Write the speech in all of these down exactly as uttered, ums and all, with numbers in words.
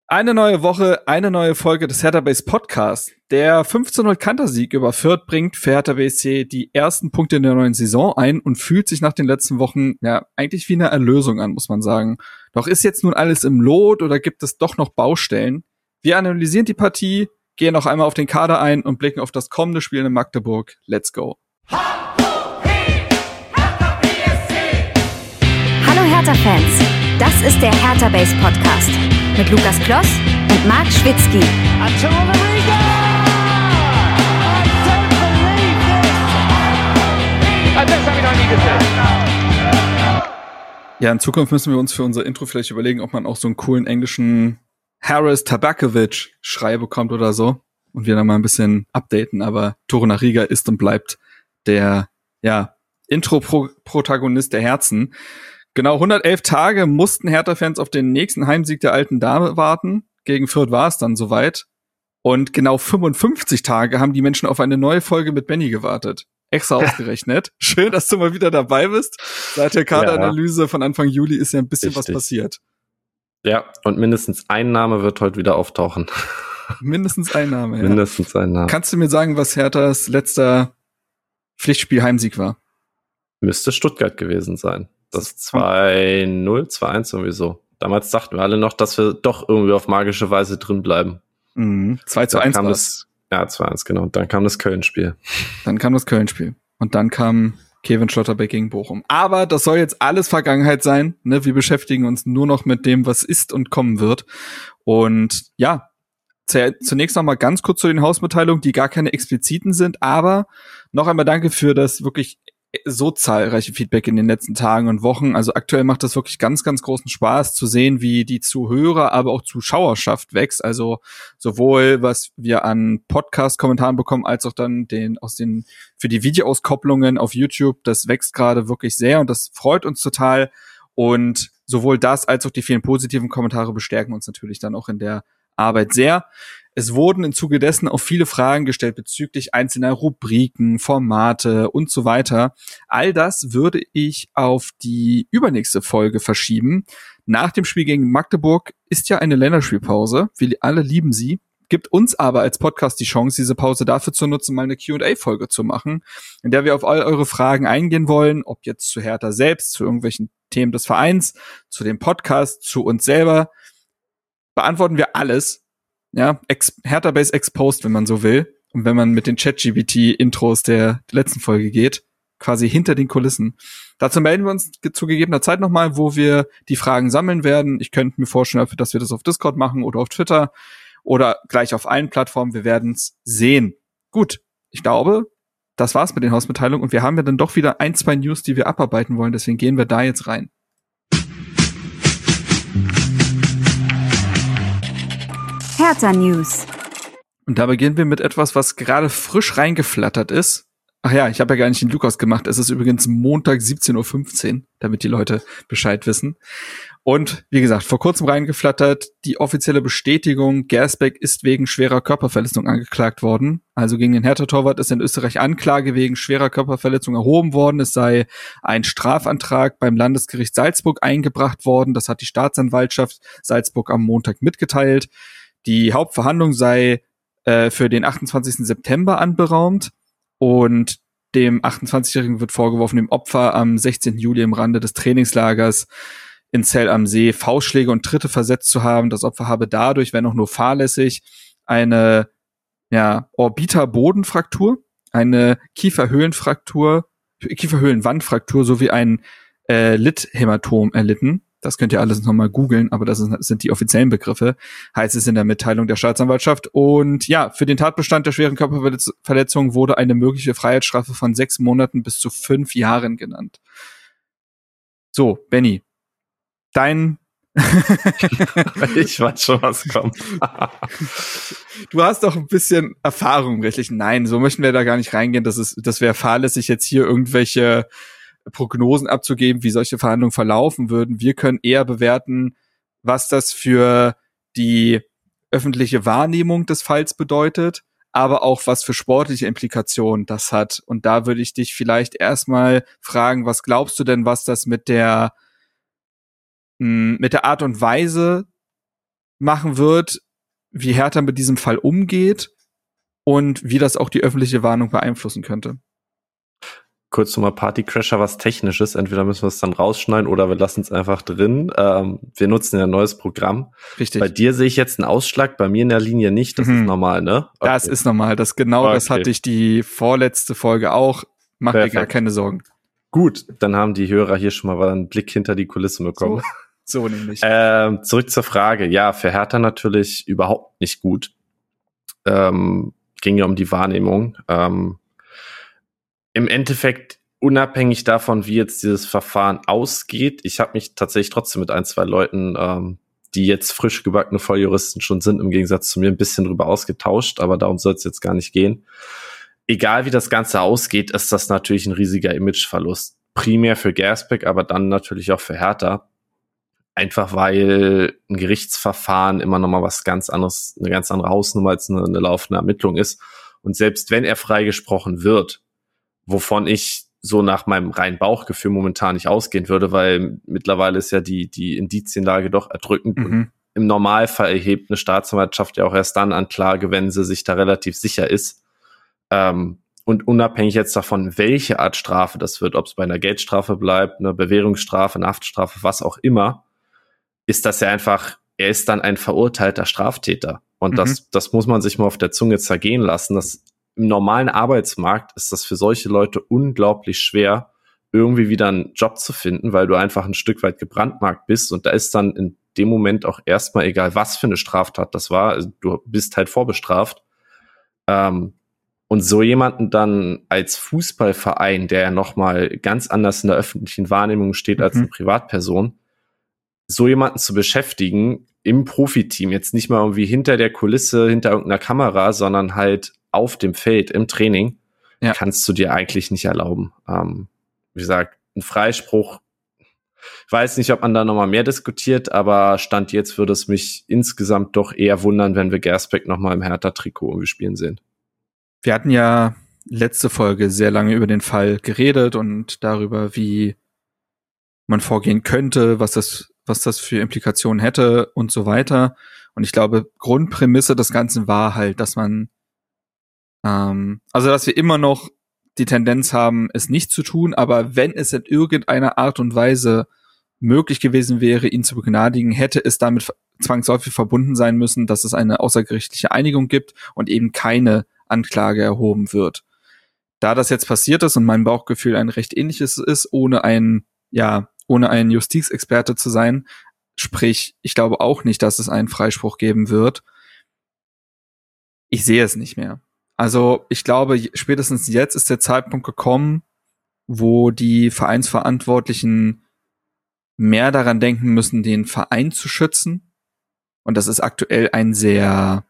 Eine neue Woche, eine neue Folge des Hertha Base Podcasts. Der fünf zu null Kantersieg über Fürth bringt für Hertha B S C die ersten Punkte in der neuen Saison ein und fühlt sich nach den letzten Wochen ja eigentlich wie eine Erlösung an, muss man sagen. Doch ist jetzt nun alles im Lot oder gibt es doch noch Baustellen? Wir analysieren die Partie, gehen noch einmal auf den Kader ein und blicken auf das kommende Spiel in Magdeburg. Let's go! Hallo Hertha-Fans, das ist der Hertha Base Podcast mit Lukas Kloss und Marc Schwitzky. Ja, in Zukunft müssen wir uns für unser Intro vielleicht überlegen, ob man auch so einen coolen englischen Haris Tabakovic Schrei bekommt oder so und wir dann mal ein bisschen updaten, aber Toruna Riga ist und bleibt der, ja, Intro-Protagonist der Herzen. Genau hundertelf Tage mussten Hertha-Fans auf den nächsten Heimsieg der alten Dame warten. Gegen Fürth war es dann soweit. Und genau fünfundfünfzig Tage haben die Menschen auf eine neue Folge mit Benny gewartet. Extra ausgerechnet. Schön, dass du mal wieder dabei bist. Seit der Kaderanalyse ja. von Anfang Juli ist ja ein bisschen Richtig. was passiert. Ja, und mindestens ein Name wird heute wieder auftauchen. Mindestens ein Name, ja. Mindestens ein Name. Kannst du mir sagen, was Herthas letzter Pflichtspiel-Heimsieg war? Müsste Stuttgart gewesen sein. Das zwei null, zwei eins irgendwie so. Damals dachten wir alle noch, dass wir doch irgendwie auf magische Weise drin bleiben. Mhm. zwei zu eins kam das, ja, zwei eins, genau. Und dann kam das Köln-Spiel. Dann kam das Köln-Spiel. Und dann kam Kevin Schlotterbeck gegen Bochum. Aber das soll jetzt alles Vergangenheit sein. Ne? Wir beschäftigen uns nur noch mit dem, was ist und kommen wird. Und ja, zunächst noch mal ganz kurz zu den Hausmitteilungen, die gar keine expliziten sind. Aber noch einmal danke für das wirklich so zahlreiche Feedback in den letzten Tagen und Wochen. Also aktuell macht das wirklich ganz, ganz großen Spaß zu sehen, wie die Zuhörer, aber auch Zuschauerschaft wächst. Also sowohl was wir an Podcast-Kommentaren bekommen, als auch dann den aus den für die Videoauskopplungen auf YouTube. Das wächst gerade wirklich sehr und das freut uns total. Und sowohl das als auch die vielen positiven Kommentare bestärken uns natürlich dann auch in der Arbeit sehr. Es wurden im Zuge dessen auch viele Fragen gestellt bezüglich einzelner Rubriken, Formate und so weiter. All das würde ich auf die übernächste Folge verschieben. Nach dem Spiel gegen Magdeburg ist ja eine Länderspielpause. Wir alle lieben sie. Gibt uns aber als Podcast die Chance, diese Pause dafür zu nutzen, mal eine Q und A-Folge zu machen, in der wir auf all eure Fragen eingehen wollen, ob jetzt zu Hertha selbst, zu irgendwelchen Themen des Vereins, zu dem Podcast, zu uns selber. Beantworten wir alles. Ja, Ex- Hertha Base Exposed, wenn man so will. Und wenn man mit den Chat-G P T-Intros der letzten Folge geht, quasi hinter den Kulissen. Dazu melden wir uns zu gegebener Zeit nochmal, wo wir die Fragen sammeln werden. Ich könnte mir vorstellen, dass wir das auf Discord machen oder auf Twitter oder gleich auf allen Plattformen. Wir werden es sehen. Gut, ich glaube, das war's mit den Hausmitteilungen. Und wir haben ja dann doch wieder ein, zwei News, die wir abarbeiten wollen. Deswegen gehen wir da jetzt rein. Hertha News. Und da beginnen wir mit etwas, was gerade frisch reingeflattert ist. Ach ja, ich habe ja gar nicht den Lukas gemacht. Es ist übrigens Montag siebzehn Uhr fünfzehn, damit die Leute Bescheid wissen. Und wie gesagt, vor kurzem reingeflattert, die offizielle Bestätigung, Gersbeck ist wegen schwerer Körperverletzung angeklagt worden. Also gegen den Hertha-Torwart ist in Österreich Anklage wegen schwerer Körperverletzung erhoben worden. Es sei ein Strafantrag beim Landesgericht Salzburg eingebracht worden. Das hat die Staatsanwaltschaft Salzburg am Montag mitgeteilt. Die Hauptverhandlung sei äh, für den achtundzwanzigsten September anberaumt und dem achtundzwanzigjährigen wird vorgeworfen, dem Opfer am sechzehnten Juli im Rande des Trainingslagers in Zell am See Faustschläge und Tritte versetzt zu haben. Das Opfer habe dadurch, wenn auch nur fahrlässig, eine ja, Orbiterbodenfraktur, eine Kieferhöhlenfraktur, Kieferhöhlenwandfraktur sowie ein äh, Lidhämatom erlitten. Das könnt ihr alles nochmal googeln, aber das sind die offiziellen Begriffe, heißt es in der Mitteilung der Staatsanwaltschaft. Und ja, für den Tatbestand der schweren Körperverletzung wurde eine mögliche Freiheitsstrafe von sechs Monaten bis zu fünf Jahren genannt. So, Benny, dein... Ich weiß schon, was kommt. Du hast doch ein bisschen Erfahrung im rechtlichen. Nein, so möchten wir da gar nicht reingehen. Das ist, das wäre fahrlässig, jetzt hier irgendwelche Prognosen abzugeben, wie solche Verhandlungen verlaufen würden. Wir können eher bewerten, was das für die öffentliche Wahrnehmung des Falls bedeutet, aber auch was für sportliche Implikationen das hat. Und da würde ich dich vielleicht erstmal fragen, was glaubst du denn, was das mit der mh, mit der Art und Weise machen wird, wie Hertha mit diesem Fall umgeht und wie das auch die öffentliche Warnung beeinflussen könnte. Kurz nochmal Partycrasher, was Technisches. Entweder müssen wir es dann rausschneiden oder wir lassen es einfach drin. Ähm, wir nutzen ja ein neues Programm. Richtig. Bei dir sehe ich jetzt einen Ausschlag, bei mir in der Linie nicht. Das mhm. ist normal, ne? Okay. Das ist normal. Das genau okay. Das hatte ich die vorletzte Folge auch. Mach Perfekt. dir gar keine Sorgen. Gut, dann haben die Hörer hier schon mal einen Blick hinter die Kulissen bekommen. So, so nämlich. Ähm, zurück zur Frage. Ja, für Hertha natürlich überhaupt nicht gut. Ähm, ging ja um die Wahrnehmung. Ähm, Im Endeffekt, unabhängig davon, wie jetzt dieses Verfahren ausgeht, ich habe mich tatsächlich trotzdem mit ein, zwei Leuten, ähm, die jetzt frisch gebackene Volljuristen schon sind, im Gegensatz zu mir ein bisschen drüber ausgetauscht, aber darum soll es jetzt gar nicht gehen. Egal wie das Ganze ausgeht, ist das natürlich ein riesiger Imageverlust. Primär für Gersbeck, aber dann natürlich auch für Hertha. Einfach weil ein Gerichtsverfahren immer noch mal was ganz anderes, eine ganz andere Hausnummer als eine, eine laufende Ermittlung ist. Und selbst wenn er freigesprochen wird, wovon ich so nach meinem reinen Bauchgefühl momentan nicht ausgehen würde, weil mittlerweile ist ja die die Indizienlage doch erdrückend. Mhm. Und im Normalfall erhebt eine Staatsanwaltschaft ja auch erst dann Anklage, wenn sie sich da relativ sicher ist. Ähm, und unabhängig jetzt davon, welche Art Strafe das wird, ob es bei einer Geldstrafe bleibt, eine Bewährungsstrafe, eine Haftstrafe, was auch immer, ist das ja einfach, er ist dann ein verurteilter Straftäter. Und mhm. das das muss man sich mal auf der Zunge zergehen lassen. Das Im normalen Arbeitsmarkt ist das für solche Leute unglaublich schwer, irgendwie wieder einen Job zu finden, weil du einfach ein Stück weit gebrandmarkt bist und da ist dann in dem Moment auch erstmal egal, was für eine Straftat das war, also du bist halt vorbestraft. Ähm, und so jemanden dann als Fußballverein, der ja nochmal ganz anders in der öffentlichen Wahrnehmung steht mhm. als eine Privatperson, so jemanden zu beschäftigen im Profiteam, jetzt nicht mal irgendwie hinter der Kulisse, hinter irgendeiner Kamera, sondern halt auf dem Feld, im Training, ja. kannst du dir eigentlich nicht erlauben. Ähm, wie gesagt, ein Freispruch, ich weiß nicht, ob man da nochmal mehr diskutiert, aber Stand jetzt würde es mich insgesamt doch eher wundern, wenn wir Gersbeck nochmal im Hertha-Trikot irgendwie spielen sehen. Wir hatten ja letzte Folge sehr lange über den Fall geredet und darüber, wie man vorgehen könnte, was das, was das für Implikationen hätte und so weiter. Und ich glaube, Grundprämisse des Ganzen war halt, dass man Ähm, also, dass wir immer noch die Tendenz haben, es nicht zu tun, aber wenn es in irgendeiner Art und Weise möglich gewesen wäre, ihn zu begnadigen, hätte es damit zwangsläufig verbunden sein müssen, dass es eine außergerichtliche Einigung gibt und eben keine Anklage erhoben wird. Da das jetzt passiert ist und mein Bauchgefühl ein recht ähnliches ist, ohne ein, ja, ohne ein Justizexperte zu sein, sprich, ich glaube auch nicht, dass es einen Freispruch geben wird. Ich sehe es nicht mehr. Also ich glaube, spätestens jetzt ist der Zeitpunkt gekommen, wo die Vereinsverantwortlichen mehr daran denken müssen, den Verein zu schützen. Und das ist aktuell ein sehr,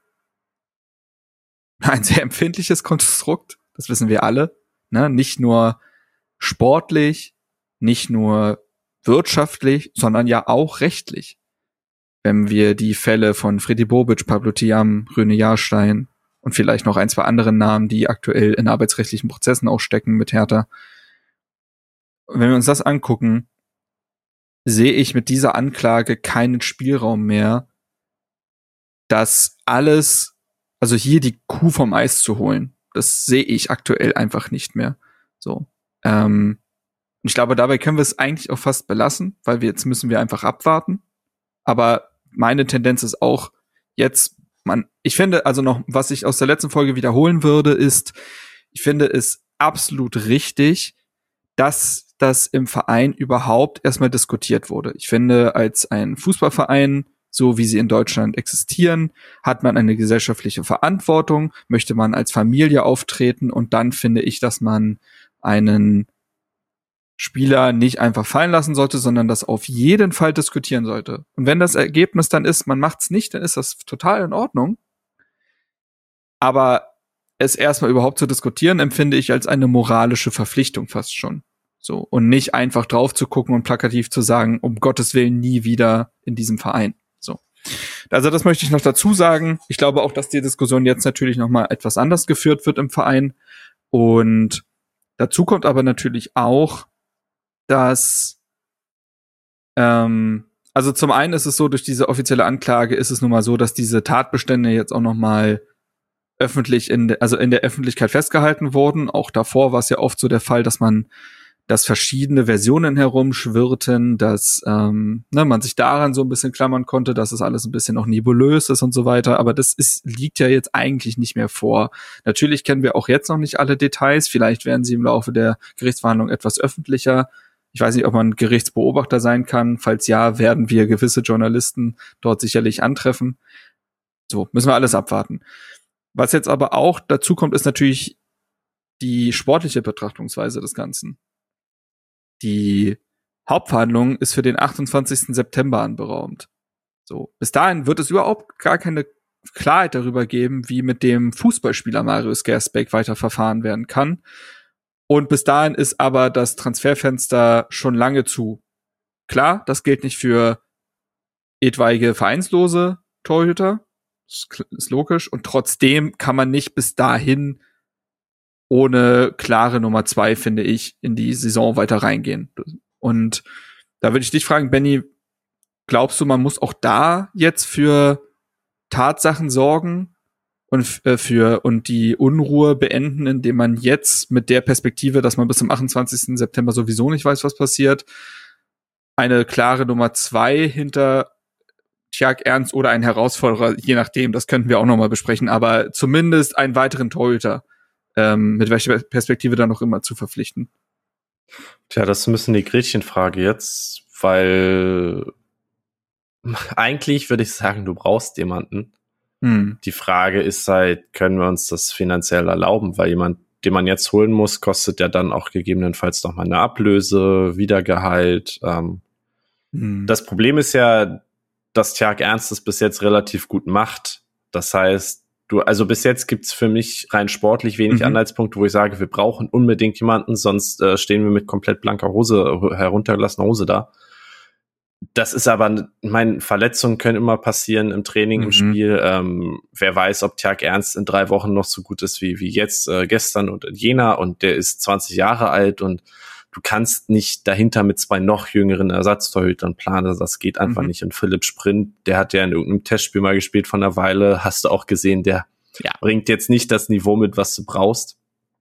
ein sehr empfindliches Konstrukt. Das wissen wir alle. Ne? Nicht nur sportlich, nicht nur wirtschaftlich, sondern ja auch rechtlich. Wenn wir die Fälle von Freddy Bobic, Pablo Thiam, Rüne Jahrstein und vielleicht noch ein, zwei andere Namen, die aktuell in arbeitsrechtlichen Prozessen auch stecken mit Hertha. Wenn wir uns das angucken, sehe ich mit dieser Anklage keinen Spielraum mehr, das alles, also hier die Kuh vom Eis zu holen. Das sehe ich aktuell einfach nicht mehr. So. Ähm, ich glaube, dabei können wir es eigentlich auch fast belassen, weil wir jetzt müssen wir einfach abwarten. Aber meine Tendenz ist auch jetzt, man, ich finde, also noch, was ich aus der letzten Folge wiederholen würde, ist, ich finde es absolut richtig, dass das im Verein überhaupt erstmal diskutiert wurde. Ich finde, als ein Fußballverein, so wie sie in Deutschland existieren, hat man eine gesellschaftliche Verantwortung, möchte man als Familie auftreten und dann finde ich, dass man einen Spieler nicht einfach fallen lassen sollte, sondern das auf jeden Fall diskutieren sollte. Und wenn das Ergebnis dann ist, man macht's nicht, dann ist das total in Ordnung. Aber es erstmal überhaupt zu diskutieren, empfinde ich als eine moralische Verpflichtung fast schon. So. Und nicht einfach drauf zu gucken und plakativ zu sagen, um Gottes Willen nie wieder in diesem Verein. So. Also das möchte ich noch dazu sagen. Ich glaube auch, dass die Diskussion jetzt natürlich nochmal etwas anders geführt wird im Verein. Und dazu kommt aber natürlich auch, dass ähm, Also zum einen ist es so, durch diese offizielle Anklage ist es nun mal so, dass diese Tatbestände jetzt auch noch mal öffentlich in, de, also in der Öffentlichkeit festgehalten wurden. Auch davor war es ja oft so der Fall, dass man, dass verschiedene Versionen herumschwirrten, dass ähm, ne, man sich daran so ein bisschen klammern konnte, dass es alles ein bisschen noch nebulös ist und so weiter. Aber das ist, liegt ja jetzt eigentlich nicht mehr vor. Natürlich kennen wir auch jetzt noch nicht alle Details. Vielleicht werden sie im Laufe der Gerichtsverhandlung etwas öffentlicher. Ich weiß nicht, ob man Gerichtsbeobachter sein kann. Falls ja, werden wir gewisse Journalisten dort sicherlich antreffen. So, müssen wir alles abwarten. Was jetzt aber auch dazu kommt, ist natürlich die sportliche Betrachtungsweise des Ganzen. Die Hauptverhandlung ist für den achtundzwanzigsten September anberaumt. So, bis dahin wird es überhaupt gar keine Klarheit darüber geben, wie mit dem Fußballspieler Marius Gersbeck weiter verfahren werden kann. Und bis dahin ist aber das Transferfenster schon lange zu. Klar, das gilt nicht für etwaige vereinslose Torhüter. Das ist logisch. Und trotzdem kann man nicht bis dahin ohne klare Nummer zwei, finde ich, in die Saison weiter reingehen. Und da würde ich dich fragen, Benny, glaubst du, man muss auch da jetzt für Tatsachen sorgen und äh, für und die Unruhe beenden, indem man jetzt mit der Perspektive, dass man bis zum achtundzwanzigsten September sowieso nicht weiß, was passiert, eine klare Nummer zwei hinter Tjark Ernst oder ein Herausforderer, je nachdem, das könnten wir auch noch mal besprechen, aber zumindest einen weiteren Torhüter, ähm, mit welcher Perspektive dann noch immer zu verpflichten? Tja, das ist ein bisschen die Gretchenfrage jetzt, weil eigentlich würde ich sagen, du brauchst jemanden. Hm. Die Frage ist halt, können wir uns das finanziell erlauben, weil jemand, den man jetzt holen muss, kostet ja dann auch gegebenenfalls noch mal eine Ablöse, Wiedergehalt. Ähm, hm. Das Problem ist ja, dass Tjark Ernst es bis jetzt relativ gut macht. Das heißt, du, also bis jetzt gibt's für mich rein sportlich wenig mhm. Anhaltspunkte, wo ich sage, wir brauchen unbedingt jemanden, sonst äh, stehen wir mit komplett blanker Hose, heruntergelassener Hose da. Das ist aber, meine Verletzungen können immer passieren im Training, mhm. im Spiel. Ähm, wer weiß, ob Tjark Ernst in drei Wochen noch so gut ist wie wie jetzt, äh, gestern und in Jena, und der ist zwanzig Jahre alt und du kannst nicht dahinter mit zwei noch jüngeren Ersatztorhütern planen. Das geht einfach mhm. nicht. Und Philipp Sprint, der hat ja in irgendeinem Testspiel mal gespielt von einer Weile, hast du auch gesehen, der ja. bringt jetzt nicht das Niveau mit, was du brauchst.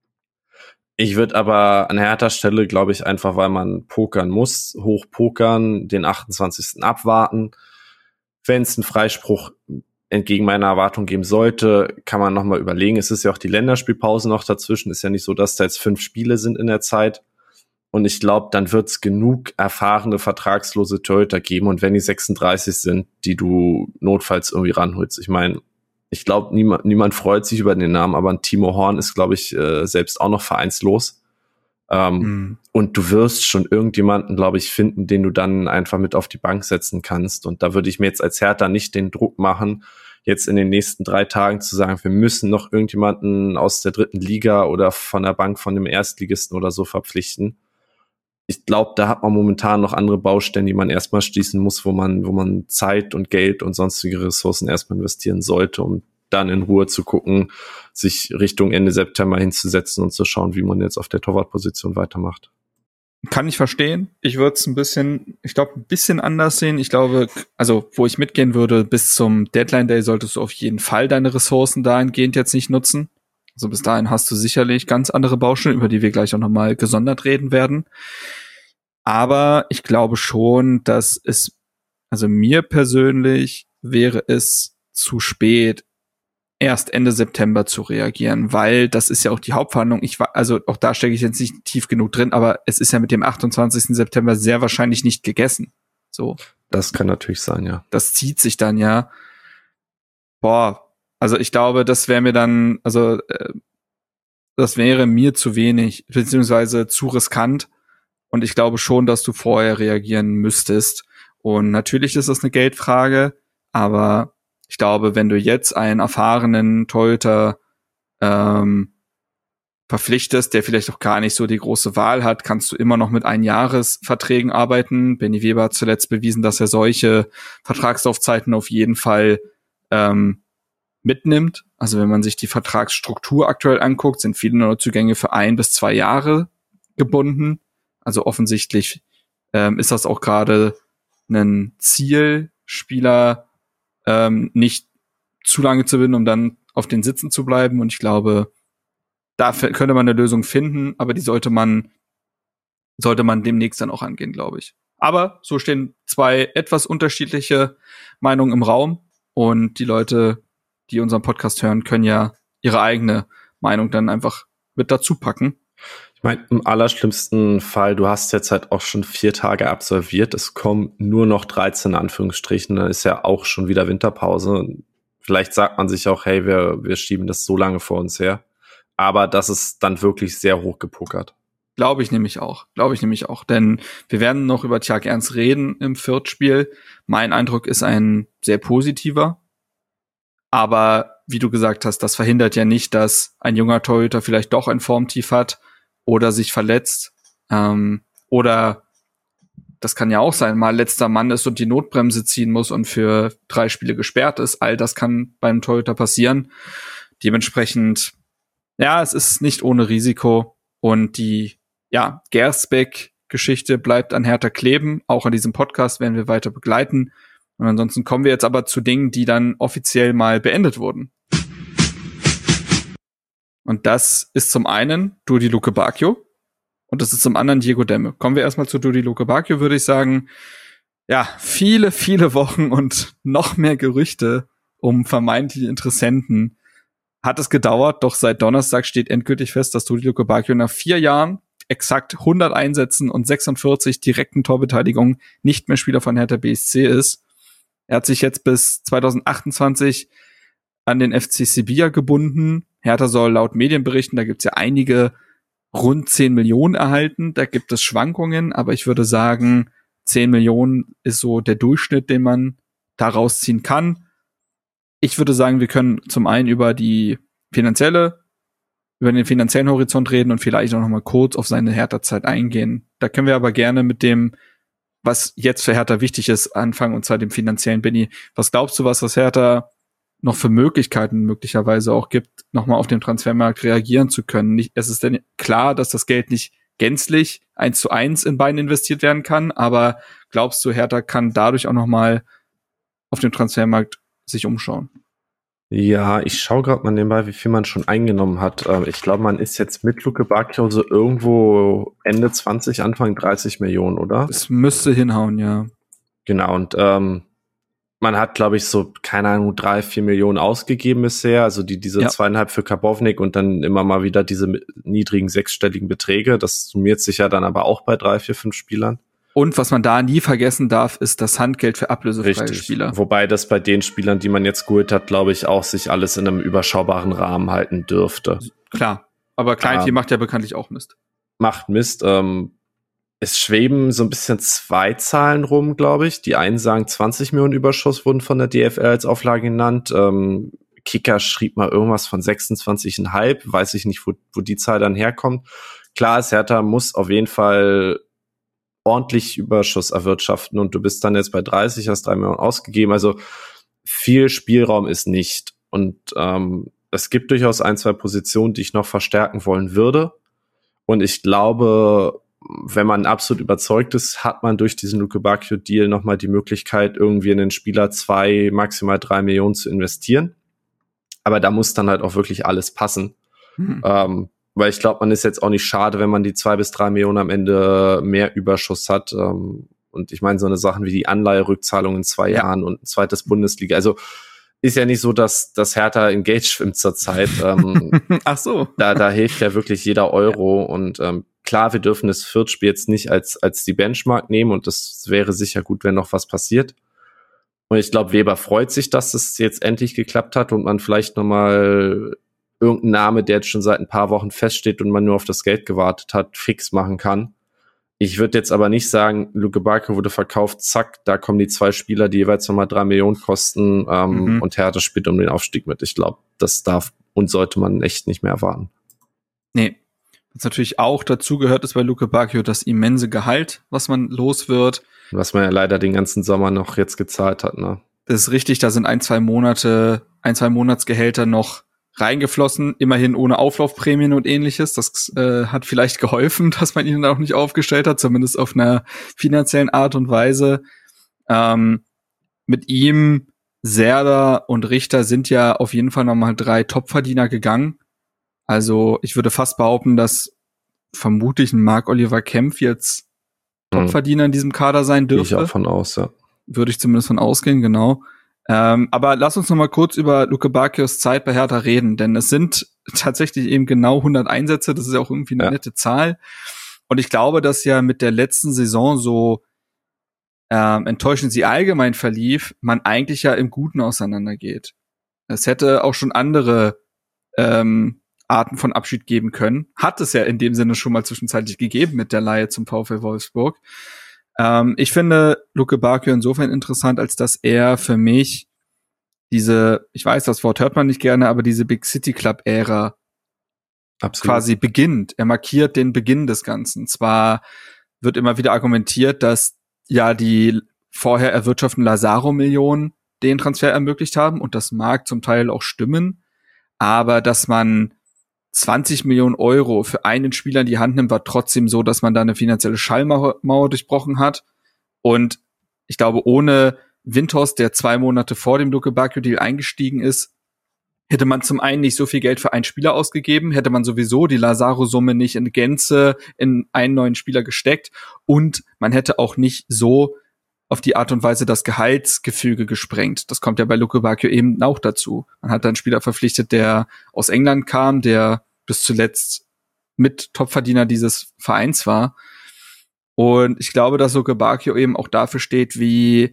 Ich würde aber an Herthas Stelle, glaube ich, einfach, weil man pokern muss, hochpokern, den achtundzwanzigsten abwarten. Wenn es einen Freispruch entgegen meiner Erwartung geben sollte, kann man nochmal überlegen. Es ist ja auch die Länderspielpause noch dazwischen. Ist ja nicht so, dass da jetzt fünf Spiele sind in der Zeit. Und ich glaube, dann wird es genug erfahrene, vertragslose Torhüter geben. Und wenn die sechsunddreißig sind, die du notfalls irgendwie ranholst. Ich meine, ich glaube, niemand, niemand freut sich über den Namen, aber ein Timo Horn ist, glaube ich, äh, selbst auch noch vereinslos. Ähm, mhm. Und du wirst schon irgendjemanden, glaube ich, finden, den du dann einfach mit auf die Bank setzen kannst. Und da würde ich mir jetzt als Hertha nicht den Druck machen, jetzt in den nächsten drei Tagen zu sagen, wir müssen noch irgendjemanden aus der dritten Liga oder von der Bank von dem Erstligisten oder so verpflichten. Ich glaube, da hat man momentan noch andere Baustellen, die man erstmal schließen muss, wo man, wo man Zeit und Geld und sonstige Ressourcen erstmal investieren sollte, um dann in Ruhe zu gucken, sich Richtung Ende September hinzusetzen und zu schauen, wie man jetzt auf der Torwartposition weitermacht. Kann ich verstehen. Ich würde es ein bisschen, ich glaube, ein bisschen anders sehen. Ich glaube, also wo ich mitgehen würde, bis zum Deadline Day solltest du auf jeden Fall deine Ressourcen dahingehend jetzt nicht nutzen. Also bis dahin hast du sicherlich ganz andere Baustellen, über die wir gleich auch nochmal gesondert reden werden. Aber ich glaube schon, dass es, also mir persönlich wäre es zu spät, erst Ende September zu reagieren, weil das ist ja auch die Hauptverhandlung. Ich war, also auch da stecke ich jetzt nicht tief genug drin, aber es ist ja mit dem achtundzwanzigsten September sehr wahrscheinlich nicht gegessen. So. Das kann natürlich sein, ja. Das zieht sich dann ja. Boah. Also ich glaube, das wäre mir dann, also äh, das wäre mir zu wenig, beziehungsweise zu riskant. Und ich glaube schon, dass du vorher reagieren müsstest. Und natürlich ist das eine Geldfrage, aber ich glaube, wenn du jetzt einen erfahrenen Torhüter ähm, verpflichtest, der vielleicht auch gar nicht so die große Wahl hat, kannst du immer noch mit Einjahresverträgen arbeiten. Benny Weber hat zuletzt bewiesen, dass er solche Vertragslaufzeiten auf jeden Fall ähm, mitnimmt. Also wenn man sich die Vertragsstruktur aktuell anguckt, sind viele Neuzugänge für ein bis zwei Jahre gebunden. Also offensichtlich ähm, ist das auch gerade ein Ziel, Spieler ähm, nicht zu lange zu binden, um dann auf den Sitzen zu bleiben. Und ich glaube, da könnte man eine Lösung finden, aber die sollte man sollte man demnächst dann auch angehen, glaube ich. Aber so stehen zwei etwas unterschiedliche Meinungen im Raum und die Leute, die unseren Podcast hören, können ja ihre eigene Meinung dann einfach mit dazu packen. Ich meine, im allerschlimmsten Fall, du hast jetzt halt auch schon vier Tage absolviert, es kommen nur noch dreizehn Anführungsstrichen, dann ist ja auch schon wieder Winterpause. Vielleicht sagt man sich auch, hey, wir, wir schieben das so lange vor uns her. Aber das ist dann wirklich sehr hoch gepokert. Glaube ich nämlich auch. Glaube ich nämlich auch. Denn wir werden noch über Tjag Ernst reden im Fürth-Spiel. Mein Eindruck ist ein sehr positiver. Aber wie du gesagt hast, das verhindert ja nicht, dass ein junger Torhüter vielleicht doch ein Formtief hat oder sich verletzt. Ähm, oder das kann ja auch sein, mal letzter Mann ist und die Notbremse ziehen muss und für drei Spiele gesperrt ist. All das kann beim Torhüter passieren. Dementsprechend, ja, es ist nicht ohne Risiko. Und die ja, Gersbeck-Geschichte bleibt an Hertha kleben. Auch an diesem Podcast werden wir weiter begleiten. Und ansonsten kommen wir jetzt aber zu Dingen, die dann offiziell mal beendet wurden. Und das ist zum einen Dodi Luke Bacchio und das ist zum anderen Diego Demme. Kommen wir erstmal zu Dodi Luke Bacchio, würde ich sagen. Ja, viele, viele Wochen und noch mehr Gerüchte um vermeintliche Interessenten hat es gedauert. Doch seit Donnerstag steht endgültig fest, dass Dodi Luke Bacchio nach vier Jahren exakt hundert Einsätzen und sechsundvierzig direkten Torbeteiligungen nicht mehr Spieler von Hertha B S C ist. Er hat sich jetzt bis zwanzig achtundzwanzig an den F C Sevilla gebunden. Hertha soll laut Medienberichten, da gibt's ja einige, rund zehn Millionen erhalten. Da gibt es Schwankungen, aber ich würde sagen, zehn Millionen ist so der Durchschnitt, den man da rausziehen kann. Ich würde sagen, wir können zum einen über die finanzielle über den finanziellen Horizont reden und vielleicht auch noch mal kurz auf seine Hertha-Zeit eingehen. Da können wir aber gerne mit dem, was jetzt für Hertha wichtig ist, anfangen, und zwar dem finanziellen. Benni, was glaubst du, was das Hertha noch für Möglichkeiten möglicherweise auch gibt, noch mal auf dem Transfermarkt reagieren zu können? Nicht, es ist denn klar, dass das Geld nicht gänzlich eins zu eins in beiden investiert werden kann, aber glaubst du, Hertha kann dadurch auch noch mal auf dem Transfermarkt sich umschauen? Ja, ich schaue gerade mal nebenbei, wie viel man schon eingenommen hat. Ich glaube, man ist jetzt mit Luke Bacchio so irgendwo Ende zwanzig, Anfang dreißig Millionen, oder? Es müsste hinhauen, ja. Genau, und ähm, man hat, glaube ich, so, keine Ahnung, drei, vier Millionen ausgegeben bisher. Also die diese ja. zweieinhalb für Karbovnik und dann immer mal wieder diese niedrigen sechsstelligen Beträge. Das summiert sich ja dann aber auch bei drei, vier, fünf Spielern. Und was man da nie vergessen darf, ist das Handgeld für ablösefreie Richtig. Spieler. Wobei das bei den Spielern, die man jetzt geholt hat, glaube ich, auch sich alles in einem überschaubaren Rahmen halten dürfte. Klar, aber Kleinvieh ähm, macht ja bekanntlich auch Mist. Macht Mist. Ähm, es schweben so ein bisschen zwei Zahlen rum, glaube ich. Die einen sagen, zwanzig Millionen Überschuss wurden von der D F L als Auflage genannt. Ähm, Kicker schrieb mal irgendwas von sechsundzwanzig Komma fünf. Weiß ich nicht, wo, wo die Zahl dann herkommt. Klar ist, Hertha muss auf jeden Fall ordentlich Überschuss erwirtschaften und du bist dann jetzt bei dreißig, hast drei Millionen ausgegeben. Also viel Spielraum ist nicht. Und ähm, es gibt durchaus ein, zwei Positionen, die ich noch verstärken wollen würde. Und ich glaube, wenn man absolut überzeugt ist, hat man durch diesen Luke Bacchio-Deal nochmal die Möglichkeit, irgendwie in den Spieler zwei, maximal drei Millionen zu investieren. Aber da muss dann halt auch wirklich alles passen. Hm. Ähm, Weil ich glaube, man ist jetzt auch nicht schade, wenn man die zwei bis drei Millionen am Ende mehr Überschuss hat. Und ich meine, so eine Sachen wie die Anleiherückzahlung in zwei ja. Jahren und ein zweites Bundesliga. Also ist ja nicht so, dass das Hertha im Geld schwimmt zurzeit. Ach so. Da, da hilft ja wirklich jeder Euro. Und ähm, klar, wir dürfen das Fürth-Spiel jetzt nicht als, als die Benchmark nehmen. Und das wäre sicher gut, wenn noch was passiert. Und ich glaube, Weber freut sich, dass es jetzt endlich geklappt hat und man vielleicht nochmal irgendein Name, der jetzt schon seit ein paar Wochen feststeht und man nur auf das Geld gewartet hat, fix machen kann. Ich würde jetzt aber nicht sagen, Luke Bacchio wurde verkauft, zack, da kommen die zwei Spieler, die jeweils nochmal drei Millionen kosten ähm, mhm. und Hertha spielt um den Aufstieg mit. Ich glaube, das darf und sollte man echt nicht mehr erwarten. Nee. Was natürlich auch dazu gehört, ist bei Luke Bacchio das immense Gehalt, was man los wird. Was man ja leider den ganzen Sommer noch jetzt gezahlt hat, ne? Das ist richtig, da sind ein, zwei Monate, ein, zwei Monatsgehälter noch reingeflossen, immerhin ohne Auflaufprämien und ähnliches. Das äh, hat vielleicht geholfen, dass man ihn auch nicht aufgestellt hat, zumindest auf einer finanziellen Art und Weise. Ähm, mit ihm, Serdar und Richter sind ja auf jeden Fall nochmal drei Topverdiener gegangen. Also ich würde fast behaupten, dass vermutlich ein Marc-Oliver Kempf jetzt hm. Topverdiener in diesem Kader sein dürfte. Gehe ich auch von aus, ja. Würde ich zumindest von ausgehen, genau. Ähm, aber lass uns noch mal kurz über Luke Bacchios Zeit bei Hertha reden, denn es sind tatsächlich eben genau hundert Einsätze, das ist ja auch irgendwie eine ja. nette Zahl. Und ich glaube, dass ja mit der letzten Saison so ähm, enttäuschend sie allgemein verlief, man eigentlich ja im Guten auseinandergeht. Es hätte auch schon andere ähm, Arten von Abschied geben können. Hat es ja in dem Sinne schon mal zwischenzeitlich gegeben mit der Leihe zum VfL Wolfsburg. Ähm, ich finde Luke Bacchio insofern interessant, als dass er für mich diese, ich weiß, das Wort hört man nicht gerne, aber diese Big City Club Ära Absolut. quasi beginnt. Er markiert den Beginn des Ganzen. Zwar wird immer wieder argumentiert, dass ja die vorher erwirtschafteten Lazaro-Millionen den Transfer ermöglicht haben und das mag zum Teil auch stimmen, aber dass man zwanzig Millionen Euro für einen Spieler in die Hand nimmt, war trotzdem so, dass man da eine finanzielle Schallmauer durchbrochen hat. Und ich glaube, ohne Windhorst, der zwei Monate vor dem Luke Bacchio-Deal eingestiegen ist, hätte man zum einen nicht so viel Geld für einen Spieler ausgegeben, hätte man sowieso die Lazaro-Summe nicht in Gänze in einen neuen Spieler gesteckt und man hätte auch nicht so auf die Art und Weise das Gehaltsgefüge gesprengt. Das kommt ja bei Luke Bacchio eben auch dazu. Man hat einen Spieler verpflichtet, der aus England kam, der bis zuletzt mit Topverdiener dieses Vereins war. Und ich glaube, dass Luke Bacchio eben auch dafür steht, wie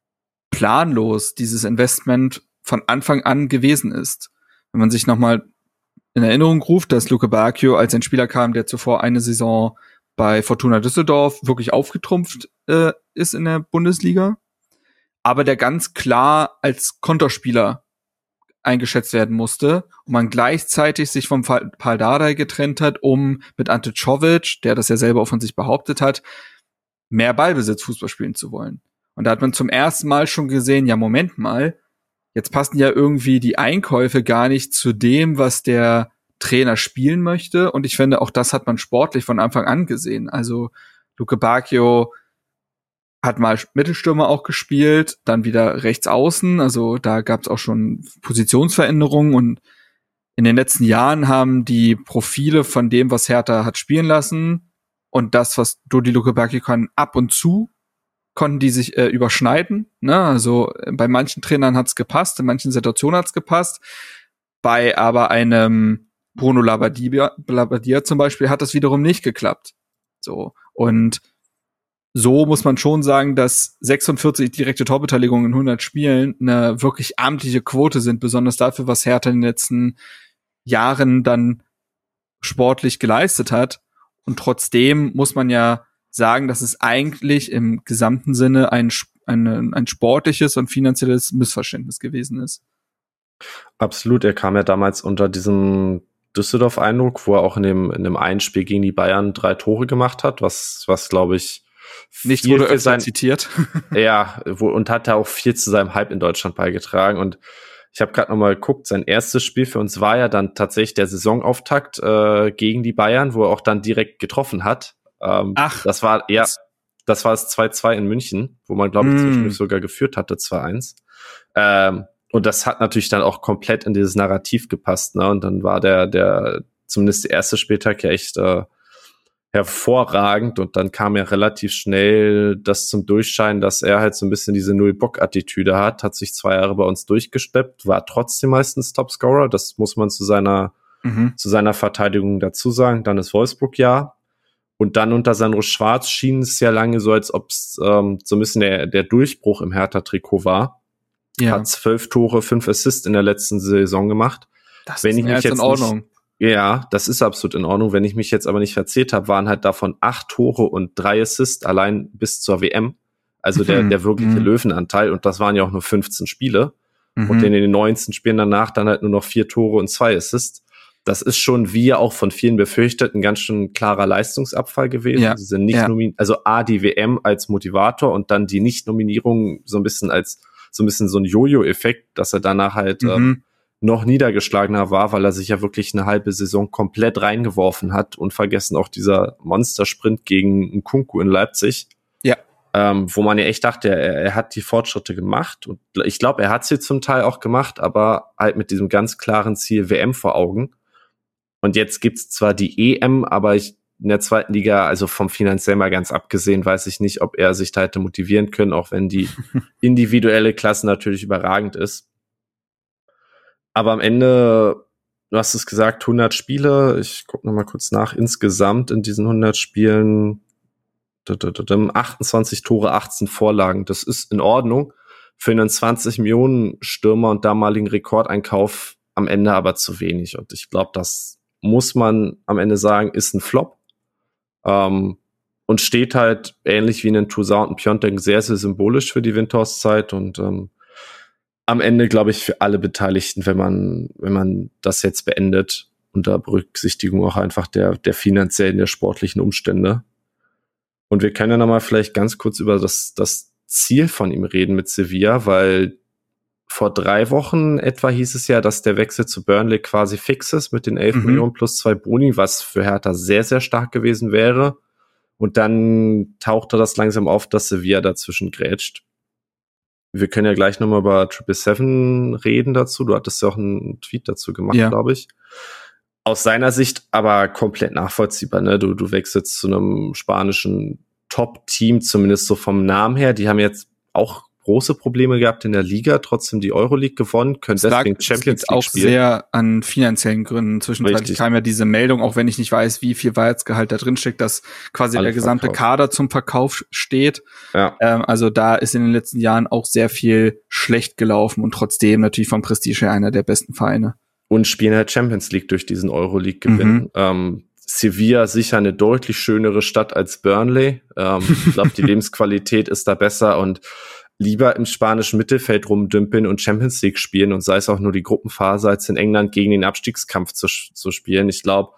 planlos dieses Investment von Anfang an gewesen ist. Wenn man sich nochmal in Erinnerung ruft, dass Luke Bacchio als ein Spieler kam, der zuvor eine Saison bei Fortuna Düsseldorf wirklich aufgetrumpft äh, ist in der Bundesliga, aber der ganz klar als Konterspieler eingeschätzt werden musste und man gleichzeitig sich vom Pal Dardai getrennt hat, um mit Ante Czovic, der das ja selber auch von sich behauptet hat, mehr Ballbesitz Fußball spielen zu wollen. Und da hat man zum ersten Mal schon gesehen, ja Moment mal, jetzt passen ja irgendwie die Einkäufe gar nicht zu dem, was der Trainer spielen möchte. Und ich finde, auch das hat man sportlich von Anfang an gesehen. Also Luke Bacchio hat mal Mittelstürmer auch gespielt, dann wieder rechts außen. Also da gab es auch schon Positionsveränderungen. Und in den letzten Jahren haben die Profile von dem, was Hertha hat spielen lassen und das, was Dodi Luke Bacchio kann, ab und zu konnten die sich äh, überschneiden. Ne? Also bei manchen Trainern hat's gepasst, in manchen Situationen hat's gepasst. Bei aber einem Bruno Labbadia, Labbadia zum Beispiel hat das wiederum nicht geklappt. So. Und so muss man schon sagen, dass sechsundvierzig direkte Torbeteiligungen in hundert Spielen eine wirklich amtliche Quote sind, besonders dafür, was Hertha in den letzten Jahren dann sportlich geleistet hat. Und trotzdem muss man ja sagen, dass es eigentlich im gesamten Sinne ein, ein, ein sportliches und finanzielles Missverständnis gewesen ist. Absolut, er kam ja damals unter diesem Düsseldorf-Eindruck, wo er auch in dem, in dem einen Spiel gegen die Bayern drei Tore gemacht hat, was, was glaube ich, nicht wurde öfter sein, zitiert. Ja, wo, und hat da auch viel zu seinem Hype in Deutschland beigetragen. Und ich habe gerade noch mal geguckt, sein erstes Spiel für uns war ja dann tatsächlich der Saisonauftakt äh, gegen die Bayern, wo er auch dann direkt getroffen hat. Ähm, Ach. Das war, ja, das war das zwei zwei in München, wo man, glaube ich, mm. zwischendurch sogar geführt hatte, zwei eins. Ähm, Und das hat natürlich dann auch komplett in dieses Narrativ gepasst, ne? Und dann war der, der, zumindest der erste Spieltag ja echt äh, hervorragend. Und dann kam ja relativ schnell das zum Durchscheinen, dass er halt so ein bisschen diese Null-Bock-Attitüde hat, hat sich zwei Jahre bei uns durchgesteppt, war trotzdem meistens Topscorer. Das muss man zu seiner, mhm. zu seiner Verteidigung dazu sagen. Dann ist Wolfsburg ja. Und dann unter Sandro Schwarz schien es ja lange so, als ob es ähm, so ein bisschen der, der Durchbruch im Hertha-Trikot war. Ja. Hat zwölf Tore, fünf Assists in der letzten Saison gemacht. Das Wenn ist ich mich jetzt in Ordnung. Nicht, ja, das ist absolut in Ordnung. Wenn ich mich jetzt aber nicht verzählt habe, waren halt davon acht Tore und drei Assists allein bis zur W M. Also der, der wirkliche mhm. Löwenanteil. Und das waren ja auch nur fünfzehn Spiele. Mhm. Und in den neunzehn Spielen danach dann halt nur noch vier Tore und zwei Assists. Das ist schon, wie ja auch von vielen befürchtet, ein ganz schön klarer Leistungsabfall gewesen. Ja. Sie sind nicht ja. nomin- also A, die W M als Motivator und dann die Nicht-Nominierung so ein bisschen als so ein bisschen so ein Jojo-Effekt, dass er danach halt mhm. ähm, noch niedergeschlagener war, weil er sich ja wirklich eine halbe Saison komplett reingeworfen hat und vergessen auch dieser Monstersprint gegen Nkunku in Leipzig. Ja. ähm, wo man ja echt dachte, er, er hat die Fortschritte gemacht. Und ich glaube, er hat sie zum Teil auch gemacht, aber halt mit diesem ganz klaren Ziel W M vor Augen. Und jetzt gibt's zwar die E M, aber ich in der zweiten Liga, also vom finanziell mal ganz abgesehen, weiß ich nicht, ob er sich da hätte motivieren können, auch wenn die individuelle Klasse natürlich überragend ist. Aber am Ende, du hast es gesagt, hundert Spiele. Ich gucke noch mal kurz nach. Insgesamt in diesen hundert Spielen achtundzwanzig Tore, achtzehn Vorlagen. Das ist in Ordnung für einen zwanzig Millionen Stürmer und damaligen Rekordeinkauf, am Ende aber zu wenig. Und ich glaube, das muss man am Ende sagen, ist ein Flop. Ähm, und steht halt ähnlich wie in Toussaint und Piontek sehr, sehr symbolisch für die Windhorst-Zeit und ähm, am Ende, glaube ich, für alle Beteiligten, wenn man, wenn man das jetzt beendet, unter Berücksichtigung auch einfach der, der finanziellen, der sportlichen Umstände. Und wir können ja nochmal vielleicht ganz kurz über das, das Ziel von ihm reden mit Sevilla, weil vor drei Wochen etwa hieß es ja, dass der Wechsel zu Burnley quasi fix ist mit den elf mhm. Millionen plus zwei Boni, was für Hertha sehr, sehr stark gewesen wäre. Und dann tauchte das langsam auf, dass Sevilla dazwischen grätscht. Wir können ja gleich nochmal über Triple Seven reden dazu. Du hattest ja auch einen Tweet dazu gemacht, ja. glaube ich. Aus seiner Sicht aber komplett nachvollziehbar. Ne? Du, du wechselst zu einem spanischen Top-Team, zumindest so vom Namen her. Die haben jetzt auch große Probleme gehabt in der Liga, trotzdem die Euroleague gewonnen, können das deswegen lag, Champions League auch spielen. Sehr an finanziellen Gründen. Zwischenzeitlich kam ja diese Meldung, auch wenn ich nicht weiß, wie viel Wahrheitsgehalt da drin steckt, dass quasi Alle der gesamte Verkauf. Kader zum Verkauf steht. Ja. Ähm, also da ist in den letzten Jahren auch sehr viel schlecht gelaufen und trotzdem natürlich vom Prestige her einer der besten Vereine. Und spielen halt Champions League durch diesen Euroleague-Gewinn. Mhm. Ähm, Sevilla sicher eine deutlich schönere Stadt als Burnley. Ähm, ich glaube, die Lebensqualität ist da besser und lieber im spanischen Mittelfeld rumdümpeln und Champions League spielen und sei es auch nur die Gruppenphase, als in England gegen den Abstiegskampf zu, zu spielen. Ich glaube,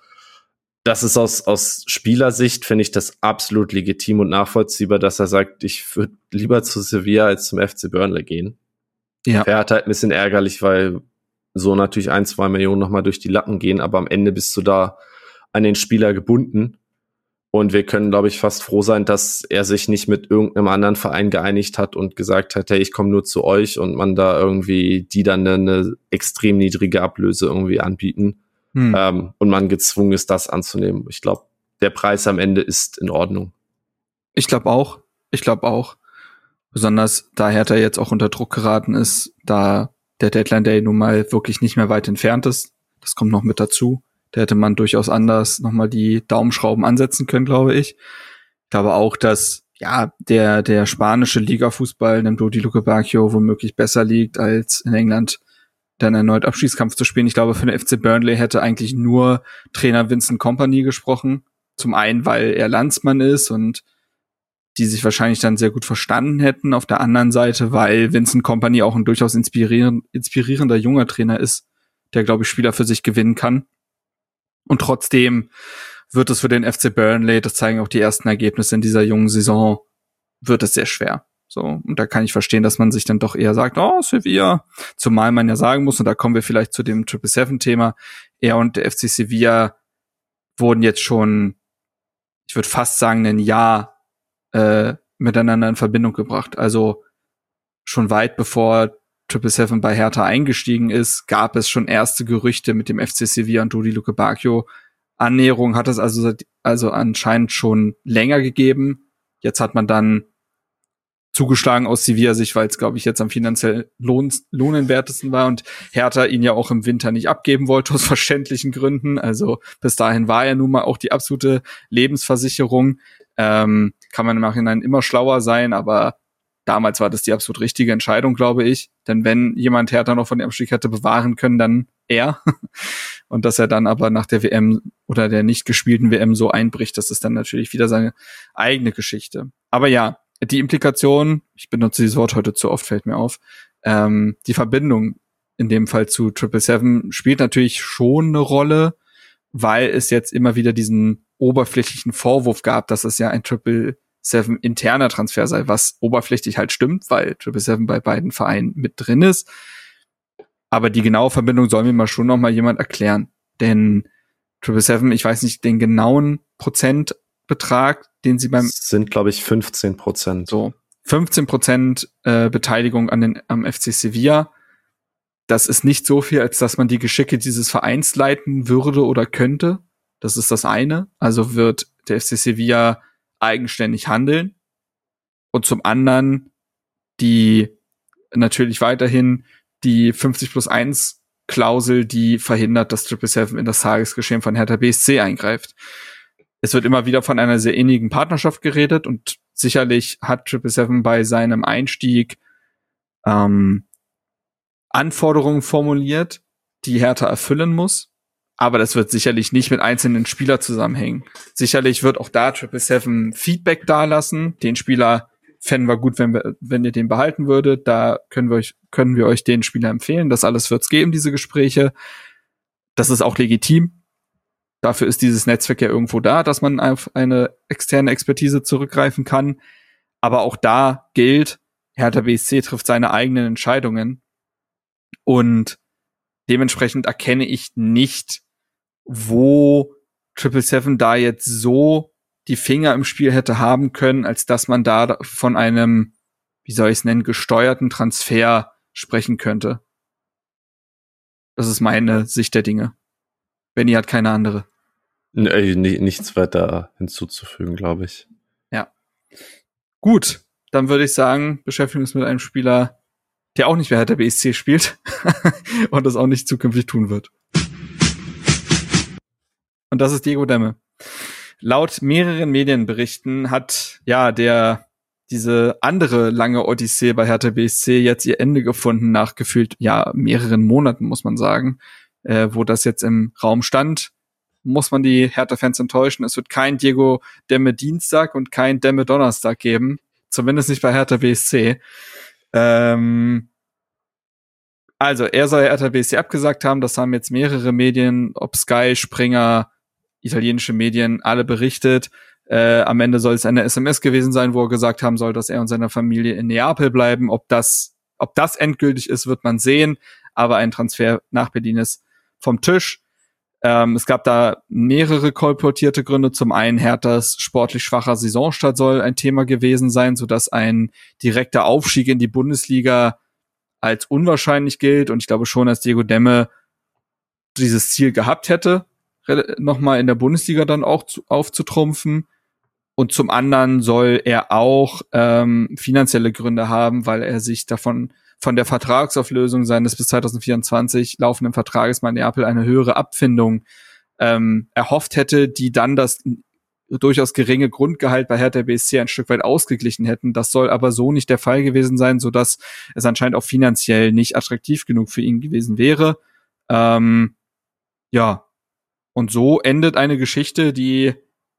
das ist aus, aus Spielersicht, finde ich das absolut legitim und nachvollziehbar, dass er sagt, ich würde lieber zu Sevilla als zum F C Burnley gehen. Ja. Wäre halt ein bisschen ärgerlich, weil so natürlich ein, zwei Millionen nochmal durch die Lappen gehen, aber am Ende bist du da an den Spieler gebunden. Und wir können, glaube ich, fast froh sein, dass er sich nicht mit irgendeinem anderen Verein geeinigt hat und gesagt hat, hey, ich komme nur zu euch und man da irgendwie, die dann eine, eine extrem niedrige Ablöse irgendwie anbieten hm. ähm, und man gezwungen ist, das anzunehmen. Ich glaube, der Preis am Ende ist in Ordnung. Ich glaube auch. Ich glaube auch. Besonders da Hertha jetzt auch unter Druck geraten ist, da der Deadline Day nun mal wirklich nicht mehr weit entfernt ist. Das kommt noch mit dazu. Da hätte man durchaus anders nochmal die Daumenschrauben ansetzen können, glaube ich. Ich glaube auch, dass ja der der spanische Liga-Fußball, dem Dodi Luque Bacchio, womöglich besser liegt, als in England dann erneut Abschießkampf zu spielen. Ich glaube, für den F C Burnley hätte eigentlich nur Trainer Vincent Kompany gesprochen. Zum einen, weil er Landsmann ist und die sich wahrscheinlich dann sehr gut verstanden hätten. Auf der anderen Seite, weil Vincent Kompany auch ein durchaus inspirierend, inspirierender junger Trainer ist, der, glaube ich, Spieler für sich gewinnen kann. Und trotzdem wird es für den F C Burnley, das zeigen auch die ersten Ergebnisse in dieser jungen Saison, wird es sehr schwer. So, und da kann ich verstehen, dass man sich dann doch eher sagt, oh, Sevilla, zumal man ja sagen muss, und da kommen wir vielleicht zu dem Triple Seven Thema, er und der F C Sevilla wurden jetzt schon, ich würde fast sagen, ein Jahr äh, miteinander in Verbindung gebracht. Also schon weit bevor Triple Seven bei Hertha eingestiegen ist, gab es schon erste Gerüchte mit dem F C Sevilla und Dodi Luque Bacchio. Annäherung hat es also, also anscheinend schon länger gegeben. Jetzt hat man dann zugeschlagen aus Sevilla-Sicht, weil es, glaube ich, jetzt am finanziell lohn- lohnenswertesten war und Hertha ihn ja auch im Winter nicht abgeben wollte, aus verständlichen Gründen. Also bis dahin war er nun mal auch die absolute Lebensversicherung. Ähm, kann man im Nachhinein immer schlauer sein, aber damals war das die absolut richtige Entscheidung, glaube ich. Denn wenn jemand Hertha noch von dem Abstieg hätte bewahren können, dann er. Und dass er dann aber nach der W M oder der nicht gespielten W M so einbricht, das ist dann natürlich wieder seine eigene Geschichte. Aber ja, die Implikation, ich benutze dieses Wort heute zu oft, fällt mir auf, ähm, die Verbindung in dem Fall zu Triple Seven spielt natürlich schon eine Rolle, weil es jetzt immer wieder diesen oberflächlichen Vorwurf gab, dass es ja ein Triple Seven interner Transfer sei, was oberflächlich halt stimmt, weil Triple Seven bei beiden Vereinen mit drin ist. Aber die genaue Verbindung soll mir mal schon noch mal jemand erklären. Denn Triple Seven, ich weiß nicht den genauen Prozent Betrag, den sie beim... Das sind, glaube ich, fünfzehn Prozent. So, fünfzehn Prozent äh, Beteiligung an den, am F C Sevilla. Das ist nicht so viel, als dass man die Geschicke dieses Vereins leiten würde oder könnte. Das ist das eine. Also wird der F C Sevilla eigenständig handeln. Und zum anderen die natürlich weiterhin die fünfzig plus eins Klausel, die verhindert, dass Triple Seven in das Tagesgeschehen von Hertha B S C eingreift. Es wird immer wieder von einer sehr innigen Partnerschaft geredet und sicherlich hat Triple Seven bei seinem Einstieg ähm, Anforderungen formuliert, die Hertha erfüllen muss. Aber das wird sicherlich nicht mit einzelnen Spielern zusammenhängen. Sicherlich wird auch da Triple Seven Feedback dalassen. Den Spieler fänden wir gut, wenn wir, wenn ihr den behalten würdet. Da können wir euch, können wir euch den Spieler empfehlen. Das alles wird's geben, diese Gespräche. Das ist auch legitim. Dafür ist dieses Netzwerk ja irgendwo da, dass man auf eine externe Expertise zurückgreifen kann. Aber auch da gilt, Hertha B S C trifft seine eigenen Entscheidungen. Und dementsprechend erkenne ich nicht, wo Triple Seven da jetzt so die Finger im Spiel hätte haben können, als dass man da von einem, wie soll ich es nennen, gesteuerten Transfer sprechen könnte. Das ist meine Sicht der Dinge. Benny hat keine andere. Nee, nichts weiter hinzuzufügen, glaube ich. Ja. Gut, dann würde ich sagen, beschäftigen wir uns mit einem Spieler, der auch nicht mehr Hertha B S C spielt und das auch nicht zukünftig tun wird. Und das ist Diego Demme. Laut mehreren Medienberichten hat ja der diese andere lange Odyssee bei Hertha B S C jetzt ihr Ende gefunden nach gefühlt ja mehreren Monaten, muss man sagen, äh, wo das jetzt im Raum stand. Muss man die Hertha-Fans enttäuschen. Es wird kein Diego Demme Dienstag und kein Demme Donnerstag geben. Zumindest nicht bei Hertha B S C. Ähm, also, er soll Hertha B S C abgesagt haben. Das haben jetzt mehrere Medien, ob Sky, Springer, italienische Medien, alle berichtet. Äh, am Ende soll es eine S M S gewesen sein, wo er gesagt haben soll, dass er und seine Familie in Neapel bleiben. Ob das, ob das endgültig ist, wird man sehen. Aber ein Transfer nach Berlin ist vom Tisch. Ähm, es gab da mehrere kolportierte Gründe. Zum einen Herthas sportlich schwacher Saisonstart soll ein Thema gewesen sein, sodass ein direkter Aufstieg in die Bundesliga als unwahrscheinlich gilt. Und ich glaube schon, dass Diego Demme dieses Ziel gehabt hätte, nochmal in der Bundesliga dann auch zu, aufzutrumpfen. Und zum anderen soll er auch ähm, finanzielle Gründe haben, weil er sich davon von der Vertragsauflösung seines bis zwanzig vierundzwanzig laufenden Vertrages bei Neapel eine höhere Abfindung ähm, erhofft hätte, die dann das durchaus geringe Grundgehalt bei Hertha B S C ein Stück weit ausgeglichen hätten. Das soll aber so nicht der Fall gewesen sein, sodass es anscheinend auch finanziell nicht attraktiv genug für ihn gewesen wäre. Ähm, ja, und so endet eine Geschichte, die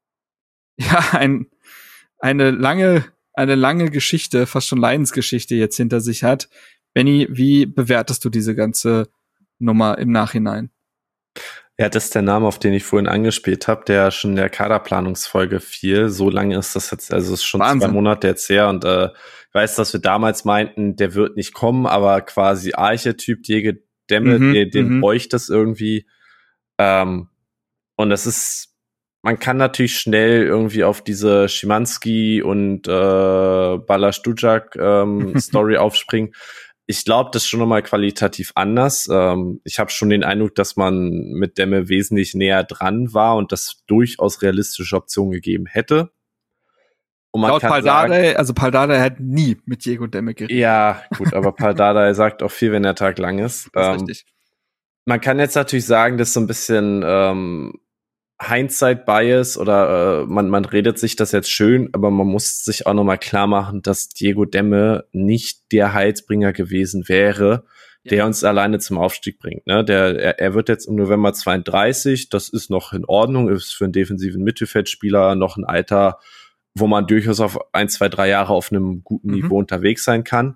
ja ein, eine lange eine lange Geschichte, fast schon Leidensgeschichte jetzt hinter sich hat. Benny, wie bewertest du diese ganze Nummer im Nachhinein? Ja, das ist der Name, auf den ich vorhin angespielt habe, der schon in der Kaderplanungsfolge fiel. So lange ist das jetzt, also es ist schon Wahnsinn. Zwei Monate jetzt her und äh, ich weiß, dass wir damals meinten, der wird nicht kommen, aber quasi Archetyp Diego Demme, mhm, den, den mhm. bräuchte es irgendwie. Ähm, und das ist Man kann natürlich schnell irgendwie auf diese Szymanski und äh, Balastuczak ähm, Story aufspringen. Ich glaube, das ist schon nochmal qualitativ anders. Ähm, ich habe schon den Eindruck, dass man mit Demme wesentlich näher dran war und das durchaus realistische Optionen gegeben hätte. Und man Laut kann Paldadei, sagen, also Paldadei hat nie mit Diego Demme geredet. Ja, gut, aber Paldadei sagt auch viel, wenn der Tag lang ist. Das ist ähm, richtig. Man kann jetzt natürlich sagen, dass so ein bisschen ähm, Hindsight-Bias oder äh, man, man redet sich das jetzt schön, aber man muss sich auch nochmal klar machen, dass Diego Demme nicht der Heilsbringer gewesen wäre, ja. der uns alleine zum Aufstieg bringt. Ne? Der, er, er wird jetzt im November zweiunddreißig, das ist noch in Ordnung, ist für einen defensiven Mittelfeldspieler noch ein Alter, wo man durchaus auf ein, zwei, drei Jahre auf einem guten mhm. Niveau unterwegs sein kann.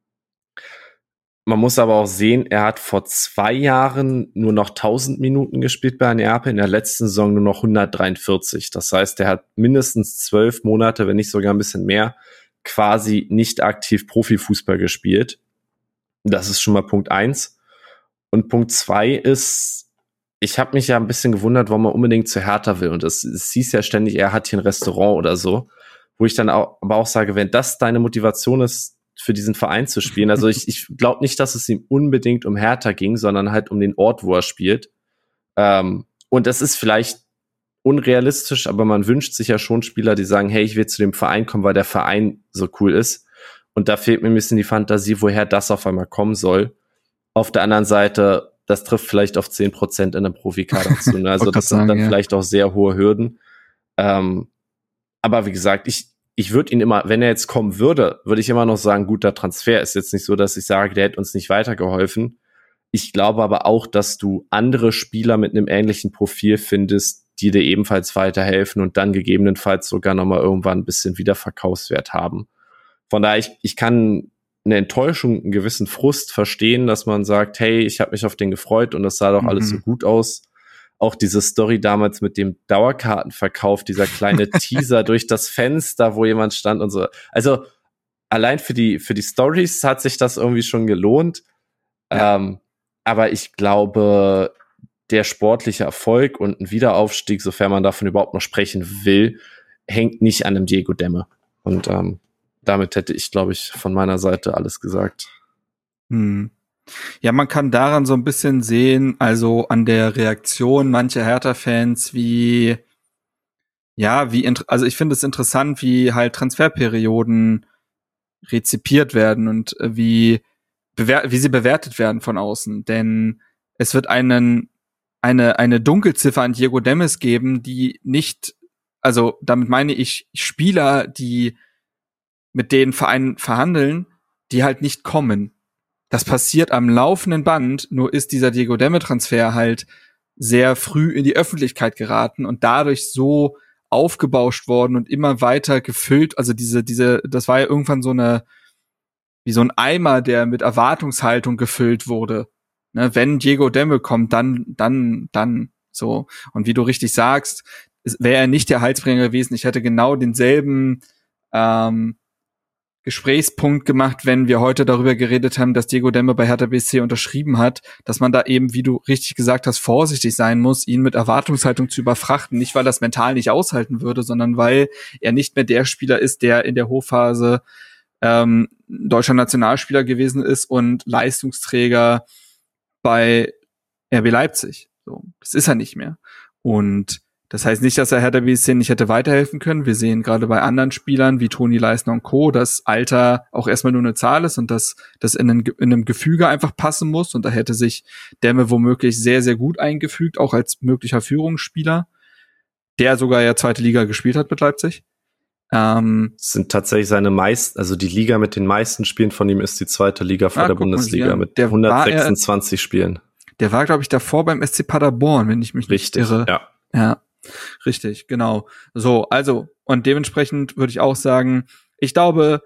Man muss aber auch sehen, er hat vor zwei Jahren nur noch tausend Minuten gespielt bei Neapel, in der letzten Saison nur noch hundertdreiundvierzig. Das heißt, er hat mindestens zwölf Monate, wenn nicht sogar ein bisschen mehr, quasi nicht aktiv Profifußball gespielt. Das ist schon mal Punkt eins. Und Punkt zwei ist, ich habe mich ja ein bisschen gewundert, warum er unbedingt zu Hertha will. Und es, es hieß ja ständig, er hat hier ein Restaurant oder so. Wo ich dann auch, aber auch sage, wenn das deine Motivation ist, für diesen Verein zu spielen. Also ich, ich glaube nicht, dass es ihm unbedingt um Hertha ging, sondern halt um den Ort, wo er spielt. Ähm, und das ist vielleicht unrealistisch, aber man wünscht sich ja schon Spieler, die sagen, hey, ich will zu dem Verein kommen, weil der Verein so cool ist. Und da fehlt mir ein bisschen die Fantasie, woher das auf einmal kommen soll. Auf der anderen Seite, das trifft vielleicht auf zehn Prozent in einem Profikader zu. Ne? Also das sind sagen, dann ja. vielleicht auch sehr hohe Hürden. Ähm, aber wie gesagt, ich ich würde ihn immer, wenn er jetzt kommen würde, würde ich immer noch sagen, guter Transfer. Ist jetzt nicht so, dass ich sage, der hätte uns nicht weitergeholfen. Ich glaube aber auch, dass du andere Spieler mit einem ähnlichen Profil findest, die dir ebenfalls weiterhelfen und dann gegebenenfalls sogar nochmal irgendwann ein bisschen Wiederverkaufswert haben. Von daher, ich, ich kann eine Enttäuschung, einen gewissen Frust verstehen, dass man sagt, hey, ich habe mich auf den gefreut und das sah doch mhm. alles so gut aus. Auch diese Story damals mit dem Dauerkartenverkauf, dieser kleine Teaser durch das Fenster, wo jemand stand und so. Also allein für die für die Stories hat sich das irgendwie schon gelohnt. Ja. Ähm, aber ich glaube, der sportliche Erfolg und ein Wiederaufstieg, sofern man davon überhaupt noch sprechen will, hängt nicht an einem Diego Demme. Und ähm, damit hätte ich, glaube ich, von meiner Seite alles gesagt. Hm. Ja, man kann daran so ein bisschen sehen, also an der Reaktion mancher Hertha-Fans, wie, ja, wie, also ich finde es interessant, wie halt Transferperioden rezipiert werden und wie, bewer- wie sie bewertet werden von außen. Denn es wird einen, eine, eine Dunkelziffer an Diego Demmes geben, die nicht, also damit meine ich Spieler, die mit den Vereinen verhandeln, die halt nicht kommen. Das passiert am laufenden Band, nur ist dieser Diego Demme-Transfer halt sehr früh in die Öffentlichkeit geraten und dadurch so aufgebauscht worden und immer weiter gefüllt. Also diese, diese, das war ja irgendwann so eine, wie so ein Eimer, der mit Erwartungshaltung gefüllt wurde. Ne, wenn Diego Demme kommt, dann, dann, dann, so. Und wie du richtig sagst, wäre er nicht der Heilsbringer gewesen. Ich hätte genau denselben, ähm, Gesprächspunkt gemacht, wenn wir heute darüber geredet haben, dass Diego Demme bei Hertha B S C unterschrieben hat, dass man da eben, wie du richtig gesagt hast, vorsichtig sein muss, ihn mit Erwartungshaltung zu überfrachten. Nicht, weil er das mental nicht aushalten würde, sondern weil er nicht mehr der Spieler ist, der in der Hochphase ähm, deutscher Nationalspieler gewesen ist und Leistungsträger bei R B Leipzig. So, das ist er nicht mehr. Und das heißt nicht, dass er Hertha B S C nicht hätte weiterhelfen können. Wir sehen gerade bei anderen Spielern wie Toni Leisner und Co., dass Alter auch erstmal nur eine Zahl ist und dass das in, in einem Gefüge einfach passen muss. Und da hätte sich Demme womöglich sehr, sehr gut eingefügt, auch als möglicher Führungsspieler, der sogar ja zweite Liga gespielt hat mit Leipzig. Ähm, das sind tatsächlich seine meisten, also die Liga mit den meisten Spielen von ihm ist die zweite Liga vor ah, der Bundesliga ja, mit hundertsechsundzwanzig er, Spielen. Der war, glaube ich, davor beim S C Paderborn, wenn ich mich Richtig, nicht irre. Ja. Ja. Richtig, genau. So, also, und dementsprechend würde ich auch sagen, ich glaube,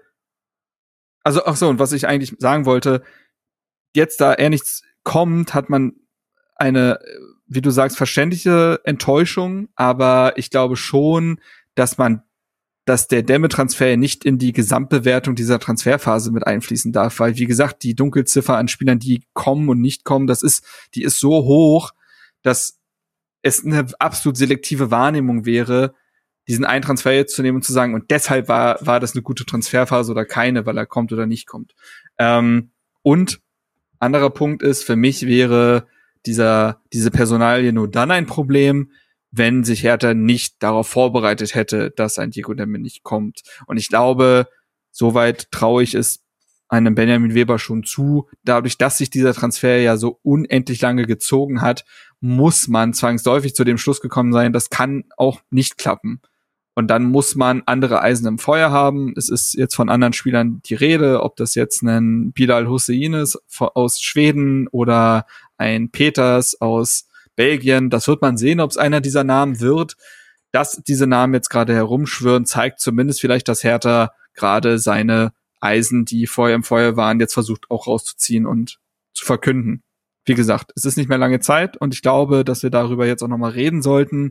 also, ach so, und was ich eigentlich sagen wollte, jetzt, da er nichts kommt, hat man eine, wie du sagst, verständliche Enttäuschung, aber ich glaube schon, dass man, dass der Demme-Transfer nicht in die Gesamtbewertung dieser Transferphase mit einfließen darf, weil, wie gesagt, die Dunkelziffer an Spielern, die kommen und nicht kommen, das ist, die ist so hoch, dass es eine absolut selektive Wahrnehmung wäre, diesen einen Transfer jetzt zu nehmen und zu sagen, und deshalb war war das eine gute Transferphase oder keine, weil er kommt oder nicht kommt. Ähm, und anderer Punkt ist, für mich wäre dieser diese Personalie nur dann ein Problem, wenn sich Hertha nicht darauf vorbereitet hätte, dass ein Diego Demme nicht kommt. Und ich glaube, soweit traue ich es einem Benjamin Weber schon zu. Dadurch, dass sich dieser Transfer ja so unendlich lange gezogen hat, muss man zwangsläufig zu dem Schluss gekommen sein, das kann auch nicht klappen. Und dann muss man andere Eisen im Feuer haben. Es ist jetzt von anderen Spielern die Rede, ob das jetzt ein Bilal Hussein ist aus Schweden oder ein Peters aus Belgien. Das wird man sehen, ob es einer dieser Namen wird. Dass diese Namen jetzt gerade herumschwirren, zeigt zumindest vielleicht, dass Hertha gerade seine Eisen, die vorher im Feuer waren, jetzt versucht auch rauszuziehen und zu verkünden. Wie gesagt, es ist nicht mehr lange Zeit und ich glaube, dass wir darüber jetzt auch nochmal reden sollten,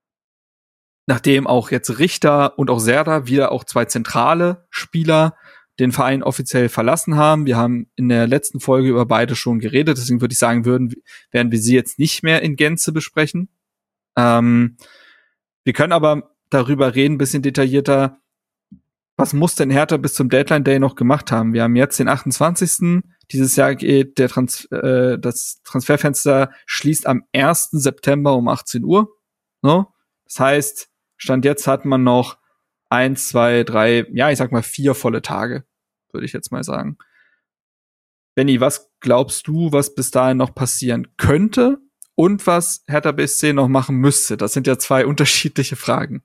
nachdem auch jetzt Richter und auch Serdar wieder auch zwei zentrale Spieler den Verein offiziell verlassen haben. Wir haben in der letzten Folge über beide schon geredet, deswegen würde ich sagen, würden, werden wir sie jetzt nicht mehr in Gänze besprechen. Ähm, wir können aber darüber reden, ein bisschen detaillierter, was muss denn Hertha bis zum Deadline Day noch gemacht haben? Wir haben jetzt den achtundzwanzigsten Dieses Jahr geht der Trans- äh, das Transferfenster schließt am ersten September um achtzehn Uhr. No? Das heißt, Stand jetzt hat man noch eins, zwei, drei, ja, ich sag mal vier volle Tage, würde ich jetzt mal sagen. Benni, was glaubst du, was bis dahin noch passieren könnte und was Hertha B S C noch machen müsste? Das sind ja zwei unterschiedliche Fragen.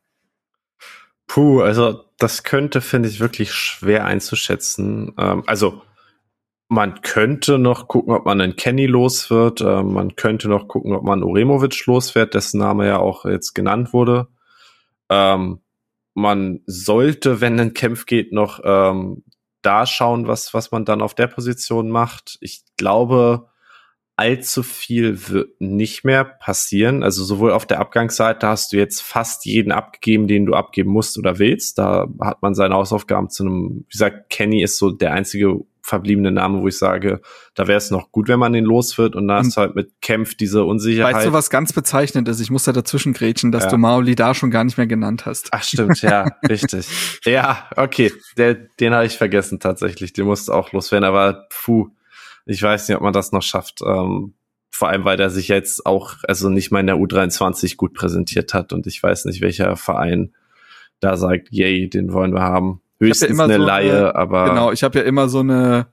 Puh, also das könnte, finde ich, wirklich schwer einzuschätzen. Ähm, also man könnte noch gucken, ob man einen Kenny los wird. Ähm, man könnte noch gucken, ob man Uremovic los wird, dessen Name ja auch jetzt genannt wurde. Ähm, man sollte, wenn ein Kempf geht, noch ähm, da schauen, was, was man dann auf der Position macht. Ich glaube, allzu viel wird nicht mehr passieren. Also sowohl auf der Abgangsseite hast du jetzt fast jeden abgegeben, den du abgeben musst oder willst. Da hat man seine Hausaufgaben zu einem, wie gesagt, Kenny ist so der einzige verbliebene Name, wo ich sage, da wäre es noch gut, wenn man den los wird. Und da hast du halt mit Kempf diese Unsicherheit. Weißt du, was ganz bezeichnend ist? Ich muss da dazwischen grätschen, dass ja. du Maoli da schon gar nicht mehr genannt hast. Ach stimmt, ja, richtig. Ja, okay, der, den habe ich vergessen tatsächlich. Den musste auch loswerden, aber puh, ich weiß nicht, ob man das noch schafft. Ähm, vor allem, weil der sich jetzt auch, also nicht mal in der U dreiundzwanzig gut präsentiert hat. Und ich weiß nicht, welcher Verein da sagt, yay, den wollen wir haben. Höchstens ja eine so Laie, eine, aber... Genau, ich habe ja immer so eine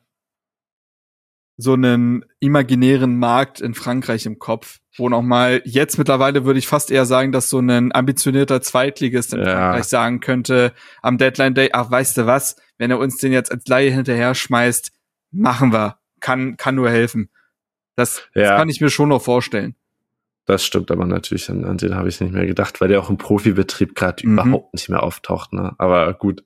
so einen imaginären Markt in Frankreich im Kopf, wo noch mal, jetzt mittlerweile würde ich fast eher sagen, dass so ein ambitionierter Zweitligist in ja. Frankreich sagen könnte, am Deadline Day, ach, weißt du was, wenn er uns den jetzt als Laie hinterher schmeißt, machen wir. Kann, kann nur helfen. Das, ja. das kann ich mir schon noch vorstellen. Das stimmt aber natürlich, an, an den habe ich nicht mehr gedacht, weil der auch im Profibetrieb gerade mhm. überhaupt nicht mehr auftaucht, ne? Aber gut.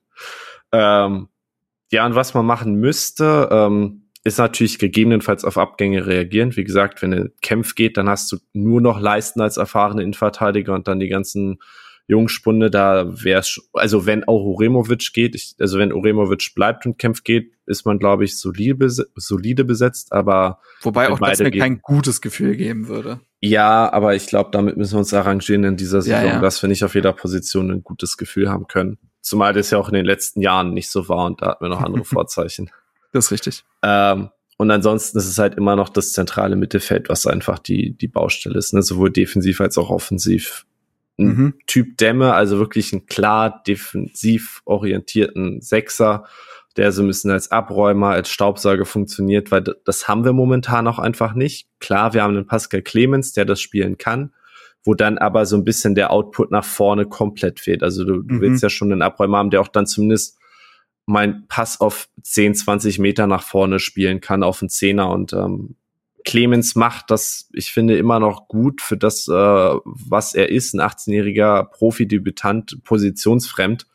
Ähm, ja, und was man machen müsste, ähm, ist natürlich gegebenenfalls auf Abgänge reagieren. Wie gesagt, wenn ein Kempf geht, dann hast du nur noch Leisten als erfahrene Innenverteidiger und dann die ganzen Jungspunde, da wäre es, also wenn auch Uremovic geht, ich, also wenn Uremovic bleibt und Kempf geht, ist man, glaube ich, solide, bes- solide besetzt, aber wobei auch das mir gehen, kein gutes Gefühl geben würde. Ja, aber ich glaube, damit müssen wir uns arrangieren in dieser Saison, ja, ja. dass wir nicht auf jeder Position ein gutes Gefühl haben können. Zumal das ja auch in den letzten Jahren nicht so war und da hatten wir noch andere Vorzeichen. Das ist richtig. Ähm, und ansonsten ist es halt immer noch das zentrale Mittelfeld, was einfach die, die Baustelle ist, ne? Sowohl defensiv als auch offensiv. Ein mhm. Typ Dämme, also wirklich einen klar defensiv orientierten Sechser, der so ein bisschen als Abräumer, als Staubsauger funktioniert, weil das haben wir momentan auch einfach nicht. Klar, wir haben einen Pascal Clemens, der das spielen kann, wo dann aber so ein bisschen der Output nach vorne komplett fehlt. Also du, du mhm. willst ja schon einen Abräumer haben, der auch dann zumindest mein Pass auf zehn, zwanzig Meter nach vorne spielen kann, auf einen Zehner. Und ähm, Clemens macht das, ich finde, immer noch gut für das, äh, was er ist, ein achtzehnjähriger Profidebütant, positionsfremd.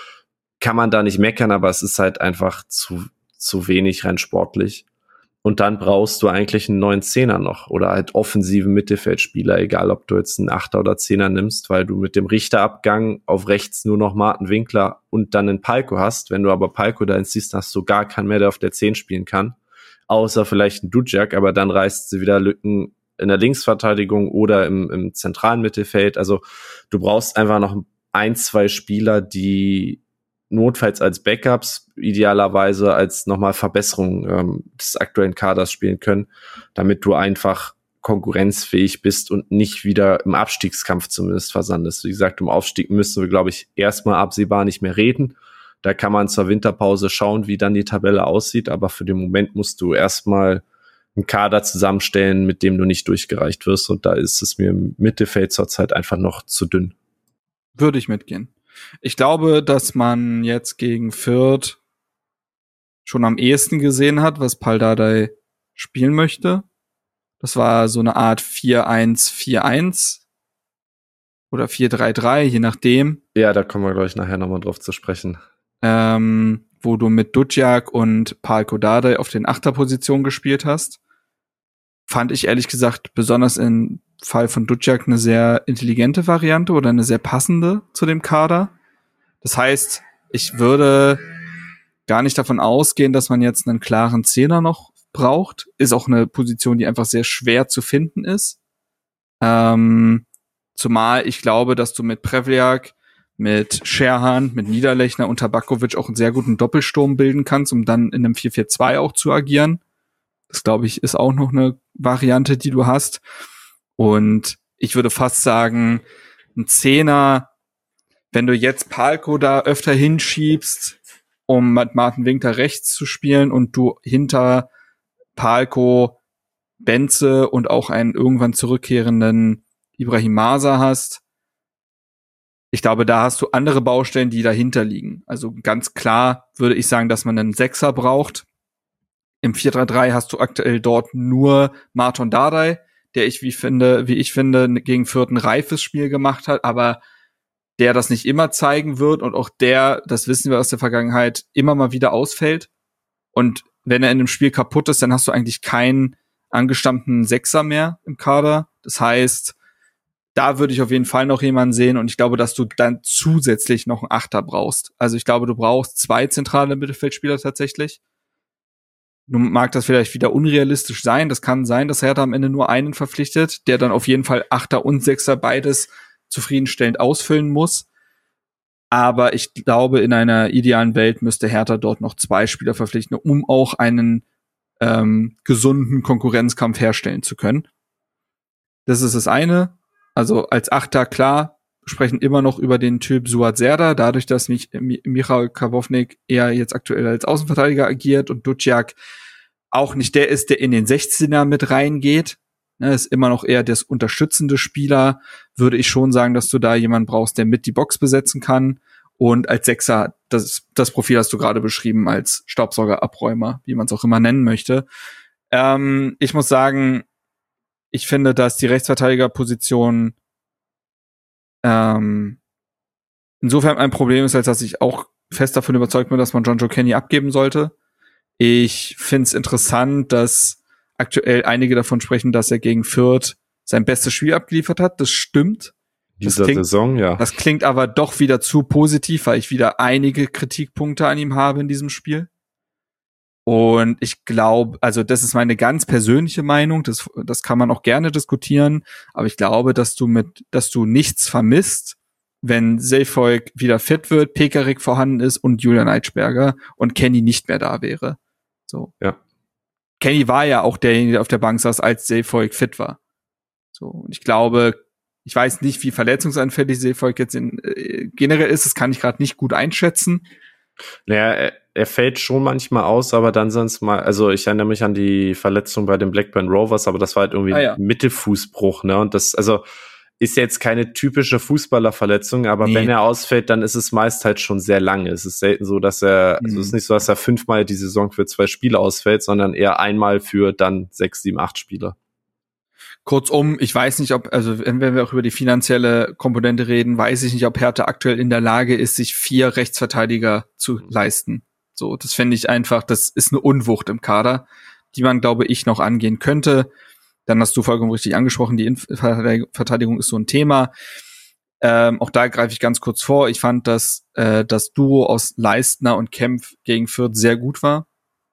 Kann man da nicht meckern, aber es ist halt einfach zu, zu wenig rein sportlich. Und dann brauchst du eigentlich einen neuen Zehner noch oder halt offensiven Mittelfeldspieler, egal ob du jetzt einen Achter oder Zehner nimmst, weil du mit dem Richterabgang auf rechts nur noch Martin Winkler und dann einen Palko hast. Wenn du aber Palko da siehst, hast du gar keinen mehr, der auf der zehn spielen kann. Außer vielleicht ein Dudjak, aber dann reißt sie wieder Lücken in der Linksverteidigung oder im, im zentralen Mittelfeld. Also du brauchst einfach noch ein, zwei Spieler, die notfalls als Backups, idealerweise als nochmal Verbesserung ähm, des aktuellen Kaders spielen können, damit du einfach konkurrenzfähig bist und nicht wieder im Abstiegskampf zumindest versandest. Wie gesagt, um Aufstieg müssen wir, glaube ich, erstmal absehbar nicht mehr reden. Da kann man zur Winterpause schauen, wie dann die Tabelle aussieht, aber für den Moment musst du erstmal einen Kader zusammenstellen, mit dem du nicht durchgereicht wirst, und da ist es mir im Mittelfeld zurzeit einfach noch zu dünn. Würde ich mitgehen. Ich glaube, dass man jetzt gegen Fürth schon am ehesten gesehen hat, was Pal Dardai spielen möchte. Das war so eine Art vier eins vier eins oder vier drei drei, je nachdem. Ja, da kommen wir, glaube ich, nachher nochmal drauf zu sprechen. Ähm, wo du mit Dudjak und Palko Dardai auf den Achterpositionen gespielt hast. Fand ich ehrlich gesagt besonders im Fall von Dudjak eine sehr intelligente Variante oder eine sehr passende zu dem Kader. Das heißt, ich würde gar nicht davon ausgehen, dass man jetzt einen klaren Zehner noch braucht. Ist auch eine Position, die einfach sehr schwer zu finden ist. Ähm, zumal ich glaube, dass du mit Prevliak, mit Scherhan, mit Niederlechner und Tabakovic auch einen sehr guten Doppelsturm bilden kannst, um dann in einem vier vier zwei auch zu agieren. Das, glaube ich, ist auch noch eine Variante, die du hast. Und ich würde fast sagen, ein Zehner, wenn du jetzt Palko da öfter hinschiebst, um mit Martin Winter rechts zu spielen und du hinter Palko, Benze und auch einen irgendwann zurückkehrenden Ibrahim Masa hast, ich glaube, da hast du andere Baustellen, die dahinter liegen. Also ganz klar würde ich sagen, dass man einen Sechser braucht. Im vier drei drei hast du aktuell dort nur Marton Dardai, der ich wie finde, wie ich finde, gegen Fürth ein reifes Spiel gemacht hat, aber der das nicht immer zeigen wird und auch der, das wissen wir aus der Vergangenheit, immer mal wieder ausfällt. Und wenn er in einem Spiel kaputt ist, dann hast du eigentlich keinen angestammten Sechser mehr im Kader. Das heißt, da würde ich auf jeden Fall noch jemanden sehen und ich glaube, dass du dann zusätzlich noch einen Achter brauchst. Also ich glaube, du brauchst zwei zentrale Mittelfeldspieler tatsächlich. Nun mag das vielleicht wieder unrealistisch sein. Das kann sein, dass Hertha am Ende nur einen verpflichtet, der dann auf jeden Fall Achter und Sechser beides zufriedenstellend ausfüllen muss. Aber ich glaube, in einer idealen Welt müsste Hertha dort noch zwei Spieler verpflichten, um auch einen ähm, gesunden Konkurrenzkampf herstellen zu können. Das ist das eine. Also als Achter, klar, wir sprechen immer noch über den Typ Suat Serdar, dadurch, dass mich Michal Karbovnik eher jetzt aktuell als Außenverteidiger agiert und Duciak auch nicht der ist, der in den sechzehner mit reingeht. Ne, ist immer noch eher das unterstützende Spieler, würde ich schon sagen, dass du da jemanden brauchst, der mit die Box besetzen kann. Und als Sechser, das, das Profil hast du gerade beschrieben, als Staubsaugerabräumer, wie man es auch immer nennen möchte. Ähm, ich muss sagen, ich finde, dass die Rechtsverteidigerposition ähm, insofern ein Problem ist, als dass ich auch fest davon überzeugt bin, dass man John Joe Kenny abgeben sollte. Ich finde es interessant, dass aktuell einige davon sprechen, dass er gegen Fürth sein bestes Spiel abgeliefert hat. Das stimmt. Dieser Saison, ja. Das klingt aber doch wieder zu positiv, weil ich wieder einige Kritikpunkte an ihm habe in diesem Spiel. Und ich glaube, also das ist meine ganz persönliche Meinung, das, das kann man auch gerne diskutieren, aber ich glaube, dass du mit, dass du nichts vermisst, wenn Seyfoik wieder fit wird, Pekarik vorhanden ist und Julian Eitschberger und Kenny nicht mehr da wäre. So. Ja. Kenny war ja auch derjenige, der auf der Bank saß, als Seyfoik fit war. So. Und ich glaube, ich weiß nicht, wie verletzungsanfällig Seyfoik jetzt in, äh, generell ist, das kann ich gerade nicht gut einschätzen. Naja, er, er fällt schon manchmal aus, aber dann sonst mal, also ich erinnere mich an die Verletzung bei den Blackburn Rovers, aber das war halt irgendwie ah, ja. ein Mittelfußbruch, ne? Und das, also ist jetzt keine typische Fußballerverletzung, aber nee. wenn er ausfällt, dann ist es meist halt schon sehr lange. Es ist selten so, dass er, mhm. also es ist nicht so, dass er fünfmal die Saison für zwei Spiele ausfällt, sondern eher einmal für dann sechs, sieben, acht Spiele. Kurzum, ich weiß nicht, ob, also wenn wir auch über die finanzielle Komponente reden, weiß ich nicht, ob Hertha aktuell in der Lage ist, sich vier Rechtsverteidiger zu leisten. So, das finde ich einfach, das ist eine Unwucht im Kader, die man, glaube ich, noch angehen könnte. Dann hast du vollkommen richtig angesprochen, die Innenverteidigung ist so ein Thema. Ähm, auch da greife ich ganz kurz vor. Ich fand, dass äh, das Duo aus Leistner und Kempf gegen Fürth sehr gut war.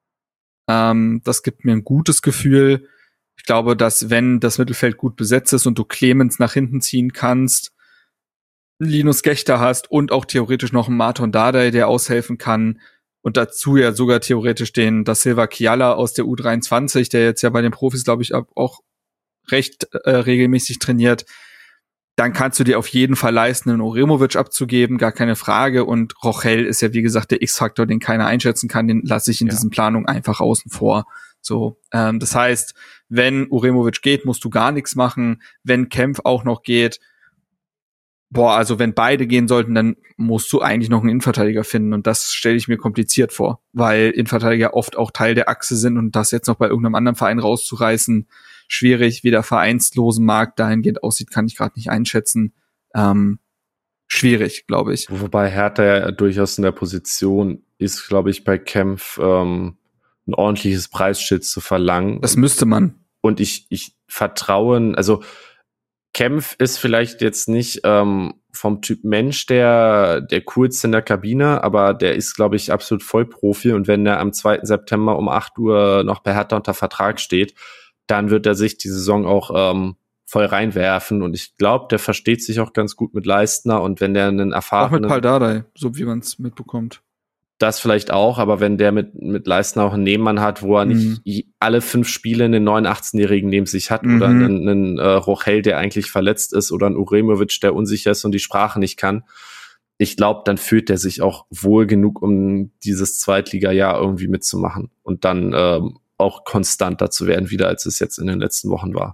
Ähm, das gibt mir ein gutes Gefühl. Ich glaube, dass wenn das Mittelfeld gut besetzt ist und du Clemens nach hinten ziehen kannst, Linus Gächter hast und auch theoretisch noch einen Marton Dardai, der aushelfen kann und dazu ja sogar theoretisch den Da Silva Kiala aus der U dreiundzwanzig, der jetzt ja bei den Profis, glaube ich, auch recht äh, regelmäßig trainiert, dann kannst du dir auf jeden Fall leisten, einen Uremovic abzugeben, gar keine Frage. Und Rochel ist ja, wie gesagt, der X-Faktor, den keiner einschätzen kann, den lasse ich in ja. diesen Planungen einfach außen vor. So, ähm, das heißt, wenn Uremovic geht, musst du gar nichts machen. Wenn Kempf auch noch geht, boah, also wenn beide gehen sollten, dann musst du eigentlich noch einen Innenverteidiger finden. Und das stelle ich mir kompliziert vor, weil Innenverteidiger oft auch Teil der Achse sind und das jetzt noch bei irgendeinem anderen Verein rauszureißen, schwierig. Wie der vereinslosen Markt dahingehend aussieht, kann ich gerade nicht einschätzen. Ähm, schwierig, glaube ich. Wobei Hertha ja durchaus in der Position ist, glaube ich, bei Kempf ähm ein ordentliches Preisschild zu verlangen. Das müsste man. Und ich, ich vertraue, also Kempf ist vielleicht jetzt nicht ähm, vom Typ Mensch der, der coolste in der Kabine, aber der ist, glaube ich, absolut Vollprofi. Und wenn er am zweiten September um acht Uhr noch bei Hertha unter Vertrag steht, dann wird er sich die Saison auch ähm, voll reinwerfen. Und ich glaube, der versteht sich auch ganz gut mit Leistner. Und wenn der einen erfahrenen... Auch mit Pal Dardai, so wie man es mitbekommt. Das vielleicht auch, aber wenn der mit, mit Leistner auch einen Nebenmann hat, wo er nicht Mhm. alle fünf Spiele einen neunundachtzig-Jährigen neben sich hat Mhm. oder einen, einen äh, Rochel, der eigentlich verletzt ist oder einen Uremovic, der unsicher ist und die Sprache nicht kann, ich glaube, dann fühlt er sich auch wohl genug, um dieses Zweitliga-Jahr irgendwie mitzumachen und dann ähm, auch konstanter zu werden wieder, als es jetzt in den letzten Wochen war.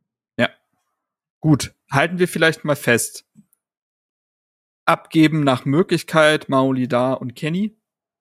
Gut, halten wir vielleicht mal fest. Abgeben nach Möglichkeit Maolida und Kenny.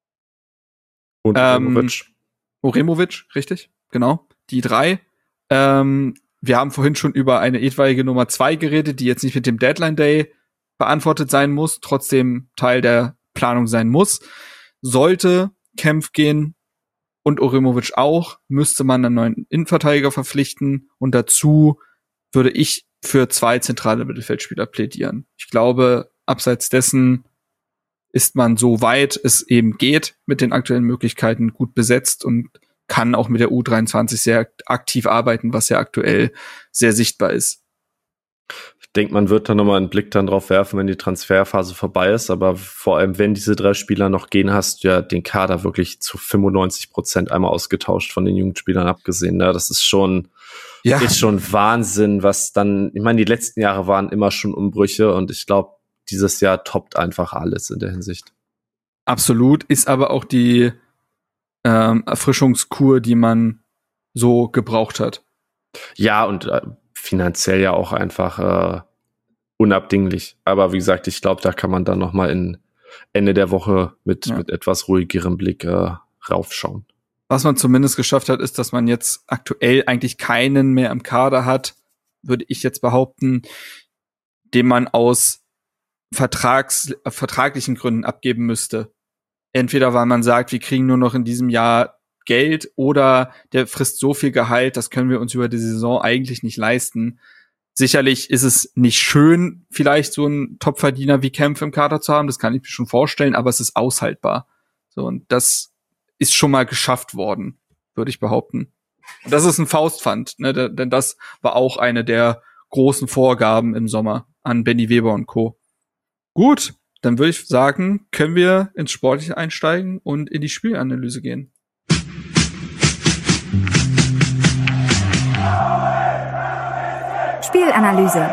Und Ähm, Uremovic. Uremovic, richtig, genau. Die drei. Ähm, wir haben vorhin schon über eine etwaige Nummer zwei geredet, die jetzt nicht mit dem Deadline Day beantwortet sein muss, trotzdem Teil der Planung sein muss. Sollte Kempf gehen und Uremovic auch, müsste man einen neuen Innenverteidiger verpflichten und dazu würde ich für zwei zentrale Mittelfeldspieler plädieren. Ich glaube, abseits dessen ist man so weit es eben geht mit den aktuellen Möglichkeiten gut besetzt und kann auch mit der U dreiundzwanzig sehr aktiv arbeiten, was ja aktuell sehr sichtbar ist. Ich denke, man wird da nochmal einen Blick dann drauf werfen, wenn die Transferphase vorbei ist. Aber vor allem, wenn diese drei Spieler noch gehen, hast du ja den Kader wirklich zu fünfundneunzig Prozent einmal ausgetauscht von den Jugendspielern abgesehen. Ne? Das ist schon, Ja. ist schon Wahnsinn, was dann, ich meine, die letzten Jahre waren immer schon Umbrüche und ich glaube, dieses Jahr toppt einfach alles in der Hinsicht. Absolut, ist aber auch die ähm, Erfrischungskur, die man so gebraucht hat. Ja, und äh, finanziell ja auch einfach äh, unabdinglich. Aber wie gesagt, ich glaube, da kann man dann noch mal in Ende der Woche mit, Ja. mit etwas ruhigerem Blick äh, raufschauen. Was man zumindest geschafft hat, ist, dass man jetzt aktuell eigentlich keinen mehr im Kader hat, würde ich jetzt behaupten, den man aus Vertrags, äh, vertraglichen Gründen abgeben müsste. Entweder weil man sagt, wir kriegen nur noch in diesem Jahr Geld oder der frisst so viel Gehalt, das können wir uns über die Saison eigentlich nicht leisten. Sicherlich ist es nicht schön, vielleicht so einen Topverdiener wie Kempf im Kader zu haben, das kann ich mir schon vorstellen, aber es ist aushaltbar. So, und das ist schon mal geschafft worden, würde ich behaupten. Und das ist ein Faustpfand, ne, denn das war auch eine der großen Vorgaben im Sommer an Benny Weber und Co. Gut, dann würde ich sagen, können wir ins Sportliche einsteigen und in die Spielanalyse gehen. Spielanalyse.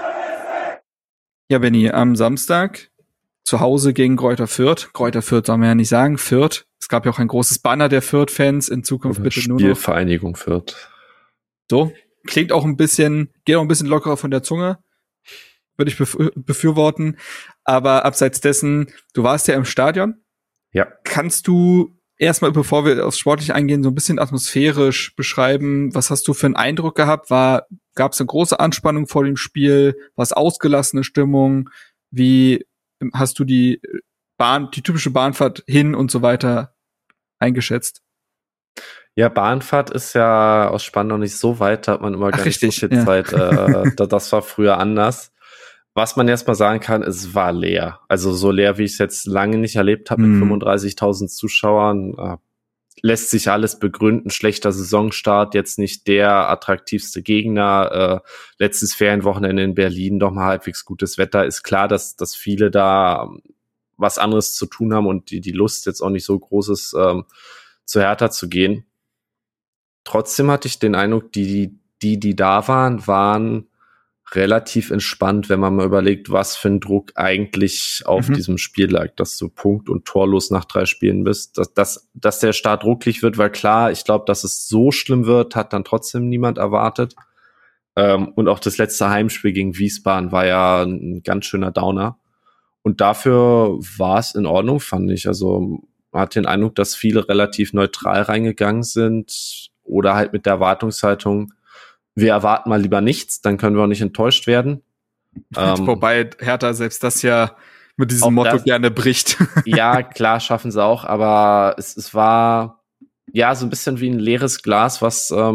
Ja, Benny, am Samstag zu Hause gegen Greuther Fürth. Greuther Fürth soll man ja nicht sagen, Fürth. Es gab ja auch ein großes Banner der Fürth-Fans, in Zukunft Oder bitte nur noch. Spielvereinigung Fürth. So, klingt auch ein bisschen, geht auch ein bisschen lockerer von der Zunge. Würde ich bef- befürworten. Aber abseits dessen, du warst ja im Stadion. Ja. Kannst du erstmal, bevor wir aufs Sportliche eingehen, so ein bisschen atmosphärisch beschreiben, was hast du für einen Eindruck gehabt? War, gab es eine große Anspannung vor dem Spiel? War es ausgelassene Stimmung? Wie hast du die Bahn, die typische Bahnfahrt hin und so weiter eingeschätzt? Ja, Bahnfahrt ist ja aus Spandau nicht so weit, da hat man immer Ach, gar nicht richtig, so viel ja. Zeit. Äh, da, das war früher anders. Was man erstmal sagen kann, es war leer. Also so leer, wie ich es jetzt lange nicht erlebt habe, mit Mhm. fünfunddreißigtausend Zuschauern. Äh, lässt sich alles begründen. Schlechter Saisonstart, jetzt nicht der attraktivste Gegner. Äh, letztes Ferienwochenende in Berlin, doch mal halbwegs gutes Wetter. Ist klar, dass, dass viele da ähm, was anderes zu tun haben und die, die Lust jetzt auch nicht so groß ist, ähm, zu Hertha zu gehen. Trotzdem hatte ich den Eindruck, die, die, die da waren, waren relativ entspannt, wenn man mal überlegt, was für ein Druck eigentlich auf Mhm. diesem Spiel lag, dass du punkt- und torlos nach drei Spielen bist. Dass, dass, dass der Start rucklig wird, war klar. Ich glaube, dass es so schlimm wird, hat dann trotzdem niemand erwartet. Ähm, und auch das letzte Heimspiel gegen Wiesbaden war ja ein ganz schöner Downer. Und dafür war es in Ordnung, fand ich. Also man hat den Eindruck, dass viele relativ neutral reingegangen sind oder halt mit der Erwartungshaltung, wir erwarten mal lieber nichts, dann können wir auch nicht enttäuscht werden. Ähm, Wobei Hertha selbst das ja mit auch diesem Motto das- gerne bricht. ja, klar, schaffen sie auch, aber es, es war ja so ein bisschen wie ein leeres Glas, was, ähm,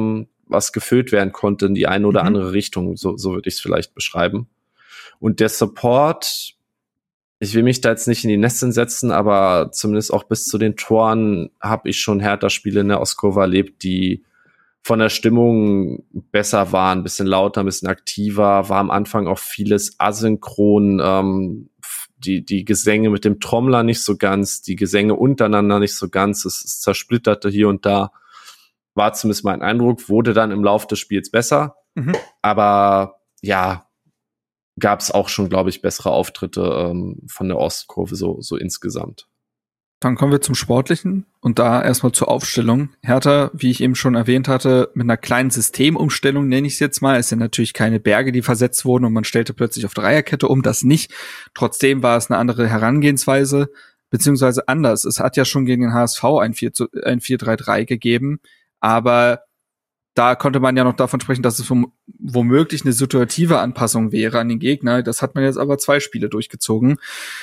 was gefüllt werden konnte in die eine oder Mhm. andere Richtung. So, so würde ich es vielleicht beschreiben. Und der Support, ich will mich da jetzt nicht in die Nesseln setzen, aber zumindest auch bis zu den Toren habe ich schon Hertha-Spiele in der Oskova erlebt, die von der Stimmung besser waren, ein bisschen lauter, ein bisschen aktiver, war am Anfang auch vieles asynchron, ähm, die, die Gesänge mit dem Trommler nicht so ganz, die Gesänge untereinander nicht so ganz, es, es zersplitterte hier und da, war zumindest mein Eindruck, wurde dann im Laufe des Spiels besser, Mhm. aber ja, gab es auch schon, glaube ich, bessere Auftritte ähm, von der Ostkurve so, so insgesamt. Dann kommen wir zum Sportlichen und da erstmal zur Aufstellung. Hertha, wie ich eben schon erwähnt hatte, mit einer kleinen Systemumstellung, nenne ich es jetzt mal. Es sind natürlich keine Berge, die versetzt wurden und man stellte plötzlich auf Dreierkette um, das nicht. Trotzdem war es eine andere Herangehensweise, beziehungsweise anders. Es hat ja schon gegen den H S V ein vier drei drei gegeben, aber da konnte man ja noch davon sprechen, dass es womöglich eine situative Anpassung wäre an den Gegner. Das hat man jetzt aber zwei Spiele durchgezogen.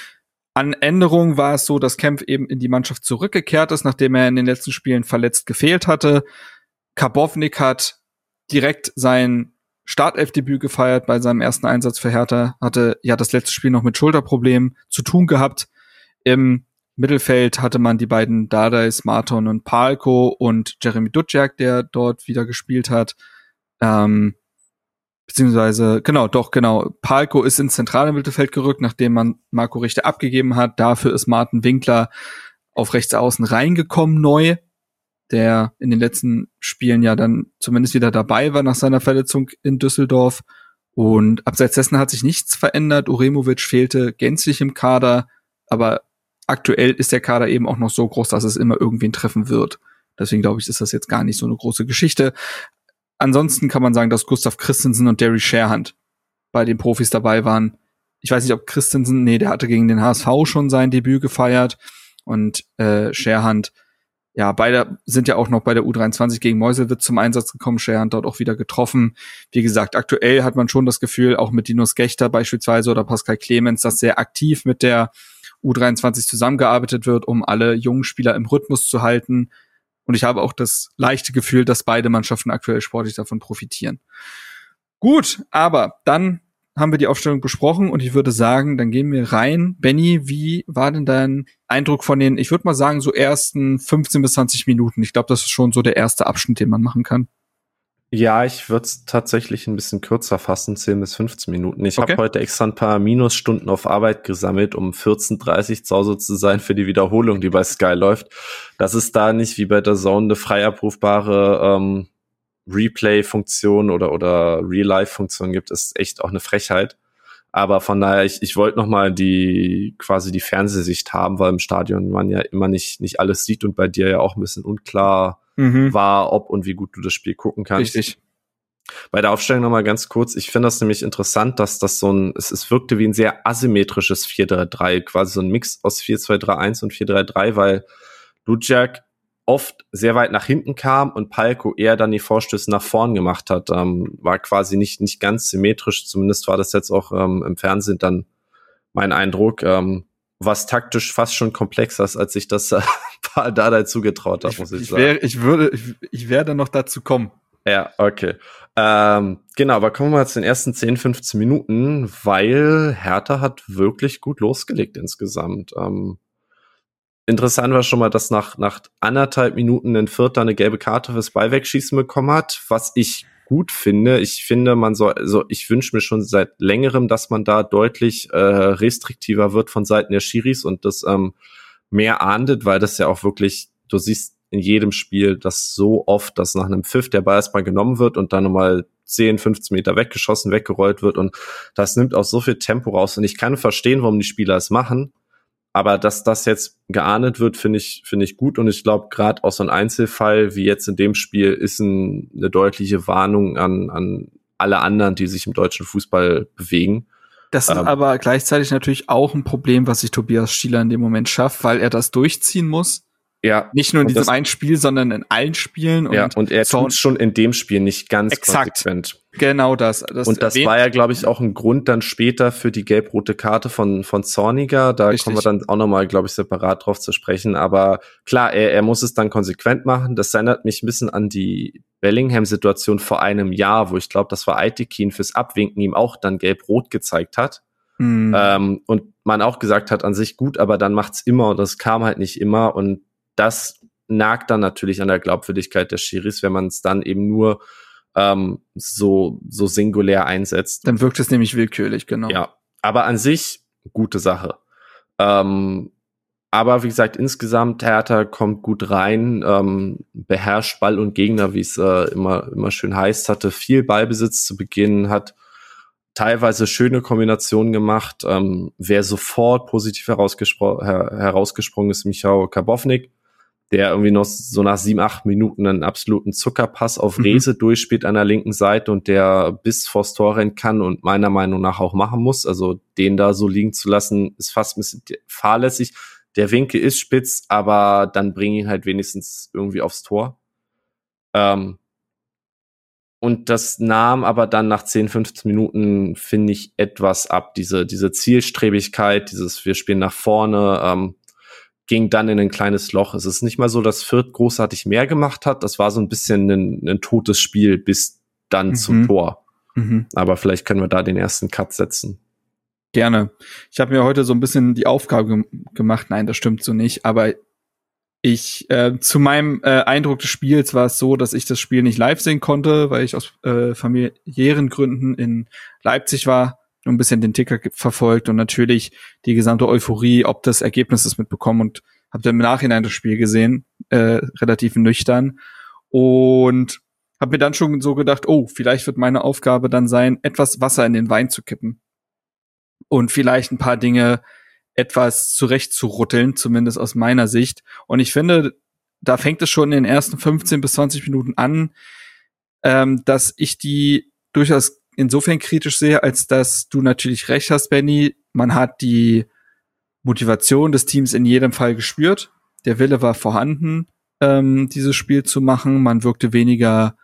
An Änderungen war es so, dass Kempf eben in die Mannschaft zurückgekehrt ist, nachdem er in den letzten Spielen verletzt gefehlt hatte. Karbovnik hat direkt sein Startelfdebüt gefeiert bei seinem ersten Einsatz für Hertha, hatte ja das letzte Spiel noch mit Schulterproblemen zu tun gehabt. Im Mittelfeld hatte man die beiden Dardais, Marton und Palko und Jeremy Duciak, der dort wieder gespielt hat. Ähm, beziehungsweise, genau, doch, genau. Palko ist ins zentrale Mittelfeld gerückt, nachdem man Marco Richter abgegeben hat. Dafür ist Martin Winkler auf rechts außen reingekommen neu, der in den letzten Spielen ja dann zumindest wieder dabei war nach seiner Verletzung in Düsseldorf. Und abseits dessen hat sich nichts verändert. Uremovic fehlte gänzlich im Kader, aber aktuell ist der Kader eben auch noch so groß, dass es immer irgendwen treffen wird. Deswegen glaube ich, ist das jetzt gar nicht so eine große Geschichte. Ansonsten kann man sagen, dass Gustav Christensen und Derry Sherhand bei den Profis dabei waren. Ich weiß nicht, ob Christensen, nee, der hatte gegen den H S V schon sein Debüt gefeiert. Und äh, Sherhand, ja, beide sind ja auch noch bei der U dreiundzwanzig gegen Meuselwitz zum Einsatz gekommen. Sherhand dort auch wieder getroffen. Wie gesagt, aktuell hat man schon das Gefühl, auch mit Dinos Gechter beispielsweise oder Pascal Clemens, dass sehr aktiv mit der U dreiundzwanzig zusammengearbeitet wird, um alle jungen Spieler im Rhythmus zu halten. Und ich habe auch das leichte Gefühl, dass beide Mannschaften aktuell sportlich davon profitieren. Gut, aber dann haben wir die Aufstellung besprochen und ich würde sagen, dann gehen wir rein. Benny, wie war denn dein Eindruck von den, ich würde mal sagen, so ersten fünfzehn bis zwanzig Minuten? Ich glaube, das ist schon so der erste Abschnitt, den man machen kann. Ja, ich würde es tatsächlich ein bisschen kürzer fassen, zehn bis fünfzehn Minuten. Ich Okay. habe heute extra ein paar Minusstunden auf Arbeit gesammelt, um vierzehn Uhr dreißig zu Hause zu sein für die Wiederholung, die bei Sky läuft. Das ist da nicht wie bei der Zone eine frei abrufbare ähm, Replay-Funktion oder oder Real-Life-Funktion gibt, ist echt auch eine Frechheit. Aber von daher, ich, ich wollte noch mal die quasi die Fernsehsicht haben, weil im Stadion man ja immer nicht nicht alles sieht und bei dir ja auch ein bisschen unklar Mhm. war, ob und wie gut du das Spiel gucken kannst. Richtig. Bei der Aufstellung noch mal ganz kurz, ich finde das nämlich interessant, dass das so ein, es, es wirkte wie ein sehr asymmetrisches vier drei drei, quasi so ein Mix aus vier zwei drei eins und vier drei drei, weil Duciak oft sehr weit nach hinten kam und Palko eher dann die Vorstöße nach vorn gemacht hat. Ähm, war quasi nicht nicht ganz symmetrisch, zumindest war das jetzt auch ähm, im Fernsehen dann mein Eindruck, ähm, was taktisch fast schon komplexer ist, als ich das äh, Paul Dardai zugetraut habe, muss ich, ich sagen. Wär, ich würde, ich, ich werde noch dazu kommen. Ja, okay. Ähm, genau, aber kommen wir mal zu den ersten zehn, fünfzehn Minuten, weil Hertha hat wirklich gut losgelegt insgesamt. Ähm, interessant war schon mal, dass nach, nach anderthalb Minuten ein Vierter eine gelbe Karte fürs Ballwegschießen bekommen hat, was ich gut finde. Ich finde, man soll, also ich wünsche mir schon seit längerem, dass man da deutlich äh, restriktiver wird von Seiten der Schiris und das ähm, mehr ahndet, weil das ja auch wirklich, du siehst in jedem Spiel das so oft, dass nach einem Pfiff der Ball erstmal genommen wird und dann nochmal zehn, fünfzehn Meter weggeschossen, weggerollt wird und das nimmt auch so viel Tempo raus und ich kann verstehen, warum die Spieler es machen, aber dass das jetzt geahndet wird, finde ich finde ich gut und ich glaube, gerade auch so ein Einzelfall wie jetzt in dem Spiel ist ein, eine deutliche Warnung an, an alle anderen, die sich im deutschen Fußball bewegen. Das ist ähm, aber gleichzeitig natürlich auch ein Problem, was sich Tobias Stieler in dem Moment schafft, weil er das durchziehen muss. Ja. Nicht nur in und diesem das, einen Spiel, sondern in allen Spielen. Ja, und, und er so, tut schon in dem Spiel nicht ganz exakt. konsequent. Genau das. das und das war ja, glaube ich, auch ein Grund dann später für die gelb-rote Karte von von Zorniger. Da Richtig. kommen wir dann auch nochmal, glaube ich, separat drauf zu sprechen. Aber klar, er, er muss es dann konsequent machen. Das erinnert mich ein bisschen an die Bellingham-Situation vor einem Jahr, wo ich glaube, das war Aitekin fürs Abwinken ihm auch dann gelb-rot gezeigt hat. Mhm. Ähm, und man auch gesagt hat, an sich gut, aber dann macht's immer und das kam halt nicht immer. Und das nagt dann natürlich an der Glaubwürdigkeit der Schiris, wenn man es dann eben nur ähm, so, so singulär einsetzt. Dann wirkt es nämlich willkürlich, genau. Ja, aber an sich gute Sache. Ähm, aber wie gesagt, insgesamt Hertha kommt gut rein, ähm, beherrscht Ball und Gegner, wie es äh, immer immer schön heißt, hatte viel Ballbesitz zu Beginn, hat teilweise schöne Kombinationen gemacht. Ähm, wer sofort positiv herausgespro- her- herausgesprungen ist, Michał Karbownik, der irgendwie noch so nach sieben, acht Minuten einen absoluten Zuckerpass auf Mhm. Rehse durchspielt an der linken Seite und der bis vors Tor rennen kann und meiner Meinung nach auch machen muss. Also den da so liegen zu lassen, ist fast ein bisschen fahrlässig. Der Winkel ist spitz, aber dann bring ihn halt wenigstens irgendwie aufs Tor. Ähm, und das nahm aber dann nach zehn, fünfzehn Minuten, finde ich, etwas ab. Diese, diese Zielstrebigkeit, dieses wir spielen nach vorne, ähm, ging dann in ein kleines Loch. Es ist nicht mal so, dass Fürth großartig mehr gemacht hat. Das war so ein bisschen ein, ein totes Spiel bis dann Mhm. zum Tor. Mhm. Aber vielleicht können wir da den ersten Cut setzen. Gerne. Ich habe mir heute so ein bisschen die Aufgabe gem- gemacht. Nein, das stimmt so nicht. Aber ich äh, zu meinem äh, Eindruck des Spiels war es so, dass ich das Spiel nicht live sehen konnte, weil ich aus äh, familiären Gründen in Leipzig war und ein bisschen den Ticker ge- verfolgt und natürlich die gesamte Euphorie ob des Ergebnisses mitbekommen und habe dann im Nachhinein das Spiel gesehen, äh, relativ nüchtern und habe mir dann schon so gedacht, oh, vielleicht wird meine Aufgabe dann sein, etwas Wasser in den Wein zu kippen und vielleicht ein paar Dinge etwas zurechtzurütteln, zumindest aus meiner Sicht. Und ich finde, da fängt es schon in den ersten fünfzehn bis zwanzig Minuten an, ähm, dass ich die durchaus insofern kritisch sehe, als dass du natürlich recht hast, Benny. Man hat die Motivation des Teams in jedem Fall gespürt. Der Wille war vorhanden, ähm, dieses Spiel zu machen. Man wirkte weniger,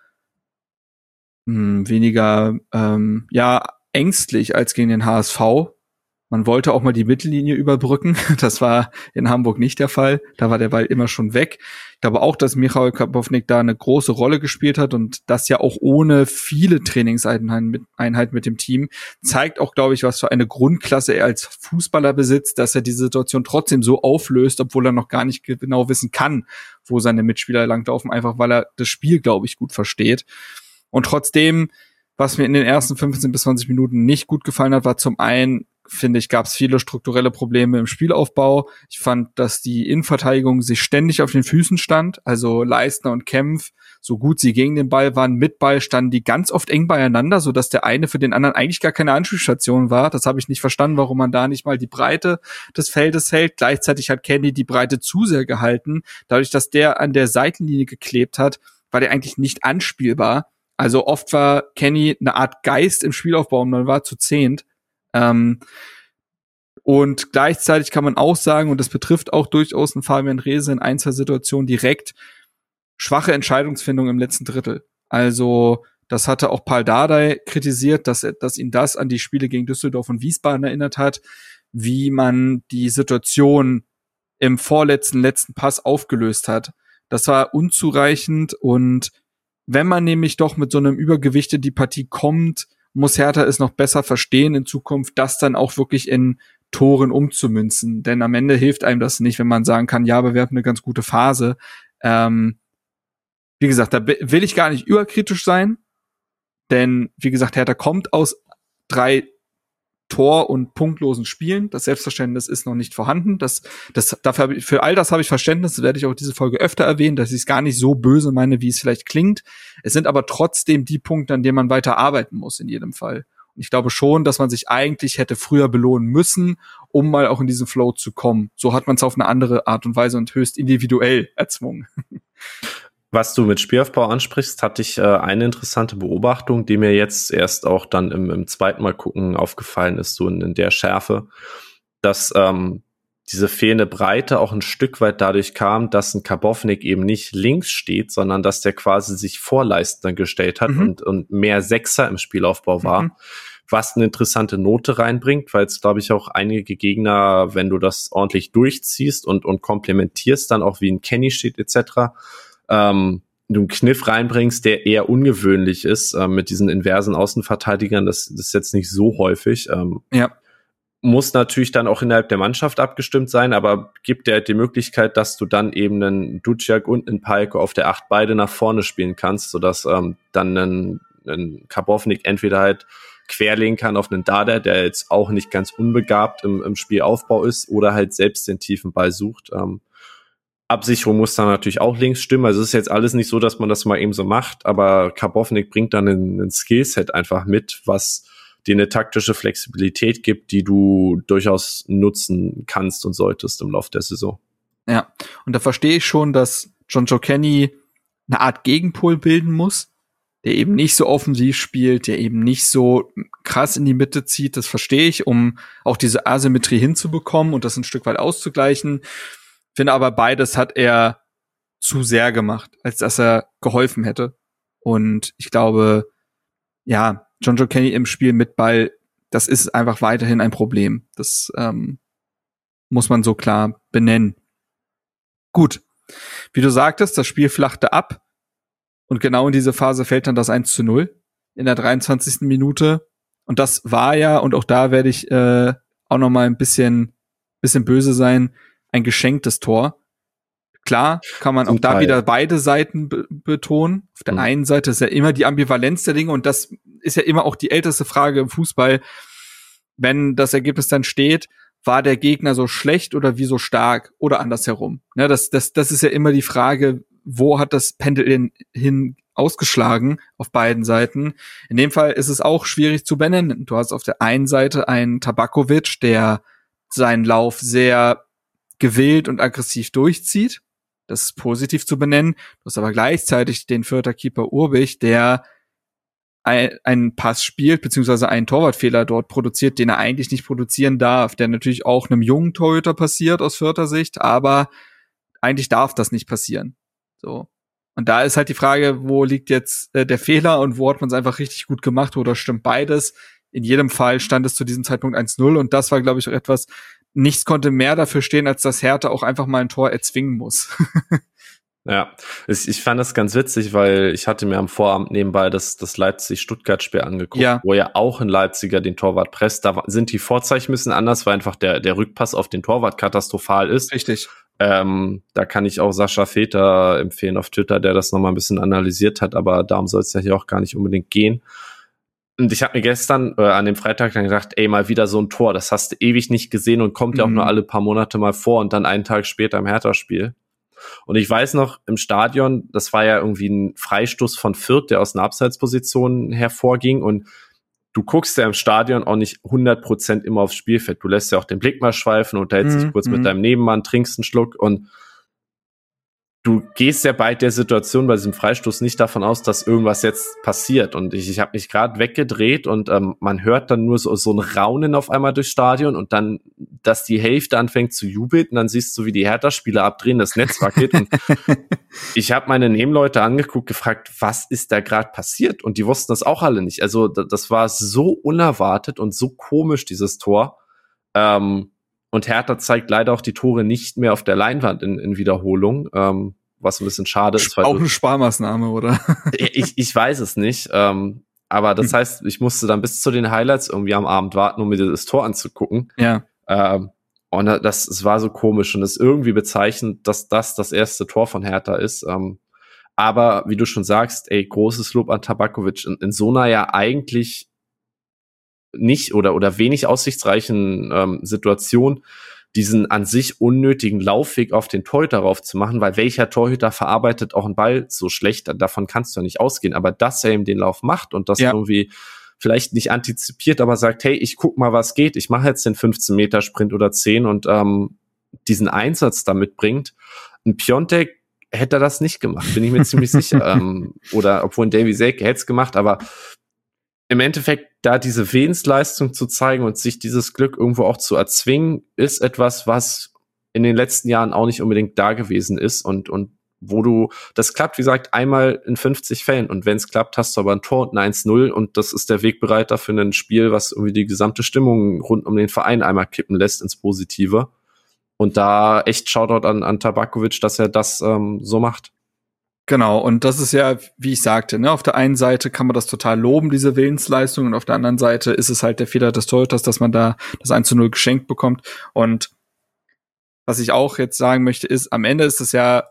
mh, weniger, ähm, ja, ängstlich als gegen den H S V. Man wollte auch mal die Mittellinie überbrücken. Das war in Hamburg nicht der Fall. Da war der Ball immer schon weg. Ich glaube auch, dass Michał Karbownik da eine große Rolle gespielt hat und das ja auch ohne viele Trainingseinheiten mit, Einheiten mit dem Team. Zeigt auch, glaube ich, was für eine Grundklasse er als Fußballer besitzt, dass er die Situation trotzdem so auflöst, obwohl er noch gar nicht genau wissen kann, wo seine Mitspieler langlaufen, einfach weil er das Spiel, glaube ich, gut versteht. Und trotzdem, was mir in den ersten fünfzehn bis zwanzig Minuten nicht gut gefallen hat, war zum einen, finde ich, gab es viele strukturelle Probleme im Spielaufbau. Ich fand, dass die Innenverteidigung sich ständig auf den Füßen stand. Also Leistner und Kempf, so gut sie gegen den Ball waren, mit Ball standen die ganz oft eng beieinander, sodass der eine für den anderen eigentlich gar keine Anspielstation war. Das habe ich nicht verstanden, warum man da nicht mal die Breite des Feldes hält. Gleichzeitig hat Kenny die Breite zu sehr gehalten. Dadurch, dass der an der Seitenlinie geklebt hat, war der eigentlich nicht anspielbar. Also oft war Kenny eine Art Geist im Spielaufbau und man war zu zehnt. Ähm, und gleichzeitig kann man auch sagen, und das betrifft auch durchaus einen Fabian Rehse in ein, zwei Situationen direkt, schwache Entscheidungsfindung im letzten Drittel. Also das hatte auch Paul Dardai kritisiert, dass, dass ihn das an die Spiele gegen Düsseldorf und Wiesbaden erinnert hat, wie man die Situation im vorletzten, letzten Pass aufgelöst hat. Das war unzureichend und wenn man nämlich doch mit so einem Übergewicht in die Partie kommt, muss Hertha es noch besser verstehen in Zukunft, das dann auch wirklich in Toren umzumünzen. Denn am Ende hilft einem das nicht, wenn man sagen kann, ja, aber wir hatten eine ganz gute Phase. Ähm, wie gesagt, da will ich gar nicht überkritisch sein, denn wie gesagt, Hertha kommt aus drei Tor- und punktlosen Spielen. Das Selbstverständnis ist noch nicht vorhanden. Das, das, dafür hab ich, für all das habe ich Verständnis. Das werde ich auch diese Folge öfter erwähnen, dass ich es gar nicht so böse meine, wie es vielleicht klingt. Es sind aber trotzdem die Punkte, an denen man weiter arbeiten muss in jedem Fall. Und ich glaube schon, dass man sich eigentlich hätte früher belohnen müssen, um mal auch in diesen Flow zu kommen. So hat man es auf eine andere Art und Weise und höchst individuell erzwungen. Was du mit Spielaufbau ansprichst, hatte ich äh, eine interessante Beobachtung, die mir jetzt erst auch dann im, im zweiten Mal gucken aufgefallen ist, so in, in der Schärfe, dass ähm, diese fehlende Breite auch ein Stück weit dadurch kam, dass ein Karbownik eben nicht links steht, sondern dass der quasi sich vor Leistner gestellt hat mhm. und, und mehr Sechser im Spielaufbau war, mhm. was eine interessante Note reinbringt, weil es, glaube ich, auch einige Gegner, wenn du das ordentlich durchziehst und, und komplementierst, dann auch wie ein Kenny steht et cetera, Ähm, du einen Kniff reinbringst, der eher ungewöhnlich ist, äh, mit diesen inversen Außenverteidigern, das, das ist jetzt nicht so häufig. Ähm, ja. Muss natürlich dann auch innerhalb der Mannschaft abgestimmt sein, aber gibt dir halt die Möglichkeit, dass du dann eben einen Duciak und einen Palko auf der Acht beide nach vorne spielen kannst, sodass ähm, dann ein, ein Karbovnik entweder halt querlegen kann auf einen Dada, der jetzt auch nicht ganz unbegabt im, im Spielaufbau ist, oder halt selbst den tiefen Ball sucht. Ähm, Absicherung muss dann natürlich auch links stimmen. Also es ist jetzt alles nicht so, dass man das mal eben so macht, aber Karbovnik bringt dann ein, ein Skillset einfach mit, was dir eine taktische Flexibilität gibt, die du durchaus nutzen kannst und solltest im Laufe der Saison. Ja, und da verstehe ich schon, dass Jonjoe Kenny eine Art Gegenpol bilden muss, der eben nicht so offensiv spielt, der eben nicht so krass in die Mitte zieht. Das verstehe ich, um auch diese Asymmetrie hinzubekommen und das ein Stück weit auszugleichen. Finde aber, beides hat er zu sehr gemacht, als dass er geholfen hätte. Und ich glaube, ja, Jonjoe Kenny im Spiel mit Ball, das ist einfach weiterhin ein Problem. Das ähm, muss man so klar benennen. Gut, wie du sagtest, das Spiel flachte ab und genau in diese Phase fällt dann das eins zu null in der dreiundzwanzigsten Minute. Und das war ja, und auch da werde ich äh, auch noch mal ein bisschen, bisschen böse sein, ein geschenktes Tor. Klar, kann man Zum auch da Teil. wieder beide Seiten be- betonen. Auf der Mhm. einen Seite ist ja immer die Ambivalenz der Dinge und das ist ja immer auch die älteste Frage im Fußball. Wenn das Ergebnis dann steht, war der Gegner so schlecht oder wie so stark oder andersherum? Ne, das, das, das ist ja immer die Frage, wo hat das Pendel hin, hin ausgeschlagen auf beiden Seiten? In dem Fall ist es auch schwierig zu benennen. Du hast auf der einen Seite einen Tabakovic, der seinen Lauf sehr gewillt und aggressiv durchzieht. Das ist positiv zu benennen. Du hast aber gleichzeitig den Fürther Keeper Urbich, der ein, einen Pass spielt, beziehungsweise einen Torwartfehler dort produziert, den er eigentlich nicht produzieren darf, der natürlich auch einem jungen Torhüter passiert aus Fürther Sicht, aber eigentlich darf das nicht passieren. So. Und da ist halt die Frage, wo liegt jetzt äh, der Fehler und wo hat man es einfach richtig gut gemacht oder stimmt beides? In jedem Fall stand es zu diesem Zeitpunkt eins null und das war, glaube ich, auch etwas, nichts konnte mehr dafür stehen, als dass Hertha auch einfach mal ein Tor erzwingen muss. Ja, ich, ich fand das ganz witzig, weil ich hatte mir am Vorabend nebenbei das, das Leipzig-Stuttgart-Spiel angeguckt, Ja. wo ja auch ein Leipziger den Torwart presst. Da sind die Vorzeichen ein bisschen anders, weil einfach der, der Rückpass auf den Torwart katastrophal ist. Richtig. Ähm, da kann ich auch Sascha Veter empfehlen auf Twitter, der das nochmal ein bisschen analysiert hat, aber darum soll es ja hier auch gar nicht unbedingt gehen. Und ich habe mir gestern, äh, an dem Freitag dann gedacht, ey, mal wieder so ein Tor, das hast du ewig nicht gesehen und kommt ja auch Mhm. nur alle paar Monate mal vor und dann einen Tag später im Hertha-Spiel. Und ich weiß noch, im Stadion, das war ja irgendwie ein Freistoß von Fürth, der aus einer Abseitsposition hervorging und du guckst ja im Stadion auch nicht hundert Prozent immer aufs Spielfeld. Du lässt ja auch den Blick mal schweifen, unterhältst Mhm, dich kurz mhm. mit deinem Nebenmann, trinkst einen Schluck und du gehst ja bei der Situation, bei diesem Freistoß nicht davon aus, dass irgendwas jetzt passiert. Und ich, ich habe mich gerade weggedreht und ähm, man hört dann nur so, so ein Raunen auf einmal durchs Stadion und dann, dass die Hälfte anfängt zu jubeln und dann siehst du, wie die Hertha-Spieler abdrehen, das Netz wackelt. Und ich habe meine Nebenleute angeguckt, gefragt, was ist da gerade passiert? Und die wussten das auch alle nicht. Also d- das war so unerwartet und so komisch, dieses Tor. Ähm, Und Hertha zeigt leider auch die Tore nicht mehr auf der Leinwand in, in Wiederholung, ähm, was ein bisschen schade ist. Weil Auch eine Sparmaßnahme, oder? ich, ich weiß es nicht, ähm, aber das heißt, ich musste dann bis zu den Highlights irgendwie am Abend warten, um mir das Tor anzugucken. Ja. Ähm, und das, es war so komisch und es ist irgendwie bezeichnend, dass das das erste Tor von Hertha ist. Ähm, aber wie du schon sagst, ey, großes Lob an Tabakovic in, in so einer ja eigentlich nicht oder oder wenig aussichtsreichen ähm, Situation diesen an sich unnötigen Laufweg auf den Torhüter rauf zu machen, weil welcher Torhüter verarbeitet auch einen Ball so schlecht, davon kannst du ja nicht ausgehen, aber dass er ihm den Lauf macht und das Ja. irgendwie vielleicht nicht antizipiert, aber sagt, hey, ich guck mal, was geht, ich mache jetzt den fünfzehn Meter Sprint oder zehn und ähm, diesen Einsatz da mitbringt. Ein Piontek hätte er das nicht gemacht, bin ich mir ziemlich sicher. Ähm, oder obwohl ein Davy Selke hätte es gemacht, aber im Endeffekt, da diese Willensleistung zu zeigen und sich dieses Glück irgendwo auch zu erzwingen, ist etwas, was in den letzten Jahren auch nicht unbedingt da gewesen ist und, und wo du, das klappt, wie gesagt, einmal in fünfzig Fällen und wenn es klappt, hast du aber ein Tor und ein eins null und das ist der Wegbereiter für ein Spiel, was irgendwie die gesamte Stimmung rund um den Verein einmal kippen lässt ins Positive und da echt Shoutout an, an Tabakovic, dass er das ähm, so macht. Genau, und das ist ja, wie ich sagte, ne, auf der einen Seite kann man das total loben, diese Willensleistung, und auf der anderen Seite ist es halt der Fehler des Torhüters, dass man da das eins zu null geschenkt bekommt. Und was ich auch jetzt sagen möchte, ist, am Ende ist es ja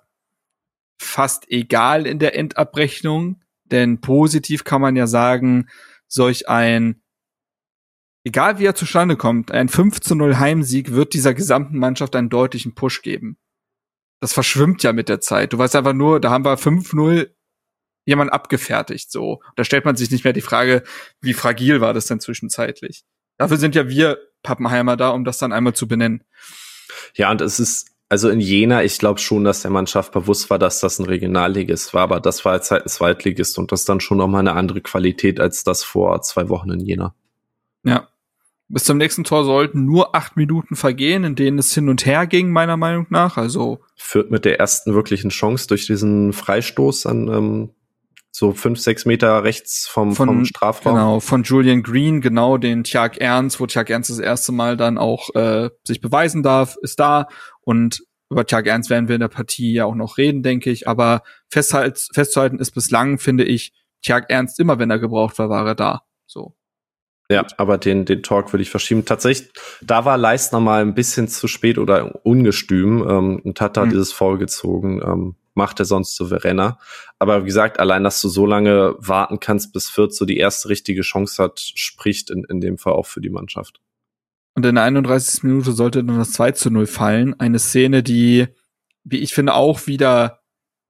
fast egal in der Endabrechnung, denn positiv kann man ja sagen, solch ein, egal wie er zustande kommt, ein fünf zu null Heimsieg wird dieser gesamten Mannschaft einen deutlichen Push geben. Das verschwimmt ja mit der Zeit. Du weißt einfach nur, da haben wir fünf null jemand abgefertigt, so. Da stellt man sich nicht mehr die Frage, wie fragil war das denn zwischenzeitlich? Dafür sind ja wir Pappenheimer da, um das dann einmal zu benennen. Ja, und es ist, also in Jena, ich glaube schon, dass der Mannschaft bewusst war, dass das ein Regionalligist war, aber das war jetzt halt ein Zweitligist und das dann schon nochmal eine andere Qualität als das vor zwei Wochen in Jena. Ja. Bis zum nächsten Tor sollten nur acht Minuten vergehen, in denen es hin und her ging, meiner Meinung nach. Also Fürth mit der ersten wirklichen Chance durch diesen Freistoß an ähm, so fünf, sechs Meter rechts vom, von, vom Strafraum. Genau, von Julian Green, genau, den Tjark Ernst, wo Tjark Ernst das erste Mal dann auch äh, sich beweisen darf, ist da. Und über Tjark Ernst werden wir in der Partie ja auch noch reden, denke ich. Aber festhalt, festzuhalten ist bislang, finde ich, Tjark Ernst, immer wenn er gebraucht war, war er da. So. Ja, aber den, den Talk würde ich verschieben. Tatsächlich, da war Leistner mal ein bisschen zu spät oder ungestüm ähm, und hat da mhm. dieses Foul gezogen. Ähm, macht er sonst souveräner. Aber wie gesagt, allein, dass du so lange warten kannst, bis Fürth so die erste richtige Chance hat, spricht in, in dem Fall auch für die Mannschaft. Und in der einunddreißigsten Minute sollte dann das zwei zu null fallen. Eine Szene, die, wie ich finde, auch wieder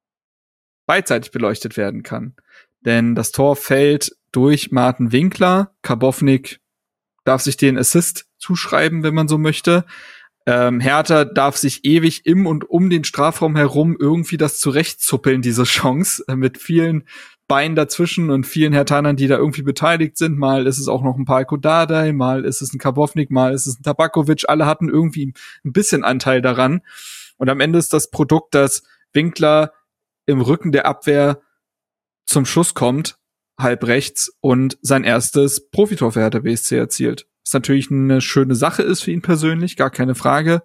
beidseitig beleuchtet werden kann. Denn das Tor fällt durch Martin Winkler. Karbownik darf sich den Assist zuschreiben, wenn man so möchte. Ähm, Hertha darf sich ewig im und um den Strafraum herum irgendwie das zurechtzuppeln, diese Chance, äh, mit vielen Beinen dazwischen und vielen Herthanern, die da irgendwie beteiligt sind. Mal ist es auch noch ein Palko Dardai, mal ist es ein Karbownik, mal ist es ein Tabakovic. Alle hatten irgendwie ein bisschen Anteil daran. Und am Ende ist das Produkt, dass Winkler im Rücken der Abwehr zum Schuss kommt, halb rechts, und sein erstes Profitor für Hertha B S C erzielt. Was natürlich eine schöne Sache ist für ihn persönlich, gar keine Frage.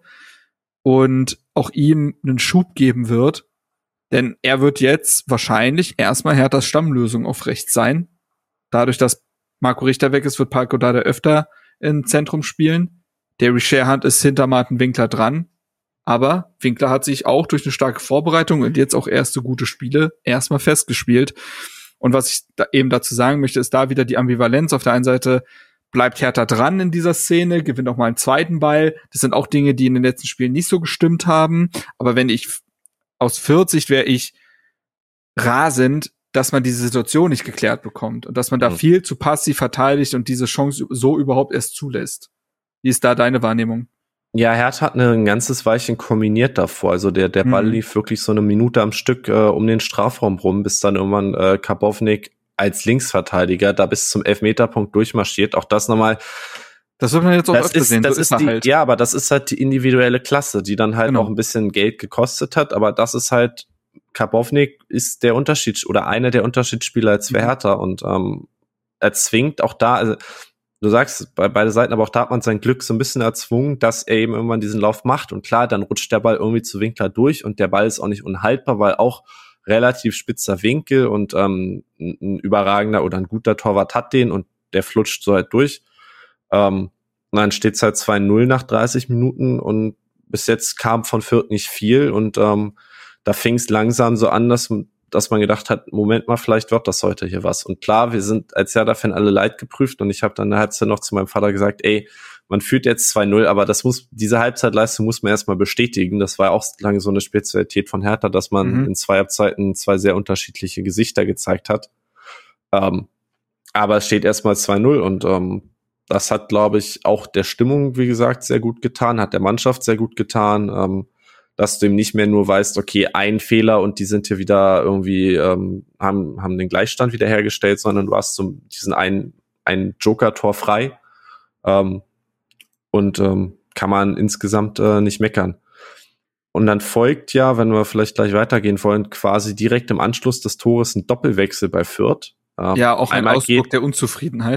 Und auch ihm einen Schub geben wird. Denn er wird jetzt wahrscheinlich erstmal Herthas Stammlösung auf rechts sein. Dadurch, dass Marco Richter weg ist, wird Palko Dardai öfter im Zentrum spielen. Derry Sherhand ist hinter Martin Winkler dran. Aber Winkler hat sich auch durch eine starke Vorbereitung und jetzt auch erste gute Spiele erstmal festgespielt. Und was ich da eben dazu sagen möchte, ist da wieder die Ambivalenz. Auf der einen Seite bleibt Hertha dran in dieser Szene, gewinnt auch mal einen zweiten Ball. Das sind auch Dinge, die in den letzten Spielen nicht so gestimmt haben. Aber wenn ich aus vierzig wäre ich rasend, dass man diese Situation nicht geklärt bekommt und dass man da mhm. viel zu passiv verteidigt und diese Chance so überhaupt erst zulässt. Wie ist da deine Wahrnehmung? Ja, Hertha hat ein ganzes Weilchen kombiniert davor. Also der der Ball mhm. lief wirklich so eine Minute am Stück äh, um den Strafraum rum, bis dann irgendwann äh, Karbownik als Linksverteidiger da bis zum Elfmeterpunkt durchmarschiert. Auch das nochmal. Das wird man jetzt auch das öfter ist, sehen. Das so ist, ist die, halt. Ja, aber das ist halt die individuelle Klasse, die dann halt genau. auch ein bisschen Geld gekostet hat. Aber das ist halt, Karbownik ist der Unterschied oder einer der Unterschiedsspieler als für mhm. Hertha. Und ähm, er zwingt auch da, also du sagst bei beide Seiten, aber auch da hat man sein Glück so ein bisschen erzwungen, dass er eben irgendwann diesen Lauf macht. Und klar, dann rutscht der Ball irgendwie zu Winkler durch und der Ball ist auch nicht unhaltbar, weil auch relativ spitzer Winkel und ähm, ein überragender oder ein guter Torwart hat den und der flutscht so halt durch. Ähm, und dann steht's halt zwei null nach dreißig Minuten und bis jetzt kam von Fürth nicht viel und ähm, da fing's langsam so an, dass, dass man gedacht hat, Moment mal, vielleicht wird das heute hier was. Und klar, wir sind als Hertha-Fan alle leidgeprüft und ich habe dann in der Halbzeit noch zu meinem Vater gesagt, ey, man führt jetzt zwei null, aber das muss, diese Halbzeitleistung muss man erstmal bestätigen. Das war auch lange so eine Spezialität von Hertha, dass man mhm. in zwei Halbzeiten zwei sehr unterschiedliche Gesichter gezeigt hat. Ähm, aber es steht erstmal zwei null und ähm, das hat, glaube ich, auch der Stimmung, wie gesagt, sehr gut getan, hat der Mannschaft sehr gut getan, ähm, dass du eben nicht mehr nur weißt, okay, ein Fehler und die sind hier wieder irgendwie, ähm, haben, haben den Gleichstand wiederhergestellt, sondern du hast so diesen einen, ein Joker-Tor frei. Ähm, Und ähm, kann man insgesamt äh, nicht meckern. Und dann folgt ja, wenn wir vielleicht gleich weitergehen wollen, quasi direkt im Anschluss des Tores ein Doppelwechsel bei Fürth. Ähm, ja, auch ein einmal Ausdruck geht, der Unzufriedenheit.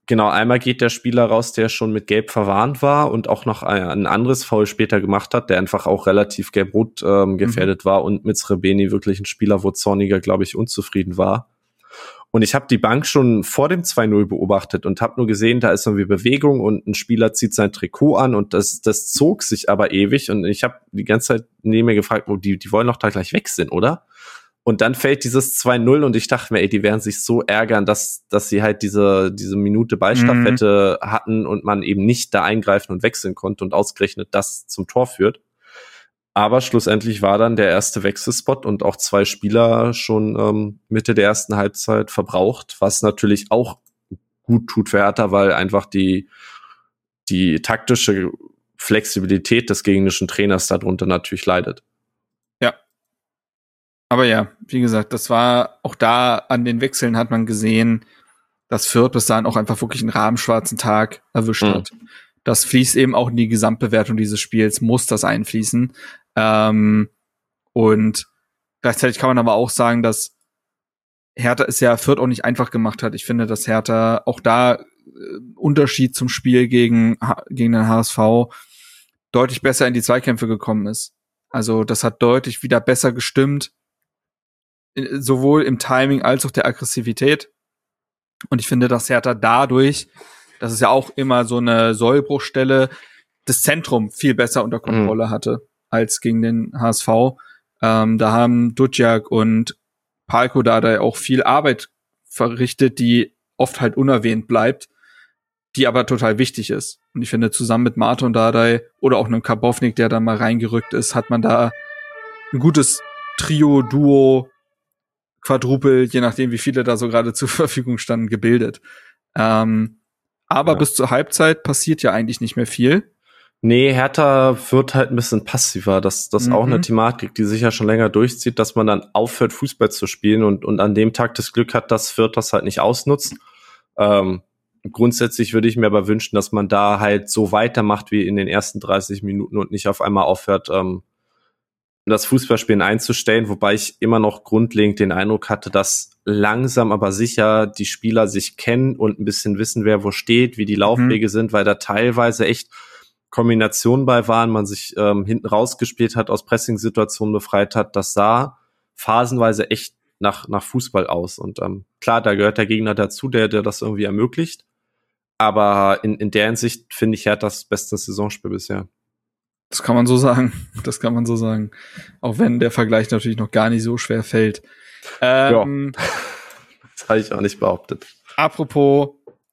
Genau, einmal geht der Spieler raus, der schon mit Gelb verwarnt war und auch noch ein, ein anderes Foul später gemacht hat, der einfach auch relativ gelb-rot ähm, gefährdet mhm. war und mit Srebeni wirklich ein Spieler, wo Zorniger, glaube ich, unzufrieden war. Und ich habe die Bank schon vor dem zwei null beobachtet und habe nur gesehen, da ist irgendwie Bewegung und ein Spieler zieht sein Trikot an und das das zog sich aber ewig und ich habe die ganze Zeit neben mir gefragt, oh, die, die wollen doch da gleich weg sind, oder? Und dann fällt dieses zwei null und ich dachte mir, ey, die werden sich so ärgern, dass dass sie halt diese diese Minute Ballstaffette mhm. hatten und man eben nicht da eingreifen und wechseln konnte und ausgerechnet das zum Tor führt. Aber schlussendlich war dann der erste Wechselspot und auch zwei Spieler schon ähm, Mitte der ersten Halbzeit verbraucht, was natürlich auch gut tut für Hertha, weil einfach die die taktische Flexibilität des gegnerischen Trainers darunter natürlich leidet. Ja. Aber ja, wie gesagt, das war auch da an den Wechseln hat man gesehen, dass Fürth bis dahin auch einfach wirklich einen rabenschwarzen Tag erwischt mhm. hat. Das fließt eben auch in die Gesamtbewertung dieses Spiels, muss das einfließen. Ähm, und gleichzeitig kann man aber auch sagen, dass Hertha es ja Fürth auch nicht einfach gemacht hat. Ich finde, dass Hertha auch da äh, Unterschied zum Spiel gegen, gegen den H S V deutlich besser in die Zweikämpfe gekommen ist. Also das hat deutlich wieder besser gestimmt, sowohl im Timing als auch der Aggressivität. Und ich finde, dass Hertha dadurch, das ist ja auch immer so eine Sollbruchstelle, das Zentrum viel besser unter Kontrolle mhm. hatte als gegen den H S V. Ähm, da haben Duciak und Palko Dardai auch viel Arbeit verrichtet, die oft halt unerwähnt bleibt, die aber total wichtig ist. Und ich finde, zusammen mit Marton Dardai oder auch einem Karbovnik, der da mal reingerückt ist, hat man da ein gutes Trio, Duo, Quadrupel, je nachdem, wie viele da so gerade zur Verfügung standen, gebildet. Ähm, aber ja. bis zur Halbzeit passiert ja eigentlich nicht mehr viel. Nee, Hertha wird halt ein bisschen passiver. Das das mhm. auch eine Thematik, die sich ja schon länger durchzieht, dass man dann aufhört, Fußball zu spielen und und an dem Tag das Glück hat, dass Fürth das halt nicht ausnutzt. Ähm, grundsätzlich würde ich mir aber wünschen, dass man da halt so weitermacht wie in den ersten dreißig Minuten und nicht auf einmal aufhört, ähm, das Fußballspielen einzustellen, wobei ich immer noch grundlegend den Eindruck hatte, dass langsam aber sicher die Spieler sich kennen und ein bisschen wissen, wer wo steht, wie die Laufwege mhm. sind, weil da teilweise echt Kombinationen bei waren, man sich ähm, hinten rausgespielt hat, aus Pressing-Situationen befreit hat, das sah phasenweise echt nach nach Fußball aus. Und ähm, klar, da gehört der Gegner dazu, der der das irgendwie ermöglicht. Aber in in der Hinsicht finde ich, er hat das beste Saisonspiel bisher. Das kann man so sagen. Das kann man so sagen. Auch wenn der Vergleich natürlich noch gar nicht so schwer fällt. Ähm, ja. Das habe ich auch nicht behauptet. Apropos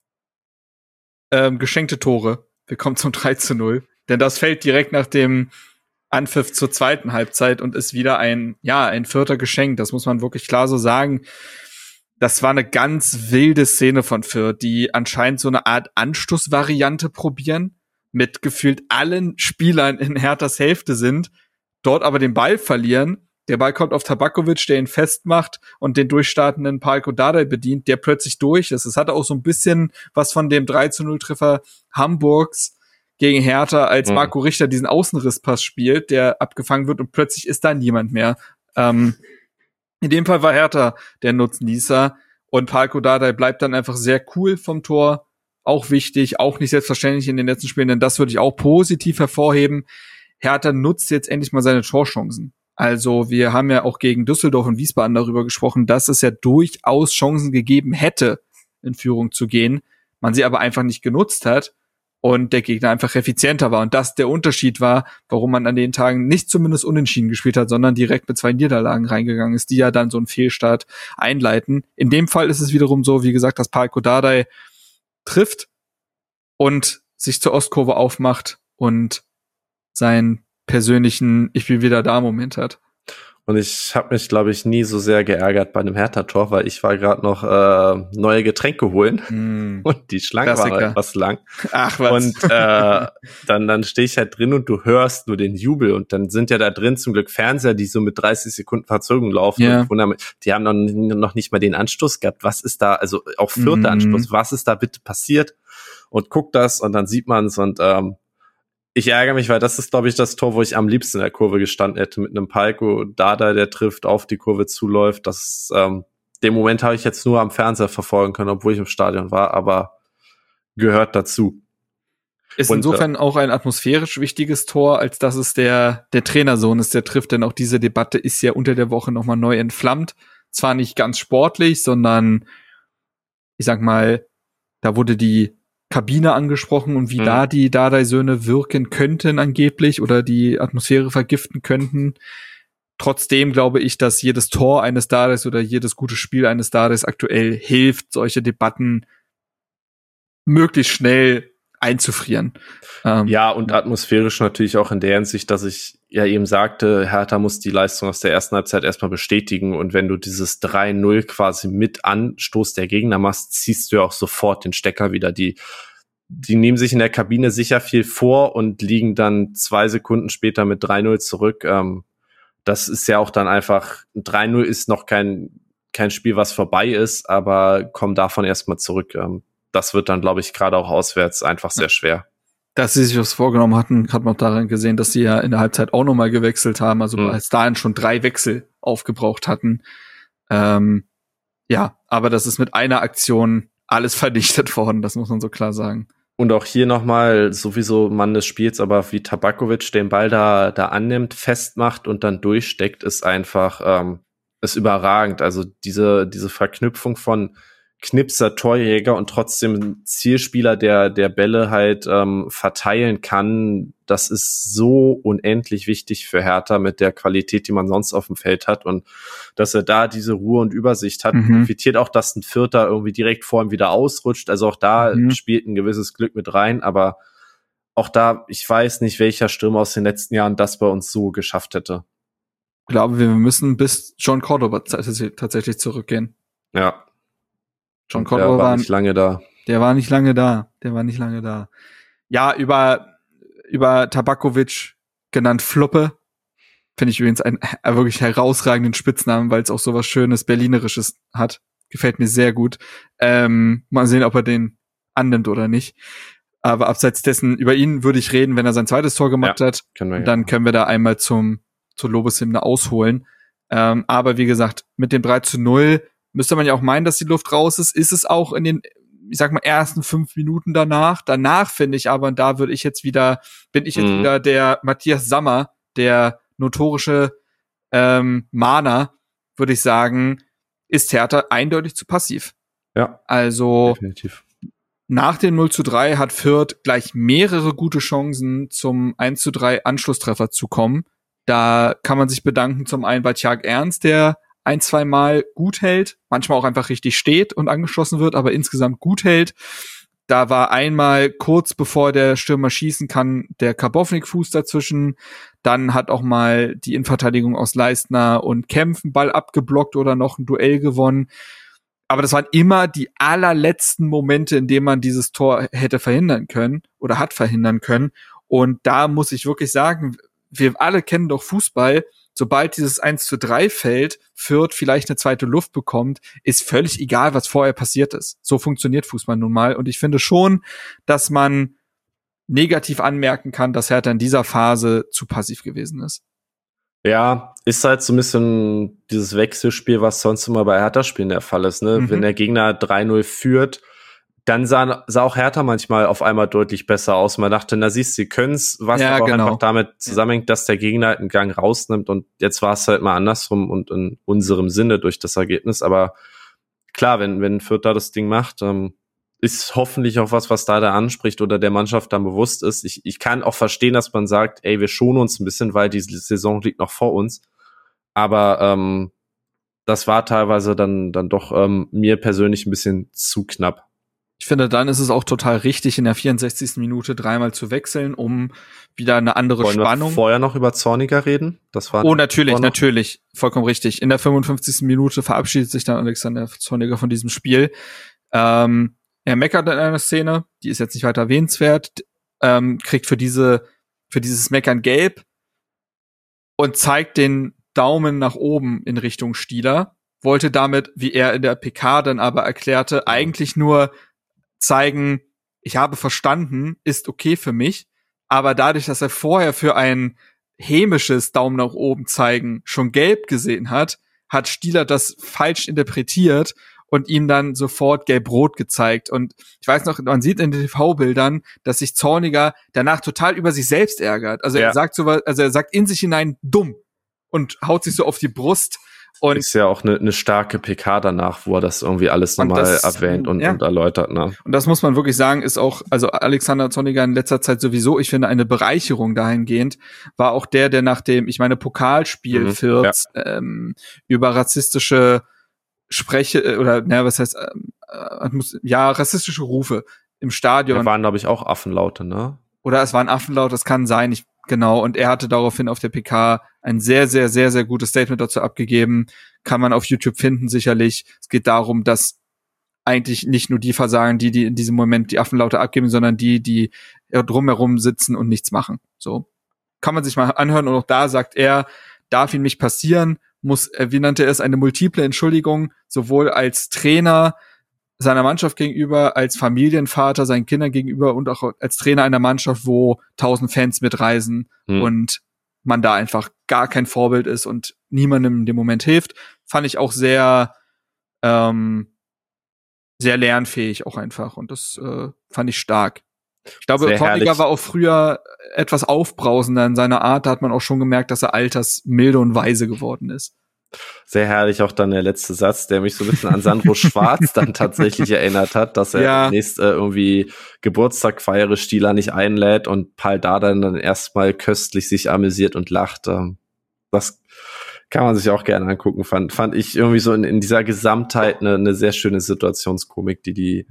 ähm, geschenkte Tore. Wir kommen zum drei zu null. Denn das fällt direkt nach dem Anpfiff zur zweiten Halbzeit und ist wieder ein, ja, ein vierter Geschenk. Das muss man wirklich klar so sagen. Das war eine ganz wilde Szene von Fürth, die anscheinend so eine Art Anstoßvariante probieren, mit gefühlt allen Spielern in Herthas Hälfte sind, dort aber den Ball verlieren. Der Ball kommt auf Tabakovic, der ihn festmacht und den durchstartenden Palko Dardai bedient, der plötzlich durch ist. Es hatte auch so ein bisschen was von dem drei zu null Treffer Hamburgs gegen Hertha, als mhm. Marco Richter diesen Außenrisspass spielt, der abgefangen wird und plötzlich ist da niemand mehr. Ähm, in dem Fall war Hertha der Nutznießer und Palko Dardai bleibt dann einfach sehr cool vom Tor. Auch wichtig, auch nicht selbstverständlich in den letzten Spielen, denn das würde ich auch positiv hervorheben. Hertha nutzt jetzt endlich mal seine Torchancen. Also wir haben ja auch gegen Düsseldorf und Wiesbaden darüber gesprochen, dass es ja durchaus Chancen gegeben hätte, in Führung zu gehen, man sie aber einfach nicht genutzt hat und der Gegner einfach effizienter war. Und das der Unterschied war, warum man an den Tagen nicht zumindest unentschieden gespielt hat, sondern direkt mit zwei Niederlagen reingegangen ist, die ja dann so einen Fehlstart einleiten. In dem Fall ist es wiederum so, wie gesagt, dass Palko Dardai trifft und sich zur Ostkurve aufmacht und seinen persönlichen Ich bin wieder da Moment hat. Und ich habe mich, glaube ich, nie so sehr geärgert bei einem Hertha-Tor, weil ich war gerade noch äh, neue Getränke holen mm. und die Schlange war etwas lang. Ach was. Und äh, dann dann stehe ich halt drin und du hörst nur den Jubel und dann sind ja da drin zum Glück Fernseher, die so mit dreißig Sekunden Verzögerung laufen. Yeah. Und die haben noch, noch nicht mal den Anstoß gehabt. Was ist da, also auch vierter mm. Anstoß, was ist da bitte passiert? Und guck das und dann sieht man es und ähm, ich ärgere mich, weil das ist, glaube ich, das Tor, wo ich am liebsten in der Kurve gestanden hätte, mit einem Palko Dardai, der trifft, auf die Kurve zuläuft. Das, ähm, den Moment habe ich jetzt nur am Fernseher verfolgen können, obwohl ich im Stadion war, aber gehört dazu. Ist Und, insofern auch ein atmosphärisch wichtiges Tor, als dass es der, der Trainersohn ist, der trifft, denn auch diese Debatte ist ja unter der Woche nochmal neu entflammt. Zwar nicht ganz sportlich, sondern, ich sag mal, da wurde die Kabine angesprochen und wie mhm. da die Dardai-Söhne wirken könnten angeblich oder die Atmosphäre vergiften könnten. Trotzdem glaube ich, dass jedes Tor eines Dardais oder jedes gute Spiel eines Dardais aktuell hilft, solche Debatten möglichst schnell einzufrieren. Ähm, ja, und atmosphärisch natürlich auch in der Hinsicht, dass ich ja eben sagte, Hertha muss die Leistung aus der ersten Halbzeit erstmal bestätigen und wenn du dieses drei null quasi mit Anstoß der Gegner machst, ziehst du ja auch sofort den Stecker wieder. Die, die nehmen sich in der Kabine sicher viel vor und liegen dann zwei Sekunden später mit drei null zurück. Ähm, das ist ja auch dann einfach, drei null ist noch kein, kein Spiel, was vorbei ist, aber komm davon erstmal zurück. Ähm, das wird dann, glaube ich, gerade auch auswärts einfach sehr schwer. Dass sie sich was vorgenommen hatten, hat man auch daran gesehen, dass sie ja in der Halbzeit auch nochmal gewechselt haben, also mhm. als dahin schon drei Wechsel aufgebraucht hatten. Ähm, ja, aber das ist mit einer Aktion alles vernichtet worden, das muss man so klar sagen. Und auch hier nochmal sowieso Mann des Spiels, aber wie Tabakovic den Ball da, da annimmt, festmacht und dann durchsteckt, ist einfach, ähm, ist überragend. Also diese, diese Verknüpfung von Knipser, Torjäger und trotzdem Zielspieler, der der Bälle halt ähm, verteilen kann, das ist so unendlich wichtig für Hertha mit der Qualität, die man sonst auf dem Feld hat und dass er da diese Ruhe und Übersicht hat, mhm. profitiert auch, dass ein Vierter irgendwie direkt vor ihm wieder ausrutscht, also auch da mhm. spielt ein gewisses Glück mit rein, aber auch da, ich weiß nicht, welcher Stürmer aus den letzten Jahren das bei uns so geschafft hätte. Ich glaube, wir müssen bis John Cordoba tatsächlich zurückgehen. Ja. John Cordoba war nicht lange da. Der war nicht lange da. Der war nicht lange da. Ja, über, über Tabakovic, genannt Fluppe, finde ich übrigens einen äh, wirklich herausragenden Spitznamen, weil es auch sowas Schönes, Berlinerisches hat. Gefällt mir sehr gut. Ähm, mal sehen, ob er den annimmt oder nicht. Aber abseits dessen, über ihn würde ich reden, wenn er sein zweites Tor gemacht ja, hat. Können wir, und dann ja. können wir da einmal zum, zur Lobeshymne ausholen. Ähm, aber wie gesagt, mit dem drei zu null müsste man ja auch meinen, dass die Luft raus ist. Ist es auch in den, ich sag mal, ersten fünf Minuten danach. Danach finde ich aber, und da würde ich jetzt wieder, bin ich jetzt mhm. wieder der Matthias Sammer, der notorische ähm, Mahner, würde ich sagen, ist Hertha eindeutig zu passiv. Ja, also definitiv. Nach dem null zu drei hat Fürth gleich mehrere gute Chancen, zum eins zu drei Anschlusstreffer zu kommen. Da kann man sich bedanken, zum einen bei Tjark Ernst, der ein, zwei Mal gut hält, manchmal auch einfach richtig steht und angeschossen wird, aber insgesamt gut hält. Da war einmal kurz bevor der Stürmer schießen kann, der Karbovnik-Fuß dazwischen. Dann hat auch mal die Innenverteidigung aus Leistner und Kempf einen Ball abgeblockt oder noch ein Duell gewonnen. Aber das waren immer die allerletzten Momente, in denen man dieses Tor hätte verhindern können oder hat verhindern können. Und da muss ich wirklich sagen, wir alle kennen doch Fußball. Sobald dieses eins zu drei fällt, Fürth vielleicht eine zweite Luft bekommt, ist völlig egal, was vorher passiert ist. So funktioniert Fußball nun mal. Und ich finde schon, dass man negativ anmerken kann, dass Hertha in dieser Phase zu passiv gewesen ist. Ja, ist halt so ein bisschen dieses Wechselspiel, was sonst immer bei Hertha-Spielen der Fall ist. Ne? Mhm. Wenn der Gegner drei null führt, dann sah, sah auch Hertha manchmal auf einmal deutlich besser aus. Man dachte, na siehst du, sie können's, was ja, aber genau. auch einfach damit zusammenhängt, dass der Gegner halt einen Gang rausnimmt und jetzt war es halt mal andersrum und in unserem Sinne durch das Ergebnis. Aber klar, wenn, wenn Fürth da das Ding macht, ähm, ist hoffentlich auch was, was da da anspricht oder der Mannschaft dann bewusst ist. Ich, ich kann auch verstehen, dass man sagt, ey, wir schonen uns ein bisschen, weil die Saison liegt noch vor uns. Aber ähm, das war teilweise dann, dann doch ähm, mir persönlich ein bisschen zu knapp. Ich finde, dann ist es auch total richtig, in der vierundsechzigsten Minute dreimal zu wechseln, um wieder eine andere Wollen Spannung. Wir vorher noch über Zorniger reden? Das war oh, natürlich, natürlich. Vollkommen richtig. In der fünfundfünfzigsten Minute verabschiedet sich dann Alexander Zorniger von diesem Spiel. Ähm, er meckert in einer Szene, die ist jetzt nicht weiter erwähnenswert, ähm, kriegt für diese, für dieses Meckern gelb und zeigt den Daumen nach oben in Richtung Stieler. Wollte damit, wie er in der P K dann aber erklärte, eigentlich nur zeigen, ich habe verstanden, ist okay für mich, aber dadurch, dass er vorher für ein hämisches Daumen nach oben zeigen schon gelb gesehen hat, hat Stieler das falsch interpretiert und ihm dann sofort gelb-rot gezeigt. Und ich weiß noch, man sieht in den T V-Bildern, dass sich Zorniger danach total über sich selbst ärgert. Also ja. er sagt so was, also er sagt in sich hinein dumm und haut sich so auf die Brust. Und ist ja auch eine ne starke P K danach, wo er das irgendwie alles nochmal erwähnt und, ja. und erläutert. Ne? Und das muss man wirklich sagen, ist auch, also Alexander Zorniger in letzter Zeit sowieso, ich finde, eine Bereicherung dahingehend, war auch der, der nach dem, ich meine, Pokalspiel mhm, Fürth ja. ähm, über rassistische Spreche, oder, naja, was heißt, äh, ja, rassistische Rufe im Stadion. Da waren, glaube ich, auch Affenlaute, ne? Oder es waren Affenlaute, das kann sein, ich Genau, und er hatte daraufhin auf der P K ein sehr, sehr, sehr, sehr gutes Statement dazu abgegeben. Kann man auf YouTube finden, sicherlich. Es geht darum, dass eigentlich nicht nur die versagen, die, die in diesem Moment die Affenlaute abgeben, sondern die, die drumherum sitzen und nichts machen. So. Kann man sich mal anhören. Und auch da sagt er, darf ihm nicht passieren, muss, wie nannte er es, eine multiple Entschuldigung, sowohl als Trainer seiner Mannschaft gegenüber, als Familienvater seinen Kindern gegenüber und auch als Trainer einer Mannschaft, wo tausend Fans mitreisen hm. und man da einfach gar kein Vorbild ist und niemandem in dem Moment hilft, fand ich auch sehr ähm, sehr lernfähig auch einfach und das äh, fand ich stark. Ich glaube, Zorniger war auch früher etwas aufbrausender in seiner Art, da hat man auch schon gemerkt, dass er altersmilde und weise geworden ist. Sehr herrlich auch dann der letzte Satz, der mich so ein bisschen an Sandro Schwarz dann tatsächlich erinnert hat, dass er ja. demnächst äh, irgendwie Geburtstag feiere, Stieler nicht einlädt und Pal Dardai dann erstmal köstlich sich amüsiert und lacht. Ähm, das kann man sich auch gerne angucken, fand, fand ich irgendwie so in, in dieser Gesamtheit eine, eine sehr schöne Situationskomik, die die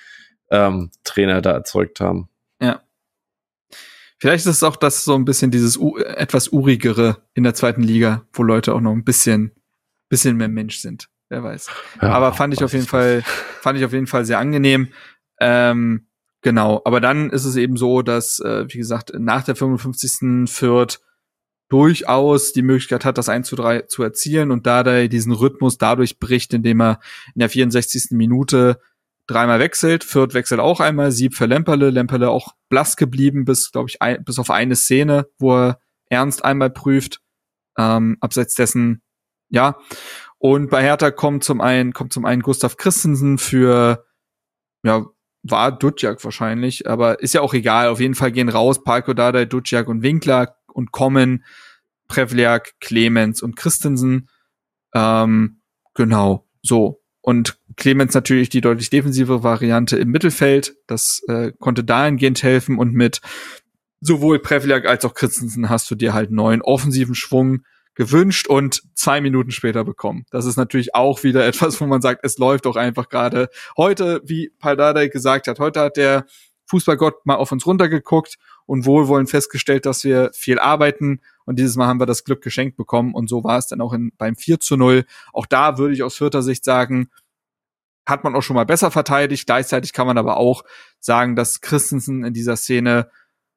ähm, Trainer da erzeugt haben. Ja. Vielleicht ist es auch das so ein bisschen dieses U- etwas urigere in der zweiten Liga, wo Leute auch noch ein bisschen, bisschen mehr Mensch sind. Wer weiß. Ja, aber fand ich auf jeden Fall, fand ich auf jeden Fall sehr angenehm. Ähm, genau. Aber dann ist es eben so, dass, äh, wie gesagt, nach der fünfundfünfzigsten Fürth durchaus die Möglichkeit hat, das eins zu drei zu erzielen und Dardai diesen Rhythmus dadurch bricht, indem er in der vierundsechzigsten Minute dreimal wechselt. Fürth wechselt auch einmal, Sieb für Lemperle. Lemperle auch blass geblieben, bis, glaube ich, ein, bis auf eine Szene, wo er Ernst einmal prüft. Ähm, abseits dessen, ja. Und bei Hertha kommt zum einen, kommt zum einen Gustav Christensen für, ja, war Duciak wahrscheinlich, aber ist ja auch egal. Auf jeden Fall gehen raus Palko Dardai, Duciak und Winkler und kommen Prevliak, Clemens und Christensen. Ähm, genau, so. Und Clemens natürlich die deutlich defensive Variante im Mittelfeld. Das äh, konnte dahingehend helfen. Und mit sowohl Prevliak als auch Christensen hast du dir halt neuen offensiven Schwung gewünscht und zwei Minuten später bekommen. Das ist natürlich auch wieder etwas, wo man sagt, es läuft doch einfach gerade. Heute, wie Pal Dardai gesagt hat, heute hat der Fußballgott mal auf uns runtergeguckt und wohlwollend festgestellt, dass wir viel arbeiten. Und dieses Mal haben wir das Glück geschenkt bekommen. Und so war es dann auch in, beim vier zu null. Auch da würde ich aus Fürther Sicht sagen, hat man auch schon mal besser verteidigt. Gleichzeitig kann man aber auch sagen, dass Christensen in dieser Szene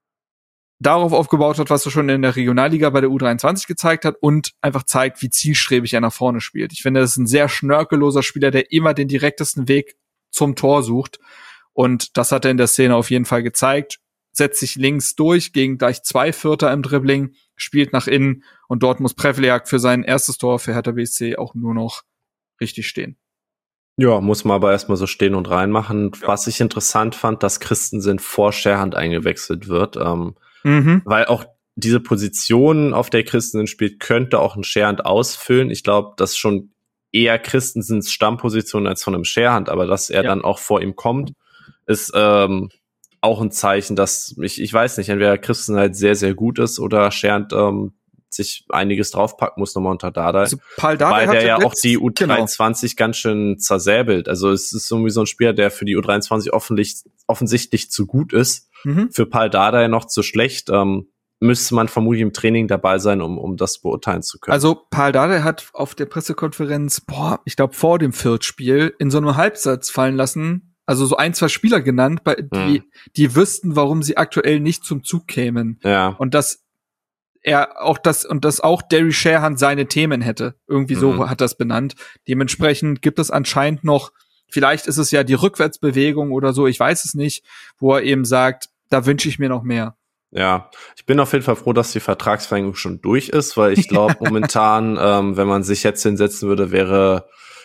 darauf aufgebaut hat, was er schon in der Regionalliga bei der U dreiundzwanzig gezeigt hat und einfach zeigt, wie zielstrebig er nach vorne spielt. Ich finde, das ist ein sehr schnörkelloser Spieler, der immer den direktesten Weg zum Tor sucht. Und das hat er in der Szene auf jeden Fall gezeigt. Setzt sich links durch gegen gleich zwei Vierter im Dribbling, spielt nach innen und dort muss Prevliak für sein erstes Tor für Hertha B S C auch nur noch richtig stehen. Ja, muss man aber erstmal so stehen und reinmachen. Ja. Was ich interessant fand, dass Christensen vor Scherhand eingewechselt wird, ähm, mhm. weil auch diese Position, auf der Christensen spielt, könnte auch ein Scherhand ausfüllen. Ich glaube, das ist schon eher Christensens Stammposition als von einem Scherhand, aber dass er ja. dann auch vor ihm kommt, ist ähm, auch ein Zeichen, dass ich, ich weiß nicht, entweder Christensen halt sehr, sehr gut ist oder Scherhand ähm, sich einiges draufpacken muss nochmal unter Dardai. Also Pal Dardai weil der ja auch die U dreiundzwanzig genau. ganz schön zersäbelt. Also es ist irgendwie so ein Spieler, der für die U dreiundzwanzig offensichtlich, offensichtlich zu gut ist, mhm. für Pal Dardai noch zu schlecht. Ähm, müsste man vermutlich im Training dabei sein, um um das beurteilen zu können. Also Pal Dardai hat auf der Pressekonferenz, boah, ich glaube vor dem Fürth-Spiel, in so einem Halbsatz fallen lassen, also so ein, zwei Spieler genannt, bei, die, hm. die wüssten, warum sie aktuell nicht zum Zug kämen. Ja. Und dass er auch das, und dass auch Derry Sherhan seine Themen hätte. Irgendwie so mhm. hat das benannt. Dementsprechend gibt es anscheinend noch, vielleicht ist es ja die Rückwärtsbewegung oder so, ich weiß es nicht, wo er eben sagt, da wünsche ich mir noch mehr. Ja, ich bin auf jeden Fall froh, dass die Vertragsverlängerung schon durch ist, weil ich glaube, momentan, ähm, wenn man sich jetzt hinsetzen würde, wäre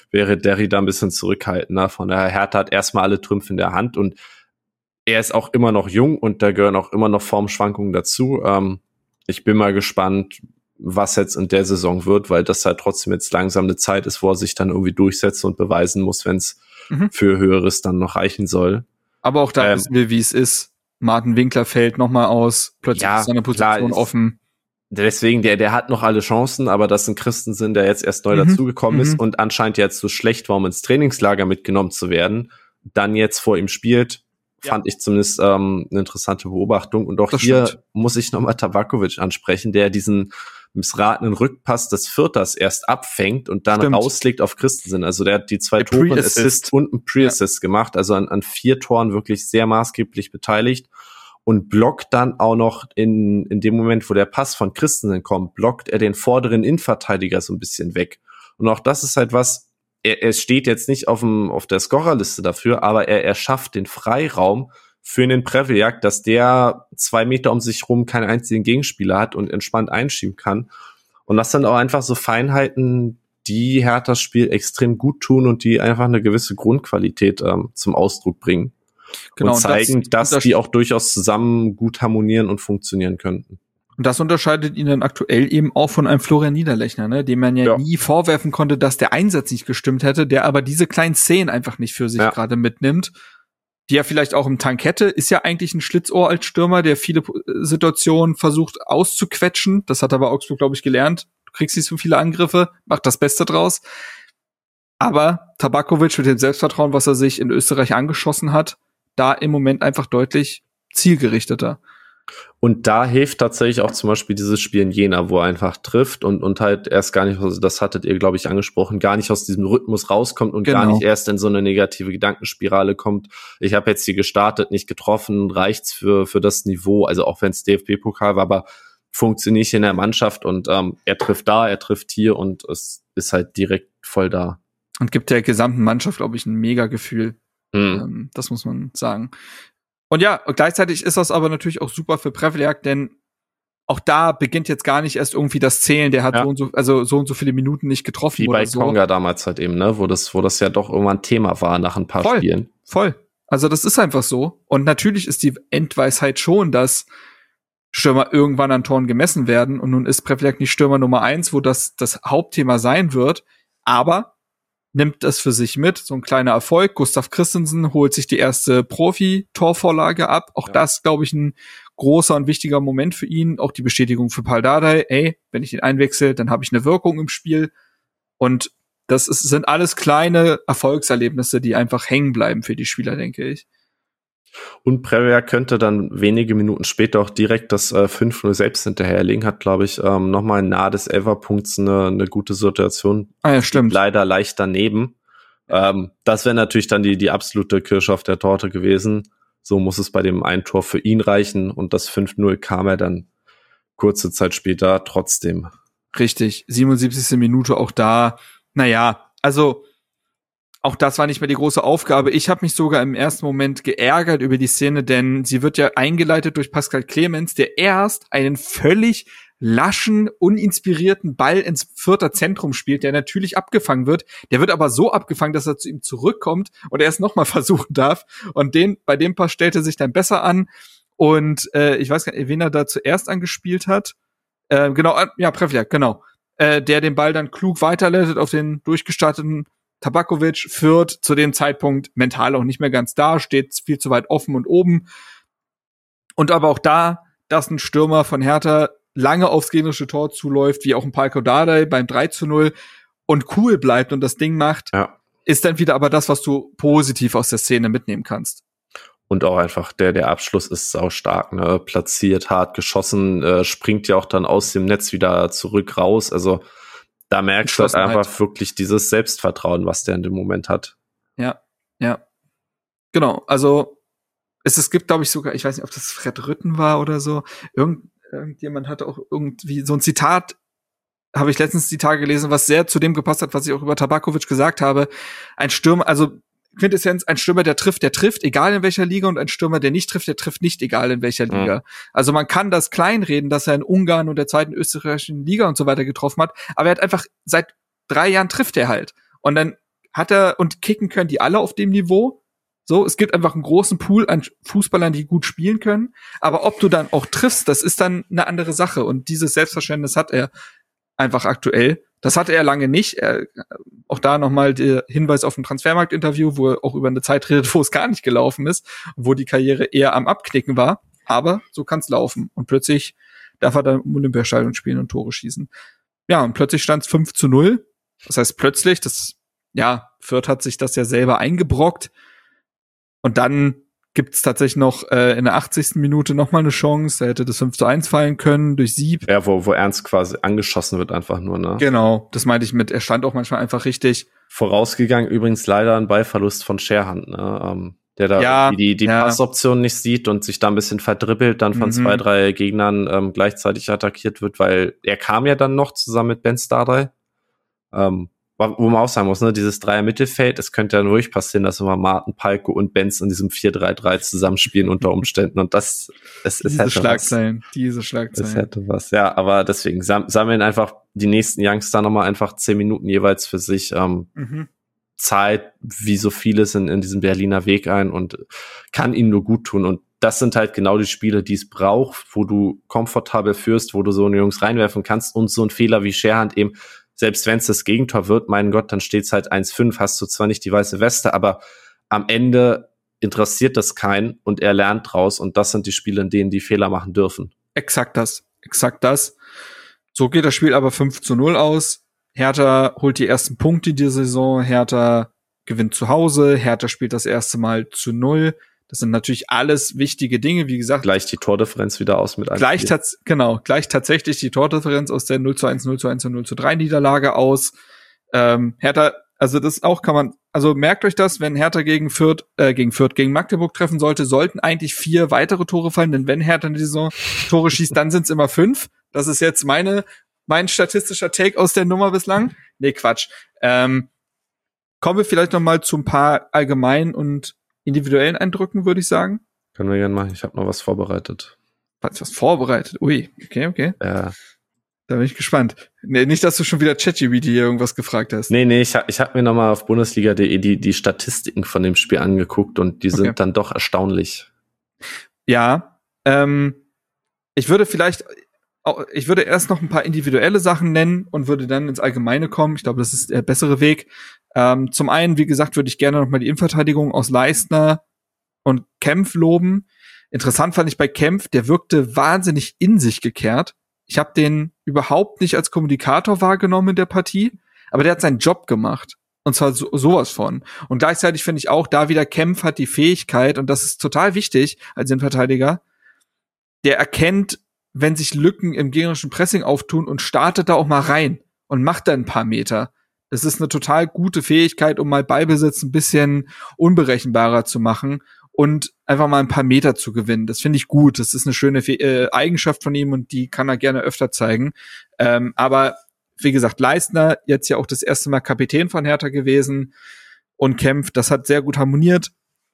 wäre Derry da ein bisschen zurückhaltender. Von daher, Hertha hat erstmal alle Trümpfe in der Hand und er ist auch immer noch jung und da gehören auch immer noch Formschwankungen dazu. Ähm, ich bin mal gespannt, was jetzt in der Saison wird, weil das halt trotzdem jetzt langsam eine Zeit ist, wo er sich dann irgendwie durchsetzt und beweisen muss, wenn es mhm. für Höheres dann noch reichen soll. Aber auch da ähm, wissen wir, wie es ist. Martin Winkler fällt nochmal aus, plötzlich ja, ist seine Position klar, offen. Deswegen, der, der hat noch alle Chancen, aber dass ein Christensen, der jetzt erst neu mhm. dazugekommen ist mhm. und anscheinend jetzt so schlecht war, um ins Trainingslager mitgenommen zu werden, dann jetzt vor ihm spielt, ja. fand ich zumindest ähm, eine interessante Beobachtung. Und auch das hier stimmt. muss ich nochmal Tabakovic ansprechen, der diesen missratenen Rückpass des Vierters erst abfängt und dann stimmt. rauslegt auf Christensen. Also der hat die zwei der Tore, Assist. Assist und ein Pre-Assist ja. gemacht, also an, an vier Toren wirklich sehr maßgeblich beteiligt. Und blockt dann auch noch in in dem Moment, wo der Pass von Christensen kommt, blockt er den vorderen Innenverteidiger so ein bisschen weg. Und auch das ist halt was, er, er steht jetzt nicht auf dem auf der Scorerliste dafür, aber er, er schafft den Freiraum für den Preveljak, dass der zwei Meter um sich rum keinen einzigen Gegenspieler hat und entspannt einschieben kann. Und das sind auch einfach so Feinheiten, die Herthas Spiel extrem gut tun und die einfach eine gewisse Grundqualität ähm, zum Ausdruck bringen. Genau, und zeigen, und das, dass die auch durchaus zusammen gut harmonieren und funktionieren könnten. Und das unterscheidet ihn dann aktuell eben auch von einem Florian Niederlechner, ne, dem man ja, ja nie vorwerfen konnte, dass der Einsatz nicht gestimmt hätte, der aber diese kleinen Szenen einfach nicht für sich ja. gerade mitnimmt, die er vielleicht auch im Tank hätte, ist ja eigentlich ein Schlitzohr als Stürmer, der viele Situationen versucht auszuquetschen. Das hat aber Augsburg, glaube ich, gelernt. Du kriegst nicht so viele Angriffe, mach das Beste draus. Aber Tabakovic mit dem Selbstvertrauen, was er sich in Österreich angeschossen hat, da im Moment einfach deutlich zielgerichteter. Und da hilft tatsächlich auch zum Beispiel dieses Spiel in Jena, wo er einfach trifft und, und halt erst gar nicht, also das hattet ihr, glaube ich, angesprochen, gar nicht aus diesem Rhythmus rauskommt und genau. gar nicht erst in so eine negative Gedankenspirale kommt. Ich habe jetzt hier gestartet, nicht getroffen, reicht's für für das Niveau, also auch wenn es D F B-Pokal war, aber funktioniert nicht in der Mannschaft und ähm, er trifft da, er trifft hier und es ist halt direkt voll da. Und gibt der gesamten Mannschaft, glaube ich, ein Mega-Gefühl. Hm. Ähm, das muss man sagen. Und ja, gleichzeitig ist das aber natürlich auch super für Preveljak, denn auch da beginnt jetzt gar nicht erst irgendwie das Zählen, der hat ja. so und so, also so und so viele Minuten nicht getroffen. Wie oder bei so. Konga damals halt eben, ne, wo das, wo das ja doch irgendwann Thema war nach ein paar voll, Spielen. Voll. Also das ist einfach so. Und natürlich ist die Endweisheit schon, dass Stürmer irgendwann an Toren gemessen werden. Und nun ist Preveljak nicht Stürmer Nummer eins, wo das das Hauptthema sein wird. Aber nimmt das für sich mit, so ein kleiner Erfolg. Gustav Christensen holt sich die erste Profi-Torvorlage ab. Auch ja. das, glaube ich, ein großer und wichtiger Moment für ihn. Auch die Bestätigung für Pal Dardai. Ey, wenn ich ihn einwechsel, dann habe ich eine Wirkung im Spiel. Und das ist, sind alles kleine Erfolgserlebnisse, die einfach hängen bleiben für die Spieler, denke ich. Und Preveljak könnte dann wenige Minuten später auch direkt das äh, fünf null selbst hinterherlegen, hat, glaube ich, ähm, nochmal nahe des Elferpunkts eine, eine gute Situation. Ah ja, stimmt. Leider leicht daneben. Ähm, das wäre natürlich dann die, die absolute Kirsche auf der Torte gewesen. So muss es bei dem einen Tor für ihn reichen und das fünf null kam er dann kurze Zeit später trotzdem. Richtig, siebenundsiebzigste Minute auch da. Naja, also auch das war nicht mehr die große Aufgabe. Ich habe mich sogar im ersten Moment geärgert über die Szene, denn sie wird ja eingeleitet durch Pascal Clemens, der erst einen völlig laschen, uninspirierten Ball ins Fürther Zentrum spielt, der natürlich abgefangen wird. Der wird aber so abgefangen, dass er zu ihm zurückkommt und er es nochmal versuchen darf. Und den bei dem Pass stellt er sich dann besser an. Und äh, ich weiß gar nicht, wen er da zuerst angespielt hat. Äh, genau, ja, Preveljak, genau. Äh, der den Ball dann klug weiterleitet auf den durchgestarteten Tabakovic. Führt zu dem Zeitpunkt mental auch nicht mehr ganz da, steht viel zu weit offen und oben. Und aber auch da, dass ein Stürmer von Hertha lange aufs gegnerische Tor zuläuft, wie auch ein Palko Dardai beim drei zu null und cool bleibt und das Ding macht, ja. ist dann wieder aber das, was du positiv aus der Szene mitnehmen kannst. Und auch einfach, der der Abschluss ist sau stark, ne? Platziert, hart geschossen, äh, springt ja auch dann aus dem Netz wieder zurück raus. Also da merkst du halt einfach wirklich dieses Selbstvertrauen, was der in dem Moment hat. Ja, ja. Genau, also es, es gibt, glaube ich, sogar, ich weiß nicht, ob das Fred Rütten war oder so, irgend, irgendjemand hatte auch irgendwie so ein Zitat, habe ich letztens die Tage gelesen, was sehr zu dem gepasst hat, was ich auch über Tabakovic gesagt habe. Ein Stürmer, also Quintessenz, ein Stürmer, der trifft, der trifft, egal in welcher Liga, und ein Stürmer, der nicht trifft, der trifft nicht, egal in welcher Liga. Mhm. Also man kann das kleinreden, dass er in Ungarn und der zweiten österreichischen Liga und so weiter getroffen hat, aber er hat einfach, seit drei Jahren trifft er halt. Und dann hat er, und kicken können die alle auf dem Niveau. So, es gibt einfach einen großen Pool an Fußballern, die gut spielen können. Aber ob du dann auch triffst, das ist dann eine andere Sache. Und dieses Selbstverständnis hat er einfach aktuell. Das hatte er lange nicht. Er, auch da nochmal der Hinweis auf ein Transfermarkt-Interview, wo er auch über eine Zeit redet, wo es gar nicht gelaufen ist, wo die Karriere eher am Abknicken war. Aber so kann's laufen. Und plötzlich darf er dann im Olympiastadion spielen und Tore schießen. Ja, und plötzlich stand es fünf zu null. Das heißt plötzlich, das, ja, Fürth hat sich das ja selber eingebrockt. Und dann gibt's tatsächlich noch äh, in der achtzigsten Minute noch mal eine Chance. Da hätte das fünf zu eins fallen können durch Sieb. Ja, wo, wo Ernst quasi angeschossen wird einfach nur, ne? Genau, das meinte ich mit, er stand auch manchmal einfach richtig. Vorausgegangen übrigens leider ein Ballverlust von Scherhand, ne? Ähm, der da ja, die, die ja. Passoption nicht sieht und sich da ein bisschen verdribbelt, dann von mhm. zwei, drei Gegnern ähm, gleichzeitig attackiert wird, weil er kam ja dann noch zusammen mit Ben Stardai. Ähm, wo man auch sagen muss, ne, dieses Dreier-Mittelfeld, es könnte ja ruhig passieren, dass immer Martin, Palko und Benz in diesem vier drei drei zusammenspielen unter Umständen und das, es, es diese hätte Schlagzeilen, was. diese Schlagzeilen. Es hätte was, ja, aber deswegen sam- sammeln einfach die nächsten Youngster nochmal einfach zehn Minuten jeweils für sich, ähm, mhm. Zeit, wie so vieles in, in diesem Berliner Weg ein und kann ihnen nur gut tun und das sind halt genau die Spiele, die es braucht, wo du komfortabel führst, wo du so eine Jungs reinwerfen kannst und so ein Fehler wie Scherhand eben, selbst wenn es das Gegentor wird, mein Gott, dann steht's halt eins fünf, hast du zwar nicht die weiße Weste, aber am Ende interessiert das keinen und er lernt draus und das sind die Spiele, in denen die Fehler machen dürfen. Exakt das, exakt das. So geht das Spiel aber fünf zu null aus. Hertha holt die ersten Punkte dieser Saison, Hertha gewinnt zu Hause, Hertha spielt das erste Mal zu null. Das sind natürlich alles wichtige Dinge, wie gesagt. Gleich die Tordifferenz wieder aus mit einem Gleich tats- genau, gleich tatsächlich die Tordifferenz aus der null zu eins, null zu eins und null zu drei Niederlage aus. Ähm, Hertha, also das auch kann man, also merkt euch das, wenn Hertha gegen Fürth, äh, gegen Fürth, gegen Magdeburg treffen sollte, sollten eigentlich vier weitere Tore fallen, denn wenn Hertha in der Saison Tore schießt, dann sind es immer fünf. Das ist jetzt meine, mein statistischer Take aus der Nummer bislang. Nee, Quatsch. Ähm, kommen wir vielleicht noch mal zu ein paar allgemeinen und individuellen Eindrücken, würde ich sagen. Können wir gerne machen. Ich habe noch was vorbereitet. Was, was vorbereitet? Ui, okay, okay. Ja. Da bin ich gespannt. Nee, nicht, dass du schon wieder ChatGPT hier irgendwas gefragt hast. Nee, nee, ich habe ich hab mir nochmal auf Bundesliga punkt de die, die Statistiken von dem Spiel angeguckt und die sind okay. dann doch erstaunlich. Ja, ähm, ich würde vielleicht, ich würde erst noch ein paar individuelle Sachen nennen und würde dann ins Allgemeine kommen. Ich glaube, das ist der bessere Weg. Ähm, zum einen, wie gesagt, würde ich gerne noch mal die Innenverteidigung aus Leistner und Kempf loben. Interessant fand ich bei Kempf, der wirkte wahnsinnig in sich gekehrt. Ich habe den überhaupt nicht als Kommunikator wahrgenommen in der Partie, aber der hat seinen Job gemacht. Und zwar so, sowas von. Und gleichzeitig finde ich auch, da wieder Kempf hat die Fähigkeit, und das ist total wichtig als Innenverteidiger, der erkennt, wenn sich Lücken im gegnerischen Pressing auftun und startet da auch mal rein und macht da ein paar Meter. Das ist eine total gute Fähigkeit, um mal Ballbesitz ein bisschen unberechenbarer zu machen und einfach mal ein paar Meter zu gewinnen. Das finde ich gut. Das ist eine schöne Fe- äh, Eigenschaft von ihm und die kann er gerne öfter zeigen. Ähm, aber wie gesagt, Leistner, jetzt ja auch das erste Mal Kapitän von Hertha gewesen und Kempf, das hat sehr gut harmoniert.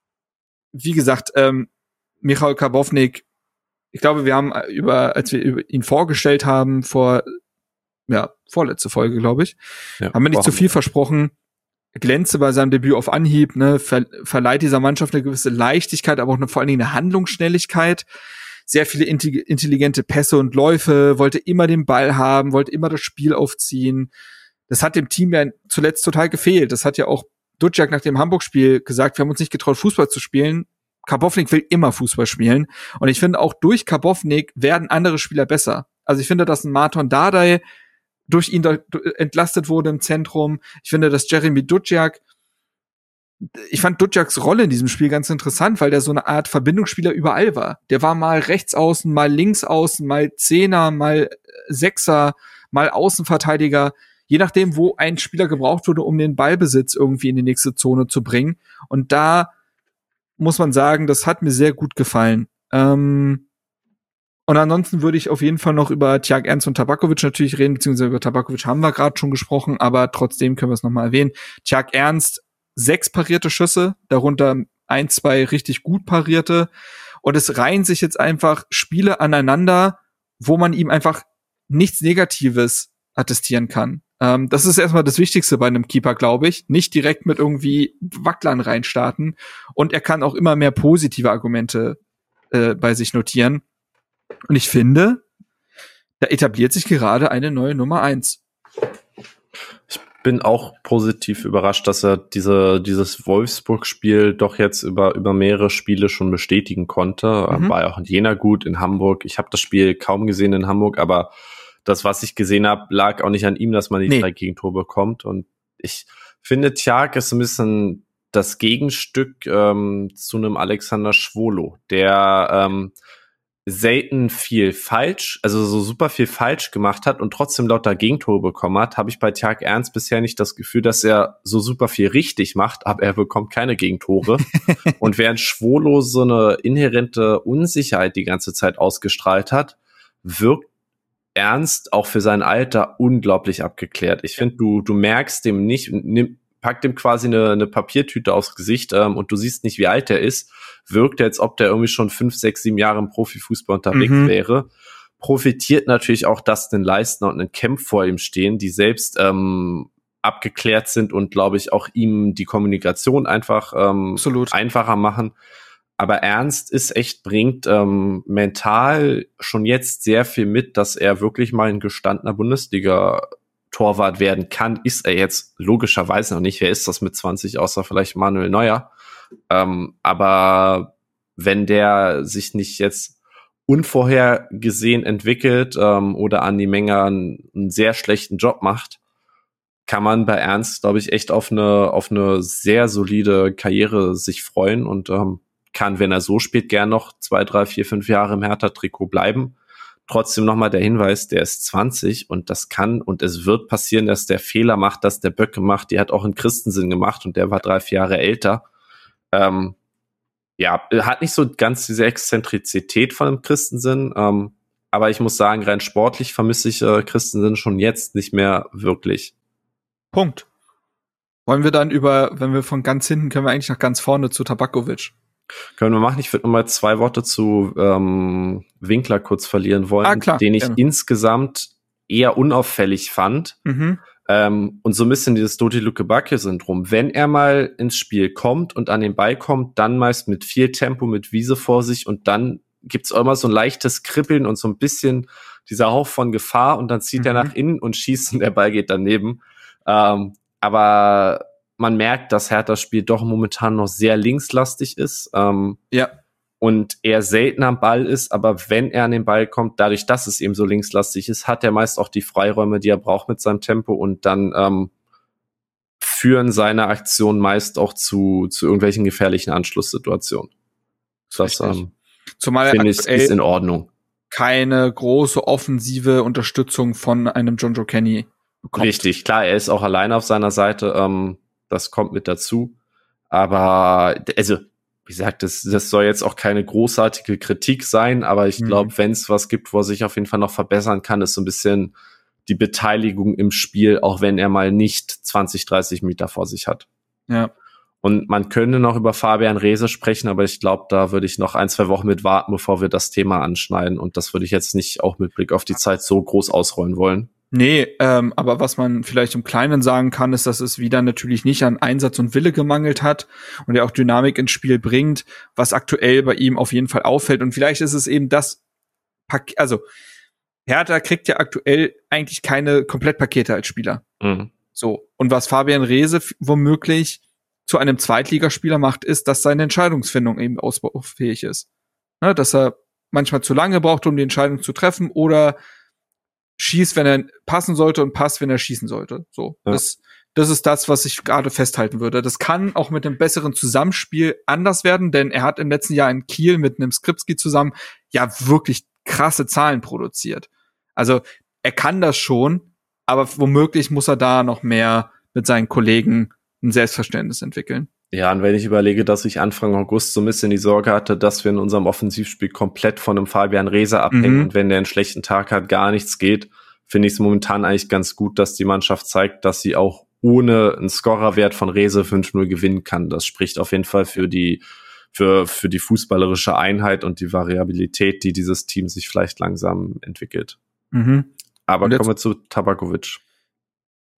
Wie gesagt, ähm, Michal Karbownik, ich glaube, wir haben über, als wir über ihn vorgestellt haben, vor, ja, vorletzte Folge, glaube ich, ja, haben wir nicht wow. zu viel versprochen. Glänze bei seinem Debüt auf Anhieb, ne, ver- verleiht dieser Mannschaft eine gewisse Leichtigkeit, aber auch eine, vor allen Dingen eine Handlungsschnelligkeit. Sehr viele intellig- intelligente Pässe und Läufe, wollte immer den Ball haben, wollte immer das Spiel aufziehen. Das hat dem Team ja zuletzt total gefehlt. Das hat ja auch Duciak nach dem Hamburg-Spiel gesagt, wir haben uns nicht getraut, Fußball zu spielen. Karbownik will immer Fußball spielen. Und ich finde, auch durch Karbownik werden andere Spieler besser. Also ich finde, dass ein Marton Dardai durch ihn da entlastet wurde im Zentrum. Ich finde, dass Jeremy Duciak, ich fand Duciaks Rolle in diesem Spiel ganz interessant, weil der so eine Art Verbindungsspieler überall war. Der war mal rechts außen, mal links außen, mal Zehner, mal Sechser, mal Außenverteidiger. Je nachdem, wo ein Spieler gebraucht wurde, um den Ballbesitz irgendwie in die nächste Zone zu bringen. Und da muss man sagen, das hat mir sehr gut gefallen. Ähm, und ansonsten würde ich auf jeden Fall noch über Tjag Ernst und Tabakovic natürlich reden, beziehungsweise über Tabakovic haben wir gerade schon gesprochen, aber trotzdem können wir es nochmal erwähnen. Tjag Ernst, sechs parierte Schüsse, darunter ein, zwei richtig gut parierte. Und es reihen sich jetzt einfach Spiele aneinander, wo man ihm einfach nichts Negatives attestieren kann. Ähm, das ist erstmal das Wichtigste bei einem Keeper, glaube ich. Nicht direkt mit irgendwie Wacklern reinstarten. Und er kann auch immer mehr positive Argumente äh, bei sich notieren. Und ich finde, da etabliert sich gerade eine neue Nummer eins. Ich bin auch positiv überrascht, dass er diese dieses Wolfsburg-Spiel doch jetzt über über mehrere Spiele schon bestätigen konnte. Mhm. War ja auch in Jena gut, in Hamburg. Ich habe das Spiel kaum gesehen in Hamburg, aber das, was ich gesehen habe, lag auch nicht an ihm, dass man die nee. drei Gegentore bekommt. Und ich finde, Tjag ist ein bisschen das Gegenstück ähm, zu einem Alexander Schwolo, der ähm, selten viel falsch, also so super viel falsch gemacht hat und trotzdem lauter Gegentore bekommen hat, habe ich bei Tjag Ernst bisher nicht das Gefühl, dass er so super viel richtig macht, aber er bekommt keine Gegentore. Und während Schwolo so eine inhärente Unsicherheit die ganze Zeit ausgestrahlt hat, wirkt Ernst auch für sein Alter unglaublich abgeklärt. Ich finde, du du merkst dem nicht, nimm, pack dem quasi eine, eine Papiertüte aufs Gesicht ähm, und du siehst nicht, wie alt er ist. Wirkt er, als ob der irgendwie schon fünf, sechs, sieben Jahre im Profifußball unterwegs mhm. wäre. Profitiert natürlich auch, dass ein Leistner und ein Kemp vor ihm stehen, die selbst ähm, abgeklärt sind und, glaube ich, auch ihm die Kommunikation einfach ähm, einfacher machen. Aber Ernst ist echt, bringt ähm, mental schon jetzt sehr viel mit, dass er wirklich mal ein gestandener Bundesliga-Torwart werden kann. Ist er jetzt logischerweise noch nicht. Wer ist das mit zwanzig, außer vielleicht Manuel Neuer? Ähm, aber wenn der sich nicht jetzt unvorhergesehen entwickelt ähm, oder an die Menge einen, einen sehr schlechten Job macht, kann man bei Ernst, glaube ich, echt auf eine auf eine sehr solide Karriere sich freuen und ähm, kann, wenn er so spielt, gern noch zwei, drei, vier, fünf Jahre im Hertha-Trikot bleiben. Trotzdem nochmal der Hinweis, der ist zwanzig und das kann und es wird passieren, dass der Fehler macht, dass der Böcke macht. Die hat auch in Christensen gemacht und der war drei, vier Jahre älter. Ähm, ja, hat nicht so ganz diese Exzentrizität von dem Christensen, ähm, aber ich muss sagen, rein sportlich vermisse ich äh, Christensen schon jetzt nicht mehr wirklich. Punkt. Wollen wir dann über, wenn wir von ganz hinten, können wir eigentlich nach ganz vorne zu Tabakovic. Können wir machen. Ich würde noch mal zwei Worte zu ähm, Winkler kurz verlieren wollen, ah, klar, den ich gerne. insgesamt eher unauffällig fand. Mhm. Ähm, und so ein bisschen dieses Dodi-Lücke-Backe-Syndrom. Wenn er mal ins Spiel kommt und an den Ball kommt, dann meist mit viel Tempo, mit Wiese vor sich und dann gibt's auch immer so ein leichtes Kribbeln und so ein bisschen dieser Hauch von Gefahr und dann zieht mhm. er nach innen und schießt und der Ball geht daneben. Ähm, aber man merkt, dass Herthas Spiel doch momentan noch sehr linkslastig ist. Ähm, ja. Und er selten am Ball ist, aber wenn er an den Ball kommt, dadurch, dass es eben so linkslastig ist, hat er meist auch die Freiräume, die er braucht mit seinem Tempo und dann ähm, führen seine Aktionen meist auch zu, zu irgendwelchen gefährlichen Anschlusssituationen. Das ähm, Zumal finde ich ist in Ordnung. Keine große offensive Unterstützung von einem John Joe Kenny bekommt. Richtig, klar, er ist auch alleine auf seiner Seite, ähm, das kommt mit dazu. Aber, also, wie gesagt, das, das soll jetzt auch keine großartige Kritik sein, aber ich mhm. glaube, wenn es was gibt, wo er sich auf jeden Fall noch verbessern kann, ist so ein bisschen die Beteiligung im Spiel, auch wenn er mal nicht zwanzig, dreißig Meter vor sich hat. Ja. Und man könnte noch über Fabian Reese sprechen, aber ich glaube, da würde ich noch ein, zwei Wochen mit warten, bevor wir das Thema anschneiden. Und das würde ich jetzt nicht auch mit Blick auf die Zeit so groß ausrollen wollen. Nee, ähm, aber was man vielleicht im Kleinen sagen kann, ist, dass es wieder natürlich nicht an Einsatz und Wille gemangelt hat und er auch Dynamik ins Spiel bringt, was aktuell bei ihm auf jeden Fall auffällt. Und vielleicht ist es eben das Paket, also Hertha kriegt ja aktuell eigentlich keine Komplettpakete als Spieler. Mhm. So. Und was Fabian Reese f- womöglich zu einem Zweitligaspieler macht, ist, dass seine Entscheidungsfindung eben ausbaufähig ist. Ne, dass er manchmal zu lange braucht, um die Entscheidung zu treffen oder schießt, wenn er passen sollte und passt, wenn er schießen sollte. So, ja. das, das ist das, was ich gerade festhalten würde. Das kann auch mit einem besseren Zusammenspiel anders werden, denn er hat im letzten Jahr in Kiel mit einem Skripski zusammen ja wirklich krasse Zahlen produziert. Also er kann das schon, aber womöglich muss er da noch mehr mit seinen Kollegen ein Selbstverständnis entwickeln. Ja, und wenn ich überlege, dass ich Anfang August so ein bisschen die Sorge hatte, dass wir in unserem Offensivspiel komplett von einem Fabian Reese abhängen mhm. und wenn der einen schlechten Tag hat, gar nichts geht, finde ich es momentan eigentlich ganz gut, dass die Mannschaft zeigt, dass sie auch ohne einen Scorerwert von Reese fünf null gewinnen kann. Das spricht auf jeden Fall für die für für die fußballerische Einheit und die Variabilität, die dieses Team sich vielleicht langsam entwickelt. Mhm. Aber kommen wir zu Tabakovic.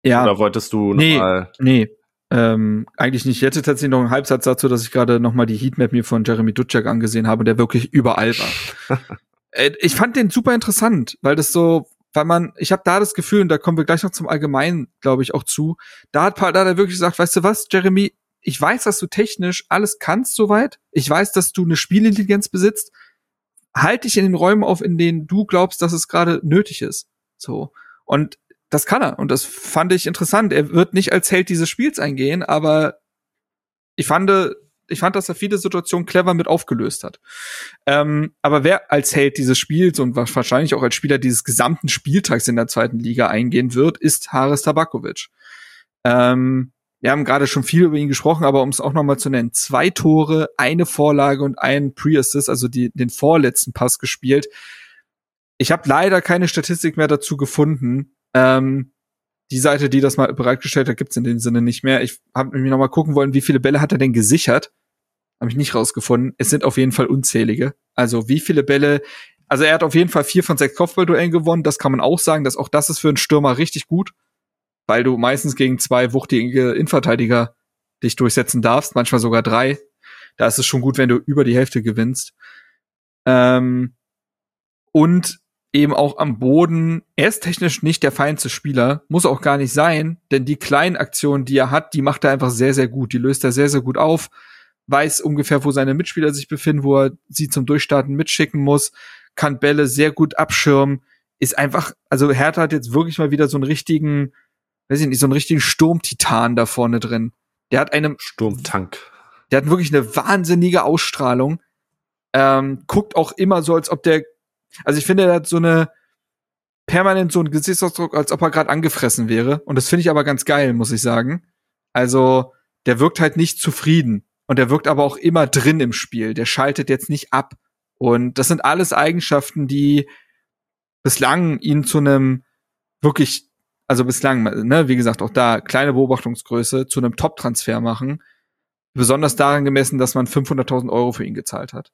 Ja. Oder wolltest du nee, nochmal? Nee, ähm, eigentlich nicht. Ich hätte tatsächlich noch einen Halbsatz dazu, dass ich gerade nochmal die Heatmap mir von Jeremy Ducek angesehen habe, der wirklich überall war. äh, ich fand den super interessant, weil das so, weil man, ich habe da das Gefühl, und da kommen wir gleich noch zum Allgemeinen, glaube ich, auch zu, da hat, da hat er wirklich gesagt, weißt du was, Jeremy, ich weiß, dass du technisch alles kannst soweit. Ich weiß, dass du eine Spielintelligenz besitzt. Halt dich in den Räumen auf, in denen du glaubst, dass es gerade nötig ist. So. Und das kann er. Und das fand ich interessant. Er wird nicht als Held dieses Spiels eingehen, aber ich fand, ich fand, dass er viele Situationen clever mit aufgelöst hat. Ähm, aber wer als Held dieses Spiels und wahrscheinlich auch als Spieler dieses gesamten Spieltags in der zweiten Liga eingehen wird, ist Haris Tabakovic. Ähm, wir haben gerade schon viel über ihn gesprochen, aber um es auch noch mal zu nennen, zwei Tore, eine Vorlage und ein Pre-Assist, also die, den vorletzten Pass gespielt. Ich habe leider keine Statistik mehr dazu gefunden. Ähm, die Seite, die das mal bereitgestellt hat, gibt's in dem Sinne nicht mehr. Ich habe nämlich noch mal gucken wollen, wie viele Bälle hat er denn gesichert? Habe ich nicht rausgefunden. Es sind auf jeden Fall unzählige. Also wie viele Bälle, also er hat auf jeden Fall vier von sechs Kopfballduellen gewonnen. Das kann man auch sagen, dass auch das ist für einen Stürmer richtig gut, weil du meistens gegen zwei wuchtige Innenverteidiger dich durchsetzen darfst, manchmal sogar drei. Da ist es schon gut, wenn du über die Hälfte gewinnst. Ähm, und eben auch am Boden, er ist technisch nicht der feinste Spieler, muss auch gar nicht sein, denn die kleinen Aktionen, die er hat, die macht er einfach sehr, sehr gut. Die löst er sehr, sehr gut auf, weiß ungefähr, wo seine Mitspieler sich befinden, wo er sie zum Durchstarten mitschicken muss, kann Bälle sehr gut abschirmen, ist einfach, also Hertha hat jetzt wirklich mal wieder so einen richtigen, weiß ich nicht, so einen richtigen Sturmtitan da vorne drin. Der hat einen Sturmtank. Der hat wirklich eine wahnsinnige Ausstrahlung. Ähm, guckt auch immer so, als ob der, also ich finde, er hat so eine permanent so einen Gesichtsausdruck, als ob er gerade angefressen wäre. Und das finde ich aber ganz geil, muss ich sagen. Also, der wirkt halt nicht zufrieden. Und der wirkt aber auch immer drin im Spiel. Der schaltet jetzt nicht ab. Und das sind alles Eigenschaften, die bislang ihn zu einem wirklich, also bislang, ne, wie gesagt, auch da kleine Beobachtungsgröße, zu einem Top-Transfer machen. Besonders daran gemessen, dass man fünfhunderttausend Euro für ihn gezahlt hat.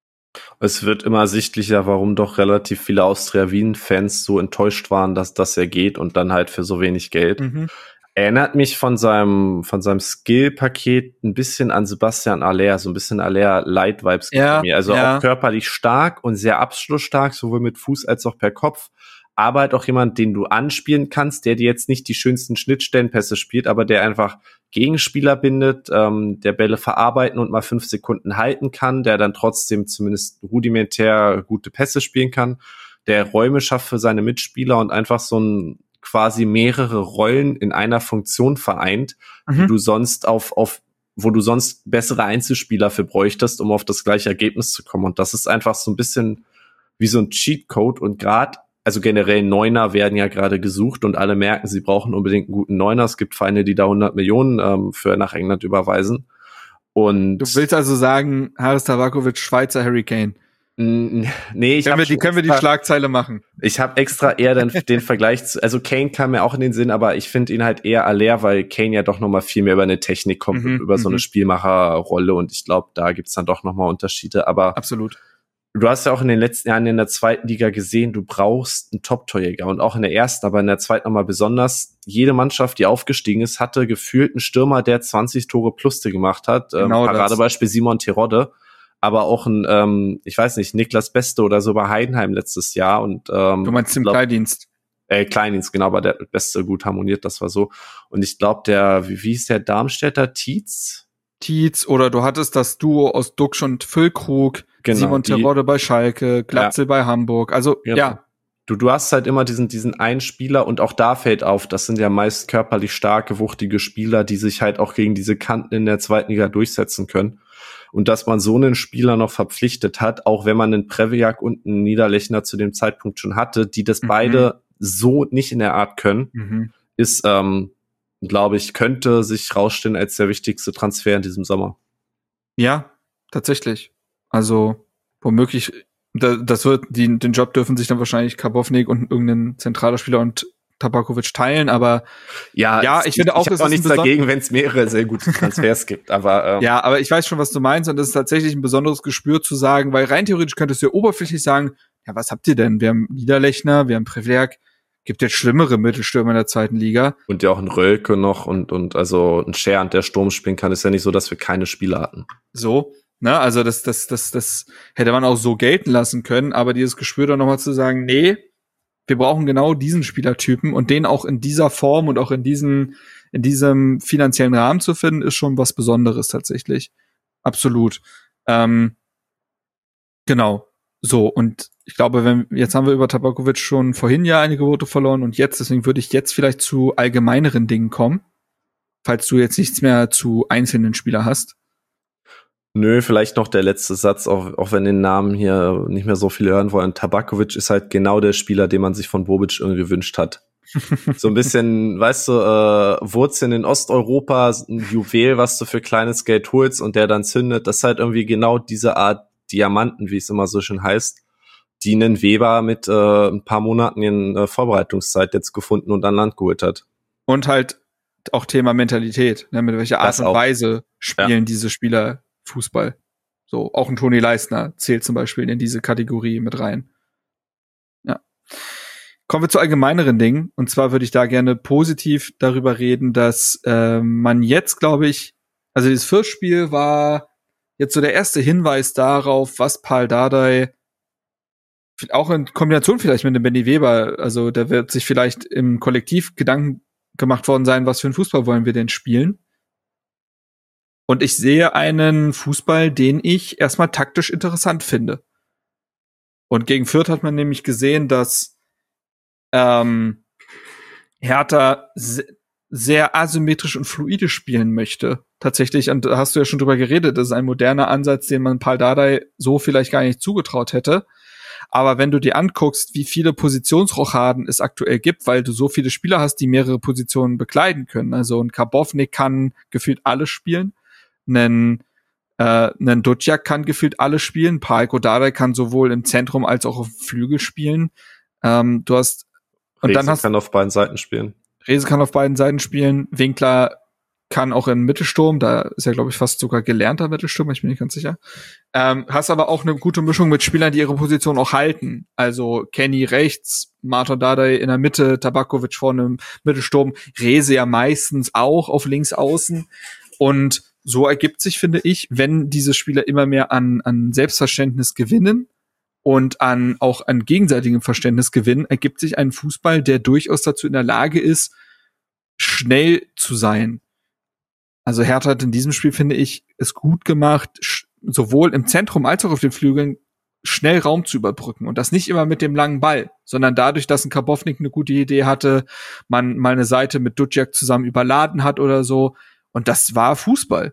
Es wird immer sichtlicher, warum doch relativ viele Austria-Wien-Fans so enttäuscht waren, dass das ja geht und dann halt für so wenig Geld. Mhm. Erinnert mich von seinem von seinem Skill-Paket ein bisschen an Sebastian Aller, so ein bisschen Aller-Light-Vibes ja, bei mir. Also ja. Auch körperlich stark und sehr abschlussstark, sowohl mit Fuß als auch per Kopf. Aber halt auch jemand, den du anspielen kannst, der dir jetzt nicht die schönsten Schnittstellenpässe spielt, aber der einfach Gegenspieler bindet, ähm, der Bälle verarbeiten und mal fünf Sekunden halten kann, der dann trotzdem zumindest rudimentär gute Pässe spielen kann, der Räume schafft für seine Mitspieler und einfach so ein quasi mehrere Rollen in einer Funktion vereint, mhm. die du sonst auf, auf, wo du sonst bessere Einzelspieler für bräuchtest, um auf das gleiche Ergebnis zu kommen. Und das ist einfach so ein bisschen wie so ein Cheatcode und gerade also generell Neuner werden ja gerade gesucht und alle merken, sie brauchen unbedingt einen guten Neuner. Es gibt Vereine, die da hundert Millionen ähm, für nach England überweisen. Und du willst also sagen, Haris Tabakovic, Schweizer Harry Kane? Nee, ich können wir die können extra, wir die Schlagzeile machen. Ich habe extra eher den, den Vergleich zu, also Kane kam mir auch in den Sinn, aber ich finde ihn halt eher Aller, weil Kane ja doch noch mal viel mehr über eine Technik kommt, mhm, über so eine Spielmacherrolle und ich glaube, da gibt's dann doch noch mal Unterschiede. Aber absolut. Du hast ja auch in den letzten Jahren in der zweiten Liga gesehen, du brauchst einen Top-Torjäger und auch in der ersten, aber in der zweiten nochmal besonders. Jede Mannschaft, die aufgestiegen ist, hatte gefühlt einen Stürmer, der zwanzig Tore plus gemacht hat. Genau ähm, Paradebeispiel Simon Terodde, aber auch ein, ähm, ich weiß nicht, Niklas Beste oder so bei Heidenheim letztes Jahr. Und ähm, du meinst im Kleindienst? Äh, Kleindienst, genau, aber der Beste gut harmoniert, das war so. Und ich glaube, der, wie, wie hieß der Darmstädter, Tietz? Tietz, oder du hattest das Duo aus Duxch und Füllkrug, genau, Simon Terodde bei Schalke, Glatzel ja. bei Hamburg, also genau. ja. Du, du hast halt immer diesen, diesen einen Spieler und auch da fällt auf, das sind ja meist körperlich starke, wuchtige Spieler, die sich halt auch gegen diese Kanten in der zweiten Liga durchsetzen können. Und dass man so einen Spieler noch verpflichtet hat, auch wenn man einen Previak und einen Niederlechner zu dem Zeitpunkt schon hatte, die das mhm. beide so nicht in der Art können, mhm. ist, ähm, glaube ich, könnte sich rausstellen als der wichtigste Transfer in diesem Sommer. Ja, tatsächlich. Also, womöglich, das wird, die, den Job dürfen sich dann wahrscheinlich Karbovnik und irgendein zentraler Spieler und Tabakovic teilen, aber ja, ja, ich finde auch, ich habe auch nichts dagegen, wenn es mehrere sehr gute Transfers gibt, aber ähm, ja, aber ich weiß schon, was du meinst und das ist tatsächlich ein besonderes Gespür zu sagen, weil rein theoretisch könntest du ja oberflächlich sagen, ja, was habt ihr denn? Wir haben Niederlechner, wir haben Previak, Gibt jetzt schlimmere Mittelstürmer in der zweiten Liga. Und ja auch ein Rölke noch und, und also ein Schernd, der Sturm spielen kann. Ist ja nicht so, dass wir keine Spieler hatten. So, ne, also das, das, das, das hätte man auch so gelten lassen können, aber dieses Gespür dann nochmal zu sagen, nee, wir brauchen genau diesen Spielertypen und den auch in dieser Form und auch in diesem, in diesem finanziellen Rahmen zu finden, ist schon was Besonderes tatsächlich. Absolut. Ähm, genau. So, und ich glaube, wenn jetzt haben wir über Tabakovic schon vorhin ja einige Worte verloren und jetzt, deswegen würde ich jetzt vielleicht zu allgemeineren Dingen kommen, falls du jetzt nichts mehr zu einzelnen Spielern hast. Nö, vielleicht noch der letzte Satz, auch, auch wenn den Namen hier nicht mehr so viele hören wollen. Tabakovic ist halt genau der Spieler, den man sich von Bobic irgendwie gewünscht hat. So ein bisschen, weißt du, äh, Wurzeln in Osteuropa, ein Juwel, was du für kleines Geld holst und der dann zündet. Das ist halt irgendwie genau diese Art Diamanten, wie es immer so schön heißt, die einen Weber mit äh, ein paar Monaten in äh, Vorbereitungszeit jetzt gefunden und an Land geholt hat. Und halt auch Thema Mentalität, ne, mit welcher Art Das und auch. Weise spielen Ja. diese Spieler Fußball. So, auch ein Toni Leistner zählt zum Beispiel in diese Kategorie mit rein. Ja. Kommen wir zu allgemeineren Dingen. Und zwar würde ich da gerne positiv darüber reden, dass äh, man jetzt, glaube ich, also dieses Fürth-Spiel war jetzt so der erste Hinweis darauf, was Pal Dardai auch in Kombination vielleicht mit dem Benny Weber, also da wird sich vielleicht im Kollektiv Gedanken gemacht worden sein, was für einen Fußball wollen wir denn spielen. Und ich sehe einen Fußball, den ich erstmal taktisch interessant finde. Und gegen Fürth hat man nämlich gesehen, dass ähm, Hertha se- sehr asymmetrisch und fluide spielen möchte. Tatsächlich, und da hast du ja schon drüber geredet, das ist ein moderner Ansatz, den man Pal Dardai so vielleicht gar nicht zugetraut hätte. Aber wenn du dir anguckst, wie viele Positionsrochaden es aktuell gibt, weil du so viele Spieler hast, die mehrere Positionen bekleiden können. Also ein Karbovnik kann gefühlt alles spielen. Ein äh, ein Duciak kann gefühlt alles spielen. Pal Dardai kann sowohl im Zentrum als auch auf dem Flügel spielen. Ähm, du hast und Rese dann hast kann auf beiden Seiten spielen. Rese kann auf beiden Seiten spielen. Winkler kann auch im Mittelsturm, da ist er, glaube ich, fast sogar gelernter Mittelsturm, ich bin nicht ganz sicher. Ähm, hast aber auch eine gute Mischung mit Spielern, die ihre Position auch halten. Also Kenny rechts, Martin Dardai in der Mitte, Tabakovic vorne im Mittelsturm, Rese ja meistens auch auf links außen. Und so ergibt sich, finde ich, wenn diese Spieler immer mehr an, an Selbstverständnis gewinnen und an auch an gegenseitigem Verständnis gewinnen, ergibt sich ein Fußball, der durchaus dazu in der Lage ist, schnell zu sein. Also Hertha hat in diesem Spiel, finde ich, es gut gemacht, sch- sowohl im Zentrum als auch auf den Flügeln schnell Raum zu überbrücken. Und das nicht immer mit dem langen Ball, sondern dadurch, dass ein Karbovnik eine gute Idee hatte, man mal eine Seite mit Duciak zusammen überladen hat oder so. Und das war Fußball.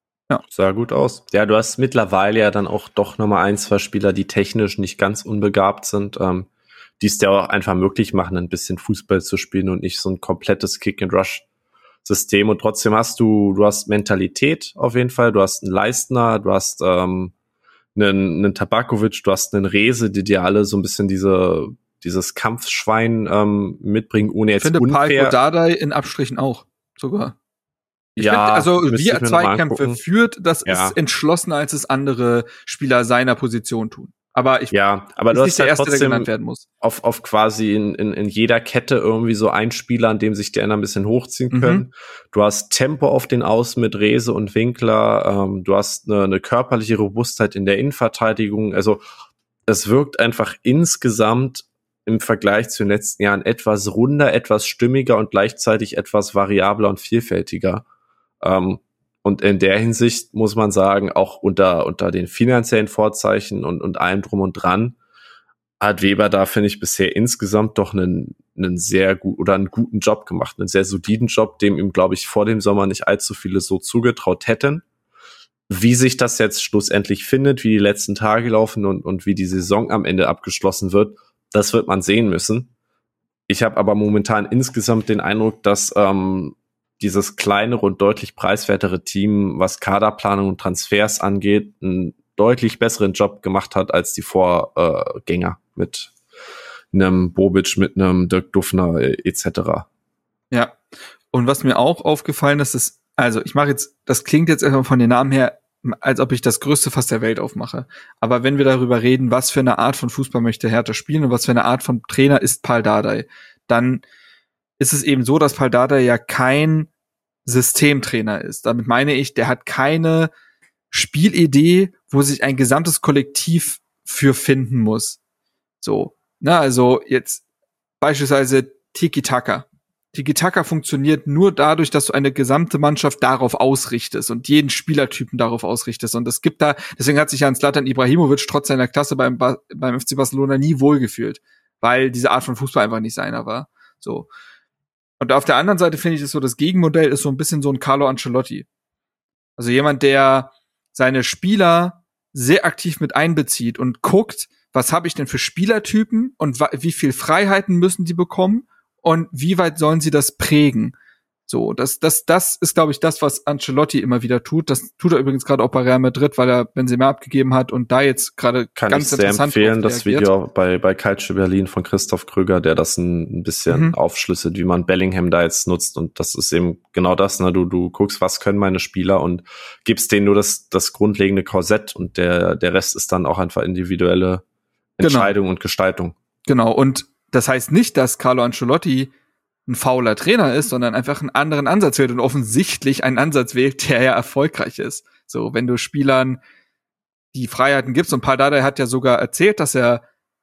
Sah gut aus. Ja, du hast mittlerweile ja dann auch doch nochmal ein, zwei Spieler, die technisch nicht ganz unbegabt sind, ähm, die es dir auch einfach möglich machen, ein bisschen Fußball zu spielen und nicht so ein komplettes Kick-and-Rush-System. Und trotzdem hast du, du hast Mentalität auf jeden Fall, du hast einen Leistner, du hast ähm, einen, einen Tabakovic, du hast einen Rese, die dir alle so ein bisschen diese dieses Kampfschwein ähm, mitbringen, ohne Ich jetzt finde unfair. Pal Dardai in Abstrichen auch sogar. Ich ja, find, also müsste wie ich er mir noch mal Zweikämpfe angucken. führt, das Ja. ist entschlossener, als es andere Spieler seiner Position tun. Aber ich Ja, aber ist du nicht hast der halt Erste, der trotzdem genannt werden muss. auf, auf quasi in, in, in jeder Kette irgendwie so ein Spieler, an dem sich die anderen ein bisschen hochziehen Mhm. können. Du hast Tempo auf den Außen mit Rese und Winkler. Ähm, du hast eine, eine körperliche Robustheit in der Innenverteidigung. Also es wirkt einfach insgesamt im Vergleich zu den letzten Jahren etwas runder, etwas stimmiger und gleichzeitig etwas variabler und vielfältiger. Ähm, und in der Hinsicht muss man sagen, auch unter, unter den finanziellen Vorzeichen und, und allem drum und dran, hat Weber da, finde ich, bisher insgesamt doch einen, einen sehr gut oder einen guten Job gemacht, einen sehr soliden Job, dem ihm, glaube ich, vor dem Sommer nicht allzu viele so zugetraut hätten. Wie sich das jetzt schlussendlich findet, wie die letzten Tage laufen und, und wie die Saison am Ende abgeschlossen wird, das wird man sehen müssen. Ich habe aber momentan insgesamt den Eindruck, dass ähm, dieses kleinere und deutlich preiswertere Team, was Kaderplanung und Transfers angeht, einen deutlich besseren Job gemacht hat als die Vorgänger mit einem Bobic, mit einem Dirk Duffner et cetera. Ja. Und was mir auch aufgefallen ist, ist, also ich mache jetzt, das klingt jetzt erstmal von den Namen her, als ob ich das größte Fass der Welt aufmache. Aber wenn wir darüber reden, was für eine Art von Fußball möchte Hertha spielen und was für eine Art von Trainer ist Pal Dardai, dann ist es eben so, dass Pal Dardai ja kein Systemtrainer ist. Damit meine ich, der hat keine Spielidee, wo sich ein gesamtes Kollektiv für finden muss. So, na, also jetzt beispielsweise Tiki-Taka. Tiki-Taka funktioniert nur dadurch, dass du eine gesamte Mannschaft darauf ausrichtest und jeden Spielertypen darauf ausrichtest. Und es gibt da, deswegen hat sich ja Zlatan Ibrahimovic trotz seiner Klasse beim, ba- beim F C Barcelona nie wohlgefühlt, weil diese Art von Fußball einfach nicht seiner war. So. Und auf der anderen Seite finde ich es so, das Gegenmodell ist so ein bisschen so ein Carlo Ancelotti. Also jemand, der seine Spieler sehr aktiv mit einbezieht und guckt, was habe ich denn für Spielertypen und wa- wie viel Freiheiten müssen die bekommen und wie weit sollen sie das prägen. So, das, das, das ist, glaube ich, das, was Ancelotti immer wieder tut. Das tut er übrigens gerade auch bei Real Madrid, weil er Benzema abgegeben hat und da jetzt gerade ganz Kann ich sehr interessant empfehlen, das Video bei, bei Calcio Berlin von Christoph Kröger, der das ein, ein bisschen Mhm. aufschlüsselt, wie man Bellingham da jetzt nutzt. Und das ist eben genau das, ne? Du, du guckst, was können meine Spieler und gibst denen nur das, das grundlegende Korsett und der, der Rest ist dann auch einfach individuelle Entscheidung Genau. und Gestaltung. Genau, und das heißt nicht, dass Carlo Ancelotti ein fauler Trainer ist, sondern einfach einen anderen Ansatz wählt und offensichtlich einen Ansatz wählt, der ja erfolgreich ist. So, wenn du Spielern die Freiheiten gibst, und Pal Dardai hat ja sogar erzählt, dass er,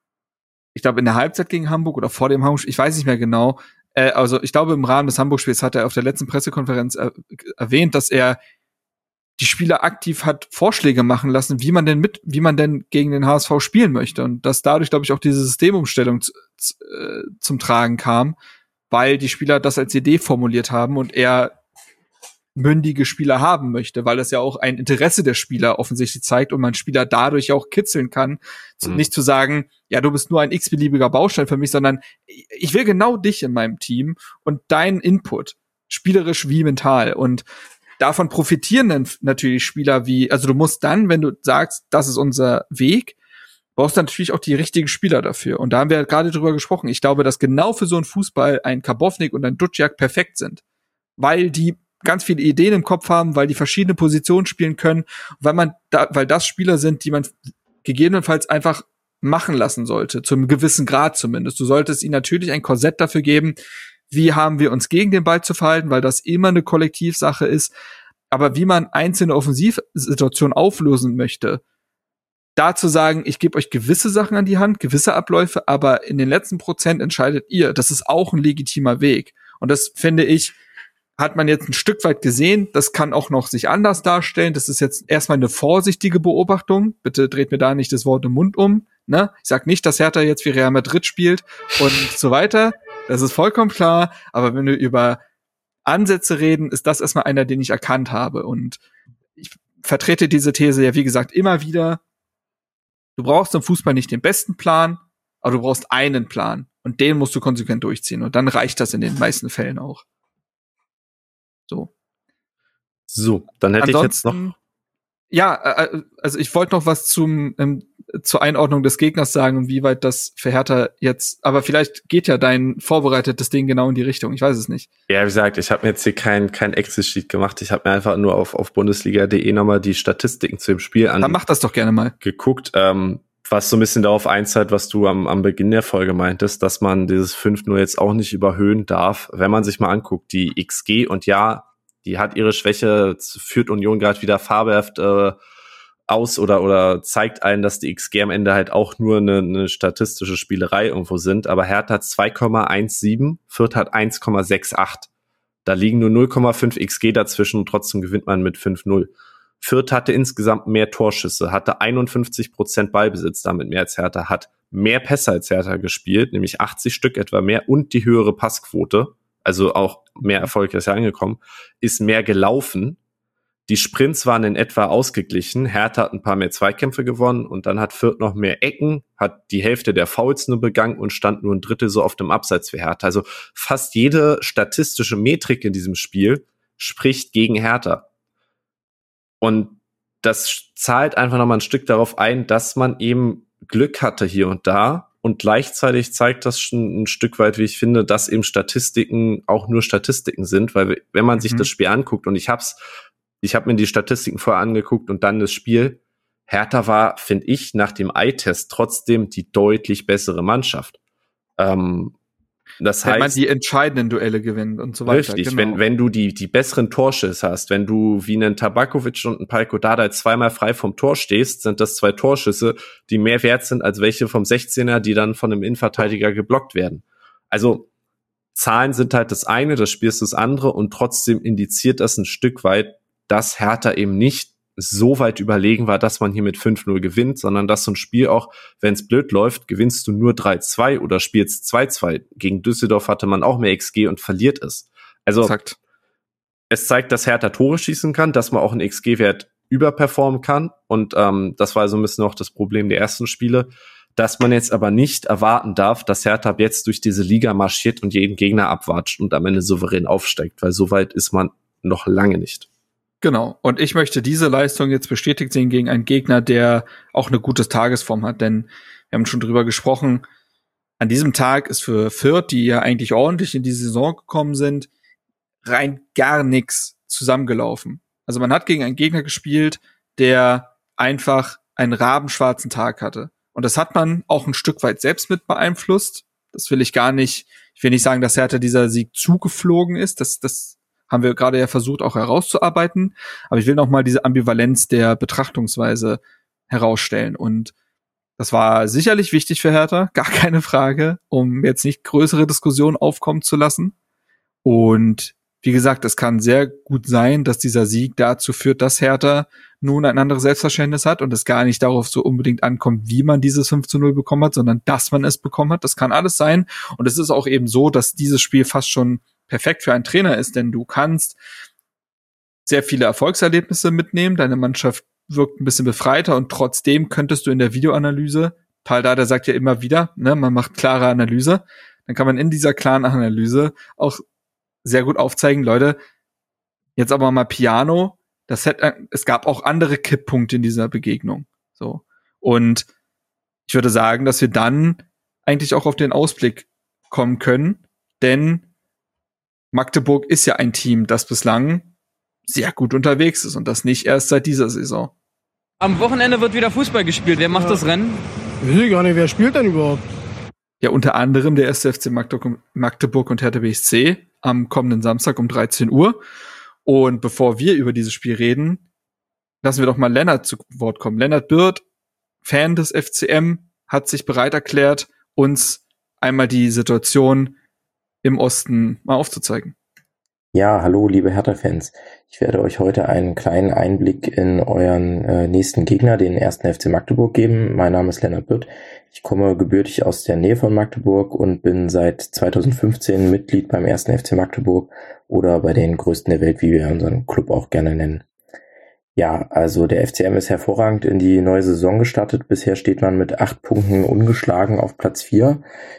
ich glaube in der Halbzeit gegen Hamburg oder vor dem Hamburg, ich weiß nicht mehr genau, äh, also ich glaube im Rahmen des Hamburg-Spiels hat er auf der letzten Pressekonferenz er- erwähnt, dass er die Spieler aktiv hat Vorschläge machen lassen, wie man denn mit, wie man denn gegen den H S V spielen möchte und dass dadurch, glaube ich, auch diese Systemumstellung zu, zu, äh, zum Tragen kam, weil die Spieler das als Idee formuliert haben und er mündige Spieler haben möchte, weil das ja auch ein Interesse der Spieler offensichtlich zeigt und man Spieler dadurch auch kitzeln kann, mhm. nicht zu sagen, ja, du bist nur ein x-beliebiger Baustein für mich, sondern ich will genau dich in meinem Team und deinen Input, spielerisch wie mental und davon profitieren dann natürlich Spieler wie, also du musst dann, wenn du sagst, das ist unser Weg, brauchst du natürlich auch die richtigen Spieler dafür. Und da haben wir ja gerade drüber gesprochen. Ich glaube, dass genau für so einen Fußball ein Karbovnik und ein Duciak perfekt sind. Weil die ganz viele Ideen im Kopf haben, weil die verschiedene Positionen spielen können, weil man da, weil das Spieler sind, die man gegebenenfalls einfach machen lassen sollte, zu einem gewissen Grad zumindest. Du solltest ihnen natürlich ein Korsett dafür geben, wie haben wir uns gegen den Ball zu verhalten, weil das immer eine Kollektivsache ist. Aber wie man einzelne Offensivsituationen auflösen möchte, da zu sagen, ich gebe euch gewisse Sachen an die Hand, gewisse Abläufe, aber in den letzten Prozent entscheidet ihr. Das ist auch ein legitimer Weg. Und das, finde ich, hat man jetzt ein Stück weit gesehen. Das kann auch noch sich anders darstellen. Das ist jetzt erstmal eine vorsichtige Beobachtung. Bitte dreht mir da nicht das Wort im Mund um. Ne? Ich sag nicht, dass Hertha jetzt wie Real Madrid spielt und so weiter. Das ist vollkommen klar. Aber wenn wir über Ansätze reden, ist das erstmal einer, den ich erkannt habe. Und ich vertrete diese These ja, wie gesagt, immer wieder. Du brauchst im Fußball nicht den besten Plan, aber du brauchst einen Plan. Und den musst du konsequent durchziehen. Und dann reicht das in den meisten Fällen auch. So. So, dann hätte Ansonsten, ich jetzt noch. Ja, also ich wollte noch was zum ähm, zur Einordnung des Gegners sagen, wie weit das für Hertha jetzt, aber vielleicht geht ja dein vorbereitetes Ding genau in die Richtung, ich weiß es nicht. Ja, wie gesagt, ich habe mir jetzt hier kein kein Excel-Sheet gemacht, ich habe mir einfach nur auf auf Bundesliga punkt de nochmal die Statistiken zu dem Spiel an. Dann mach das doch gerne mal. Geguckt, ähm, was so ein bisschen darauf einzahlt, was du am am Beginn der Folge meintest, dass man dieses fünf null jetzt auch nicht überhöhen darf, wenn man sich mal anguckt, die X G und ja, die hat ihre Schwäche, führt Union gerade wieder fabelhaft äh, aus oder oder zeigt einen, dass die X G am Ende halt auch nur eine, eine statistische Spielerei irgendwo sind. Aber Hertha hat zwei Komma siebzehn, Fürth hat eins Komma achtundsechzig. Da liegen nur null Komma fünf X G dazwischen und trotzdem gewinnt man mit fünf null. Fürth hatte insgesamt mehr Torschüsse, hatte einundfünfzig Prozent Ballbesitz, damit mehr als Hertha, hat mehr Pässe als Hertha gespielt, nämlich achtzig Stück etwa mehr und die höhere Passquote. Also auch mehr erfolgreich angekommen, ist mehr gelaufen. Die Sprints waren in etwa ausgeglichen. Hertha hat ein paar mehr Zweikämpfe gewonnen und dann hat Fürth noch mehr Ecken, hat die Hälfte der Fouls nur begangen und stand nur ein Drittel so oft im Abseits wie Hertha. Also fast jede statistische Metrik in diesem Spiel spricht gegen Hertha. Und das zahlt einfach nochmal ein Stück darauf ein, dass man eben Glück hatte hier und da. Und gleichzeitig zeigt das schon ein Stück weit, wie ich finde, dass eben Statistiken auch nur Statistiken sind, weil wenn man sich mhm. das Spiel anguckt und ich hab's, ich habe mir die Statistiken vorher angeguckt und dann das Spiel, Hertha war, finde ich, nach dem Eye-Test trotzdem die deutlich bessere Mannschaft. Ähm, Das wenn heißt, man die entscheidenden Duelle gewinnt und so weiter. Richtig, genau. wenn, wenn du die, die besseren Torschüsse hast, wenn du wie einen Tabakovic und einen Palko Dardai zweimal frei vom Tor stehst, sind das zwei Torschüsse, die mehr wert sind als welche vom sechzehner, die dann von einem Innenverteidiger geblockt werden. Also Zahlen sind halt das eine, das Spiel ist das andere und trotzdem indiziert das ein Stück weit, dass Hertha eben nicht so weit überlegen war, dass man hier mit fünf null gewinnt, sondern dass so ein Spiel auch, wenn es blöd läuft, gewinnst du nur drei zwei oder spielst zwei zwei. Gegen Düsseldorf hatte man auch mehr X G und verliert es. Also Exakt. Es zeigt, dass Hertha Tore schießen kann, dass man auch einen X G-Wert überperformen kann und ähm, das war so ein bisschen auch das Problem der ersten Spiele, dass man jetzt aber nicht erwarten darf, dass Hertha ab jetzt durch diese Liga marschiert und jeden Gegner abwatscht und am Ende souverän aufsteigt, weil so weit ist man noch lange nicht. Genau. Und ich möchte diese Leistung jetzt bestätigt sehen gegen einen Gegner, der auch eine gute Tagesform hat. Denn wir haben schon drüber gesprochen, an diesem Tag ist für Fürth, die ja eigentlich ordentlich in die Saison gekommen sind, rein gar nichts zusammengelaufen. Also man hat gegen einen Gegner gespielt, der einfach einen rabenschwarzen Tag hatte. Und das hat man auch ein Stück weit selbst mit beeinflusst. Das will ich gar nicht, ich will nicht sagen, dass Hertha dieser Sieg zugeflogen ist. Das, das haben wir gerade ja versucht auch herauszuarbeiten. Aber ich will noch mal diese Ambivalenz der Betrachtungsweise herausstellen. Und das war sicherlich wichtig für Hertha, gar keine Frage, um jetzt nicht größere Diskussionen aufkommen zu lassen. Und wie gesagt, es kann sehr gut sein, dass dieser Sieg dazu führt, dass Hertha nun ein anderes Selbstverständnis hat und es gar nicht darauf so unbedingt ankommt, wie man dieses fünf zu null bekommen hat, sondern dass man es bekommen hat. Das kann alles sein. Und es ist auch eben so, dass dieses Spiel fast schon perfekt für einen Trainer ist, denn du kannst sehr viele Erfolgserlebnisse mitnehmen. Deine Mannschaft wirkt ein bisschen befreiter und trotzdem könntest du in der Videoanalyse, Paul Dardai sagt ja immer wieder, ne, man macht klare Analyse, dann kann man in dieser klaren Analyse auch sehr gut aufzeigen, Leute, jetzt aber mal Piano, das hätte, es gab auch andere Kipppunkte in dieser Begegnung. So. Und ich würde sagen, dass wir dann eigentlich auch auf den Ausblick kommen können, denn Magdeburg ist ja ein Team, das bislang sehr gut unterwegs ist und das nicht erst seit dieser Saison. Am Wochenende wird wieder Fußball gespielt. Wer macht ja. das Rennen? Ich weiß gar nicht, wer spielt denn überhaupt? Ja, unter anderem der erste F C Magdeburg und Hertha B S C am kommenden Samstag um dreizehn Uhr. Und bevor wir über dieses Spiel reden, lassen wir doch mal Lennart zu Wort kommen. Lennart Birth, Fan des F C M, hat sich bereit erklärt, uns einmal die Situation im Osten mal aufzuzeigen. Ja, hallo liebe Hertha-Fans. Ich werde euch heute einen kleinen Einblick in euren äh, nächsten Gegner, den ersten F C Magdeburg, geben. Mein Name ist Lennart Birth. Ich komme gebürtig aus der Nähe von Magdeburg und bin seit zweitausendfünfzehn Mitglied beim ersten F C Magdeburg oder bei den Größten der Welt, wie wir unseren Club auch gerne nennen. Ja, also der F C M ist hervorragend in die neue Saison gestartet. Bisher steht man mit acht Punkten ungeschlagen auf Platz vier.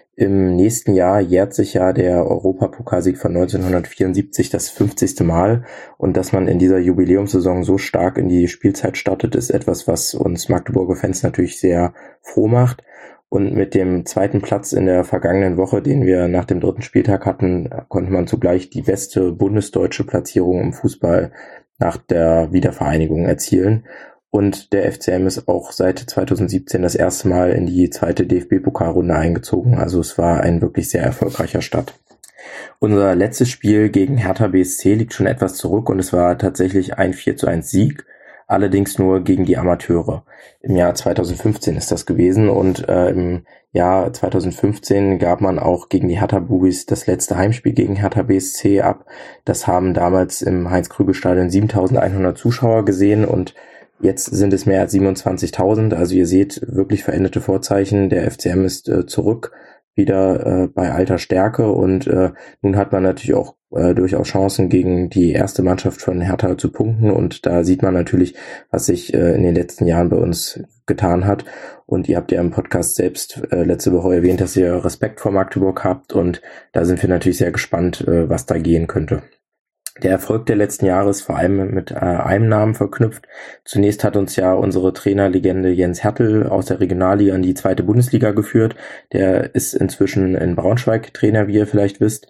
Im nächsten Jahr jährt sich ja der Europapokalsieg von neunzehnhundertvierundsiebzig das fünfzigste Mal. Und dass man in dieser Jubiläumssaison so stark in die Spielzeit startet, ist etwas, was uns Magdeburger Fans natürlich sehr froh macht. Und mit dem zweiten Platz in der vergangenen Woche, den wir nach dem dritten Spieltag hatten, konnte man zugleich die beste bundesdeutsche Platzierung im Fußball nach der Wiedervereinigung erzielen. Und der F C M ist auch seit zweitausendsiebzehn das erste Mal in die zweite D F B-Pokalrunde eingezogen. Also es war ein wirklich sehr erfolgreicher Start. Unser letztes Spiel gegen Hertha B S C liegt schon etwas zurück und es war tatsächlich ein vier zu eins Sieg. Allerdings nur gegen die Amateure. Im Jahr zweitausendfünfzehn ist das gewesen und äh, im Jahr zweitausendfünfzehn gab man auch gegen die Hertha Bubis das letzte Heimspiel gegen Hertha B S C ab. Das haben damals im Heinz-Krügel-Stadion siebentausendeinhundert Zuschauer gesehen und jetzt sind es mehr als siebenundzwanzigtausend. Also ihr seht wirklich veränderte Vorzeichen. Der F C M ist äh, zurück, wieder äh, bei alter Stärke und äh, nun hat man natürlich auch äh, durchaus Chancen gegen die erste Mannschaft von Hertha zu punkten und da sieht man natürlich, was sich äh, in den letzten Jahren bei uns getan hat und ihr habt ja im Podcast selbst äh, letzte Woche erwähnt, dass ihr Respekt vor Magdeburg habt und da sind wir natürlich sehr gespannt, äh, was da gehen könnte. Der Erfolg der letzten Jahre ist vor allem mit äh, einem Namen verknüpft. Zunächst hat uns ja unsere Trainerlegende Jens Hertel aus der Regionalliga in die zweite Bundesliga geführt. Der ist inzwischen in Braunschweig Trainer, wie ihr vielleicht wisst.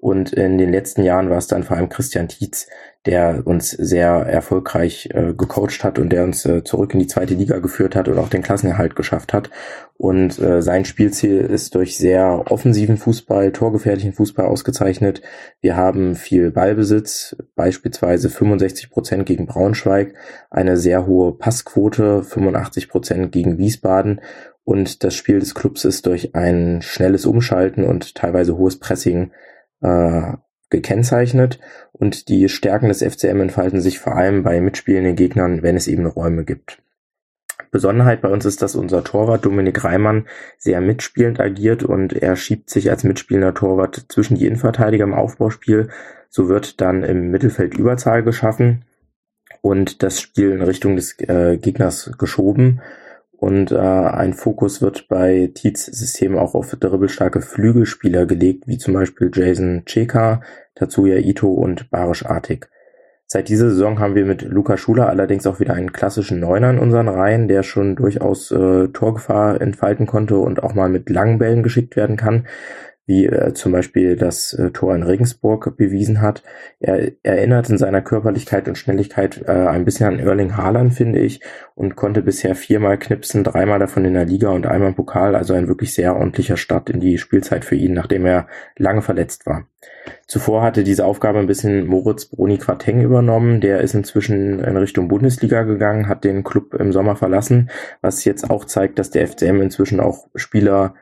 Und in den letzten Jahren war es dann vor allem Christian Tietz, der uns sehr erfolgreich äh, gecoacht hat und der uns äh, zurück in die zweite Liga geführt hat und auch den Klassenerhalt geschafft hat. Und äh, sein Spielziel ist durch sehr offensiven Fußball, torgefährlichen Fußball ausgezeichnet. Wir haben viel Ballbesitz, beispielsweise fünfundsechzig Prozent gegen Braunschweig, eine sehr hohe Passquote, fünfundachtzig Prozent gegen Wiesbaden. Und das Spiel des Clubs ist durch ein schnelles Umschalten und teilweise hohes Pressing äh, gekennzeichnet. Und die Stärken des F C M entfalten sich vor allem bei mitspielenden Gegnern, wenn es eben Räume gibt. Besonderheit bei uns ist, dass unser Torwart Dominik Reimann sehr mitspielend agiert und er schiebt sich als mitspielender Torwart zwischen die Innenverteidiger im Aufbauspiel. So wird dann im Mittelfeld Überzahl geschaffen und das Spiel in Richtung des äh, Gegners geschoben. Und äh, ein Fokus wird bei Tietz System auch auf dribbelstarke Flügelspieler gelegt, wie zum Beispiel Jason Cheka, Tatsuya Ito und Barisch Artik. Seit dieser Saison haben wir mit Luca Schuler allerdings auch wieder einen klassischen Neuner in unseren Reihen, der schon durchaus äh, Torgefahr entfalten konnte und auch mal mit langen Bällen geschickt werden kann, wie äh, zum Beispiel das äh, Tor in Regensburg bewiesen hat. Er erinnert in seiner Körperlichkeit und Schnelligkeit äh, ein bisschen an Erling Haaland, finde ich, und konnte bisher viermal knipsen, dreimal davon in der Liga und einmal im Pokal, also ein wirklich sehr ordentlicher Start in die Spielzeit für ihn, nachdem er lange verletzt war. Zuvor hatte diese Aufgabe ein bisschen Moritz Bruni-Quateng übernommen, der ist inzwischen in Richtung Bundesliga gegangen, hat den Club im Sommer verlassen, was jetzt auch zeigt, dass der F C M inzwischen auch Spieler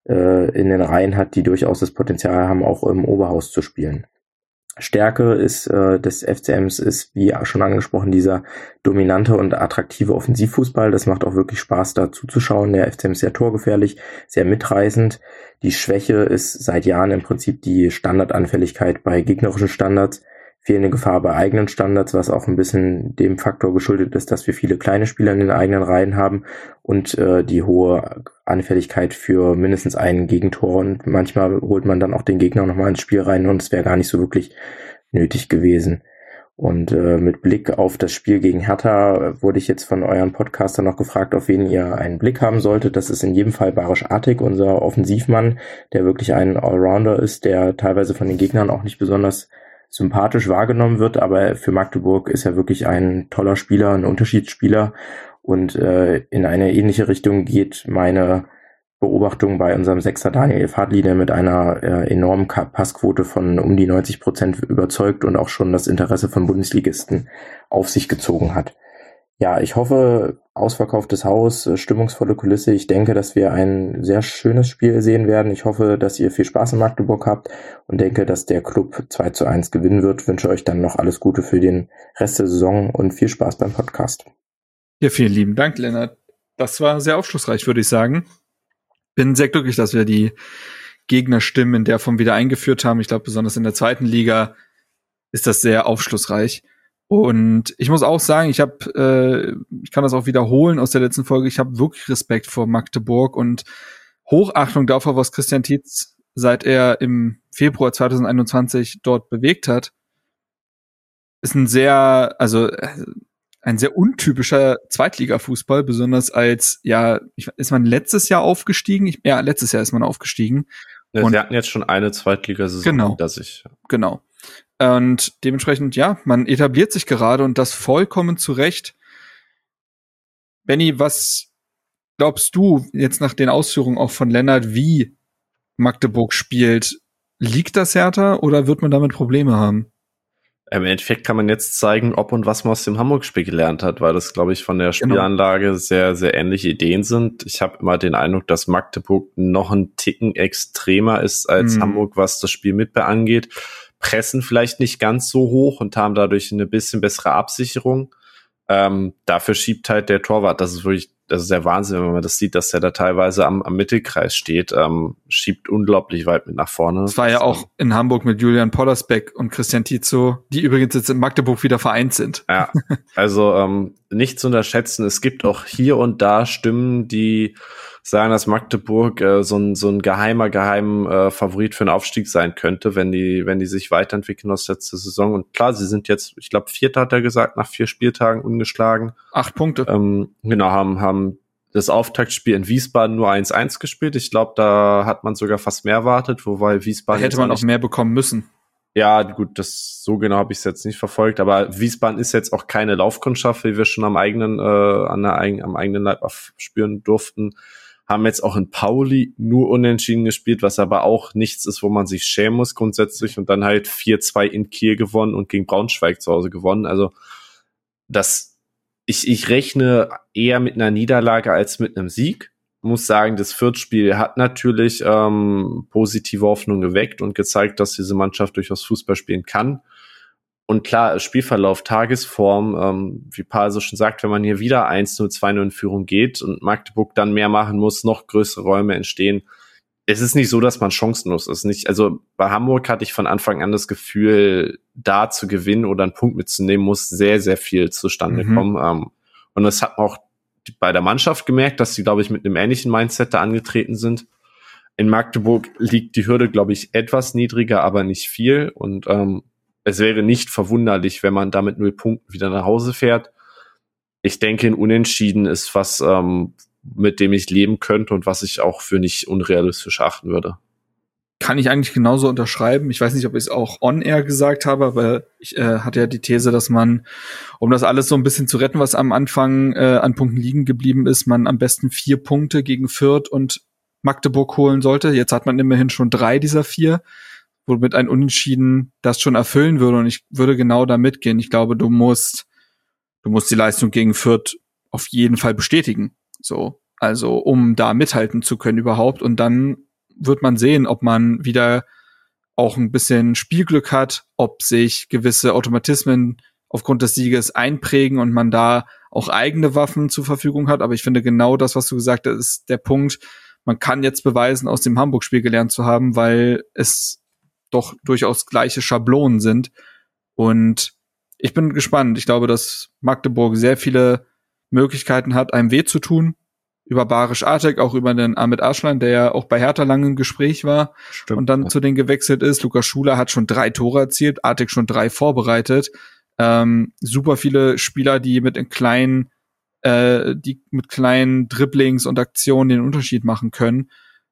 in den Reihen hat, die durchaus das Potenzial haben, auch im Oberhaus zu spielen. Stärke ist äh, des F C Ms ist, wie schon angesprochen, dieser dominante und attraktive Offensivfußball. Das macht auch wirklich Spaß, da zuzuschauen. Der F C M ist sehr torgefährlich, sehr mitreißend. Die Schwäche ist seit Jahren im Prinzip die Standardanfälligkeit bei gegnerischen Standards, fehlende Gefahr bei eigenen Standards, was auch ein bisschen dem Faktor geschuldet ist, dass wir viele kleine Spieler in den eigenen Reihen haben und äh, die hohe Anfälligkeit für mindestens einen Gegentor. Und manchmal holt man dann auch den Gegner nochmal ins Spiel rein und es wäre gar nicht so wirklich nötig gewesen. Und äh, mit Blick auf das Spiel gegen Hertha wurde ich jetzt von euren Podcastern noch gefragt, auf wen ihr einen Blick haben solltet. Das ist in jedem Fall Barisch Artik, unser Offensivmann, der wirklich ein Allrounder ist, der teilweise von den Gegnern auch nicht besonders sympathisch wahrgenommen wird, aber für Magdeburg ist er wirklich ein toller Spieler, ein Unterschiedsspieler und äh, in eine ähnliche Richtung geht meine Beobachtung bei unserem Sechser Daniel Fadli, der mit einer äh, enormen Passquote von um die neunzig Prozent überzeugt und auch schon das Interesse von Bundesligisten auf sich gezogen hat. Ja, ich hoffe, ausverkauftes Haus, stimmungsvolle Kulisse. Ich denke, dass wir ein sehr schönes Spiel sehen werden. Ich hoffe, dass ihr viel Spaß in Magdeburg habt und denke, dass der Club zwei zu eins gewinnen wird. Ich wünsche euch dann noch alles Gute für den Rest der Saison und viel Spaß beim Podcast. Ja, vielen lieben Dank, Lennart. Das war sehr aufschlussreich, würde ich sagen. Bin sehr glücklich, dass wir die Gegnerstimmen in der Form wieder eingeführt haben. Ich glaube, besonders in der zweiten Liga ist das sehr aufschlussreich. Und ich muss auch sagen, ich habe, äh, ich kann das auch wiederholen aus der letzten Folge, ich habe wirklich Respekt vor Magdeburg und Hochachtung dafür, was Christian Tietz, seit er im Februar zwanzig einundzwanzig dort bewegt hat, ist ein sehr, also ein sehr untypischer Zweitliga-Fußball, besonders als, ja, ist man letztes Jahr aufgestiegen? Ich, ja, letztes Jahr ist man aufgestiegen. Ja, und sie hatten jetzt schon eine Zweitligasaison genau, hinter sich. Genau. Und dementsprechend, ja, man etabliert sich gerade und das vollkommen zu Recht. Benni, was glaubst du jetzt nach den Ausführungen auch von Lennart, wie Magdeburg spielt? Liegt das Hertha oder wird man damit Probleme haben? Im Endeffekt kann man jetzt zeigen, ob und was man aus dem Hamburg-Spiel gelernt hat, weil das, glaube ich, von der Spielanlage genau. sehr, sehr ähnliche Ideen sind. Ich habe immer den Eindruck, dass Magdeburg noch einen Ticken extremer ist als mhm. Hamburg, was das Spiel mit angeht. Pressen vielleicht nicht ganz so hoch und haben dadurch eine bisschen bessere Absicherung. Ähm, dafür schiebt halt der Torwart, das ist wirklich, das ist der Wahnsinn, wenn man das sieht, dass der da teilweise am, am Mittelkreis steht, ähm, schiebt unglaublich weit mit nach vorne. Das war ja auch in Hamburg mit Julian Pollersbeck und Christian Tietz, die übrigens jetzt in Magdeburg wieder vereint sind. Ja, also ähm, nicht zu unterschätzen, es gibt auch hier und da Stimmen, die sagen, dass Magdeburg äh, so ein so ein geheimer, geheim äh, Favorit für den Aufstieg sein könnte, wenn die wenn die sich weiterentwickeln aus letzter Saison. Und klar, sie sind jetzt, ich glaube, Vierter hat er gesagt, nach vier Spieltagen ungeschlagen. Acht Punkte. Ähm, genau, haben haben das Auftaktspiel in Wiesbaden nur eins eins gespielt. Ich glaube, da hat man sogar fast mehr erwartet, wobei Wiesbaden... Da hätte man auch mehr bekommen müssen. Ja, gut, das so genau habe ich es jetzt nicht verfolgt, aber Wiesbaden ist jetzt auch keine Laufkundschaft, wie wir schon am eigenen, äh, an der, am eigenen Leib spüren durften. Haben jetzt auch in Pauli nur unentschieden gespielt, was aber auch nichts ist, wo man sich schämen muss grundsätzlich, und dann halt vier zwei in Kiel gewonnen und gegen Braunschweig zu Hause gewonnen. Also das, ich, ich rechne eher mit einer Niederlage als mit einem Sieg. Muss sagen, das Fürth-Spiel hat natürlich ähm, positive Hoffnung geweckt und gezeigt, dass diese Mannschaft durchaus Fußball spielen kann. Und klar, Spielverlauf, Tagesform, ähm, wie Paul so schon sagt, wenn man hier wieder eins null, zwei null in Führung geht und Magdeburg dann mehr machen muss, noch größere Räume entstehen. Es ist nicht so, dass man chancenlos ist. Nicht, also bei Hamburg hatte ich von Anfang an das Gefühl, da zu gewinnen oder einen Punkt mitzunehmen, muss sehr, sehr viel zustande mhm. kommen. Ähm, und das hat man auch bei der Mannschaft gemerkt, dass sie, glaube ich, mit einem ähnlichen Mindset da angetreten sind. In Magdeburg liegt die Hürde, glaube ich, etwas niedriger, aber nicht viel. Und ähm, es wäre nicht verwunderlich, wenn man da mit null Punkten wieder nach Hause fährt. Ich denke, ein Unentschieden ist was, ähm, mit dem ich leben könnte und was ich auch für nicht unrealistisch achten würde. Kann ich eigentlich genauso unterschreiben. Ich weiß nicht, ob ich es auch on-air gesagt habe, aber ich äh, hatte ja die These, dass man, um das alles so ein bisschen zu retten, was am Anfang äh, an Punkten liegen geblieben ist, man am besten vier Punkte gegen Fürth und Magdeburg holen sollte. Jetzt hat man immerhin schon drei dieser vier, womit ein Unentschieden das schon erfüllen würde. Und ich würde genau da mitgehen. Ich glaube, du musst, du musst die Leistung gegen Fürth auf jeden Fall bestätigen. So, also um da mithalten zu können überhaupt. Und dann wird man sehen, ob man wieder auch ein bisschen Spielglück hat, ob sich gewisse Automatismen aufgrund des Sieges einprägen und man da auch eigene Waffen zur Verfügung hat. Aber ich finde genau das, was du gesagt hast, ist der Punkt. Man kann jetzt beweisen, aus dem Hamburg-Spiel gelernt zu haben, weil es doch durchaus gleiche Schablonen sind. Und ich bin gespannt. Ich glaube, dass Magdeburg sehr viele Möglichkeiten hat, einem weh zu tun. Über Barisch Artek, auch über den Ahmed Arslan, der ja auch bei Hertha lange im Gespräch war. Stimmt. Und dann zu denen gewechselt ist. Lukas Schuler hat schon drei Tore erzielt, Artek schon drei vorbereitet. Ähm, super viele Spieler, die mit in kleinen, äh, die mit kleinen Dribblings und Aktionen den Unterschied machen können.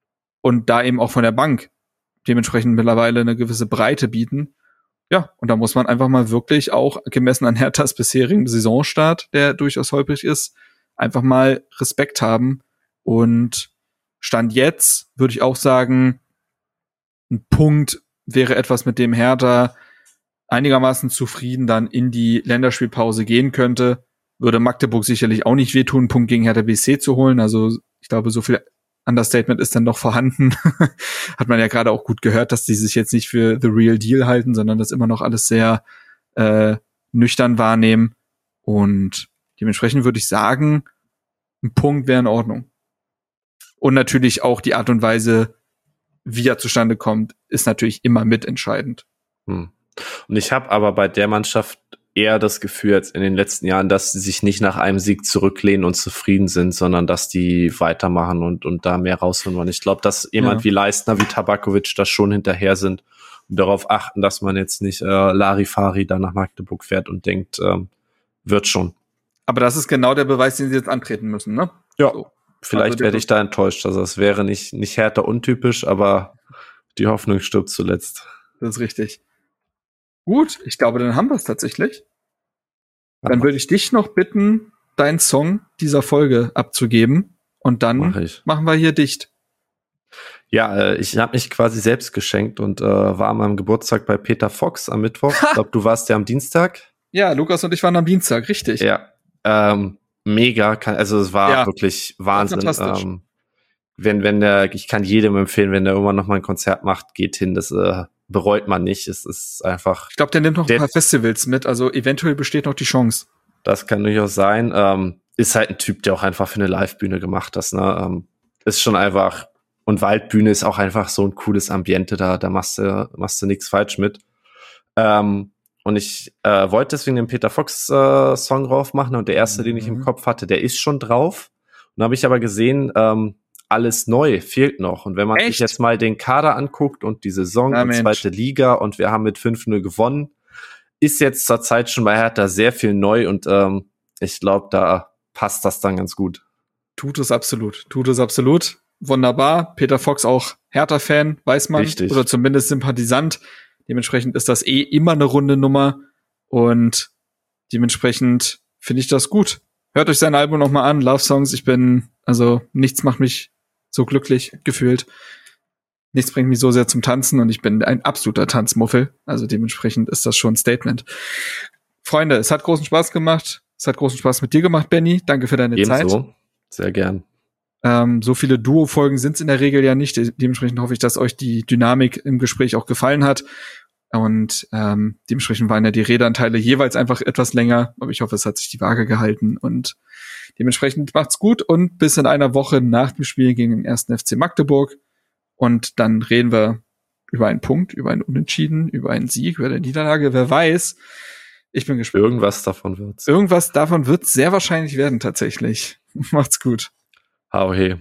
Und da eben auch von der Bank dementsprechend mittlerweile eine gewisse Breite bieten. Ja, und da muss man einfach mal wirklich auch, gemessen an Herthas bisherigen Saisonstart, der durchaus holprig ist, einfach mal Respekt haben. Und Stand jetzt würde ich auch sagen, ein Punkt wäre etwas, mit dem Hertha einigermaßen zufrieden dann in die Länderspielpause gehen könnte. Würde Magdeburg sicherlich auch nicht wehtun, einen Punkt gegen Hertha B S C zu holen. Also ich glaube, so viel Understatement ist dann noch vorhanden. Hat man ja gerade auch gut gehört, dass die sich jetzt nicht für the real deal halten, sondern das immer noch alles sehr äh, nüchtern wahrnehmen. Und dementsprechend würde ich sagen, ein Punkt wäre in Ordnung. Und natürlich auch die Art und Weise, wie er zustande kommt, ist natürlich immer mitentscheidend. Hm. Und ich habe aber bei der Mannschaft eher das Gefühl jetzt in den letzten Jahren, dass sie sich nicht nach einem Sieg zurücklehnen und zufrieden sind, sondern dass die weitermachen und, und da mehr rausholen wollen. Ich glaube, dass jemand ja. wie Leistner, wie Tabakovic da schon hinterher sind und darauf achten, dass man jetzt nicht äh, Larifari da nach Magdeburg fährt und denkt, ähm, wird schon. Aber das ist genau der Beweis, den sie jetzt antreten müssen, ne? Ja, so. Vielleicht also werde ich da enttäuscht. Also es wäre nicht, nicht Hertha untypisch, aber die Hoffnung stirbt zuletzt. Das ist richtig. Gut, ich glaube, dann haben wir es tatsächlich. Dann würde ich dich noch bitten, deinen Song dieser Folge abzugeben. Und dann Mach machen wir hier dicht. Ja, äh, ich habe mich quasi selbst geschenkt und äh, war an meinem Geburtstag bei Peter Fox am Mittwoch. Ich glaube, du warst ja am Dienstag. Ja, Lukas und ich waren am Dienstag, richtig. Ja, ähm, mega. Kann, also es war ja, wirklich Wahnsinn. Fantastisch. Ähm, wenn, wenn der, ich kann jedem empfehlen, wenn der irgendwann noch mal ein Konzert macht, geht hin. Das äh, bereut man nicht. Es ist einfach. Ich glaube, der nimmt noch der, ein paar Festivals mit. Also eventuell besteht noch die Chance. Das kann durchaus sein. Ähm, ist halt ein Typ, der auch einfach für eine Live-Bühne gemacht hat. Ne? Ähm, ist schon einfach. Und Waldbühne ist auch einfach so ein cooles Ambiente da. Da machst du, machst du nichts falsch mit. Ähm, und ich äh, wollte deswegen den Peter Fox äh, Song drauf machen. Und der erste, mhm. den ich im Kopf hatte, der ist schon drauf. Und dann habe ich aber gesehen, ähm, alles neu fehlt noch. Und wenn man Echt? sich jetzt mal den Kader anguckt und die Saison Na, und Mensch. zweite Liga und wir haben mit fünf null gewonnen, ist jetzt zur Zeit schon bei Hertha sehr viel neu und ähm, ich glaube, da passt das dann ganz gut. Tut es absolut. Tut es absolut. Wunderbar. Peter Fox auch Hertha-Fan, weiß man. Richtig. Oder zumindest Sympathisant. Dementsprechend ist das eh immer eine runde Nummer und dementsprechend finde ich das gut. Hört euch sein Album nochmal an, Love Songs. Ich bin, also nichts macht mich so glücklich gefühlt. Nichts bringt mich so sehr zum Tanzen und ich bin ein absoluter Tanzmuffel. Also dementsprechend ist das schon ein Statement. Freunde, es hat großen Spaß gemacht. Es hat großen Spaß mit dir gemacht, Benny. Danke für deine Zeit. Ebenso. Sehr gern. Ähm, so viele Duo-Folgen sind es in der Regel ja nicht. Dementsprechend hoffe ich, dass euch die Dynamik im Gespräch auch gefallen hat. Und ähm, dementsprechend waren ja die Redeanteile jeweils einfach etwas länger. Aber ich hoffe, es hat sich die Waage gehalten. Und dementsprechend macht's gut und bis in einer Woche nach dem Spiel gegen den ersten F C Magdeburg. Und dann reden wir über einen Punkt, über einen Unentschieden, über einen Sieg, über eine Niederlage. Wer weiß. Ich bin gespannt. Irgendwas davon wird's. Irgendwas davon wird's sehr wahrscheinlich werden, tatsächlich. Macht's gut. Hau he.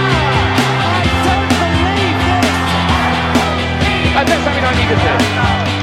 I guess I mean I need to say.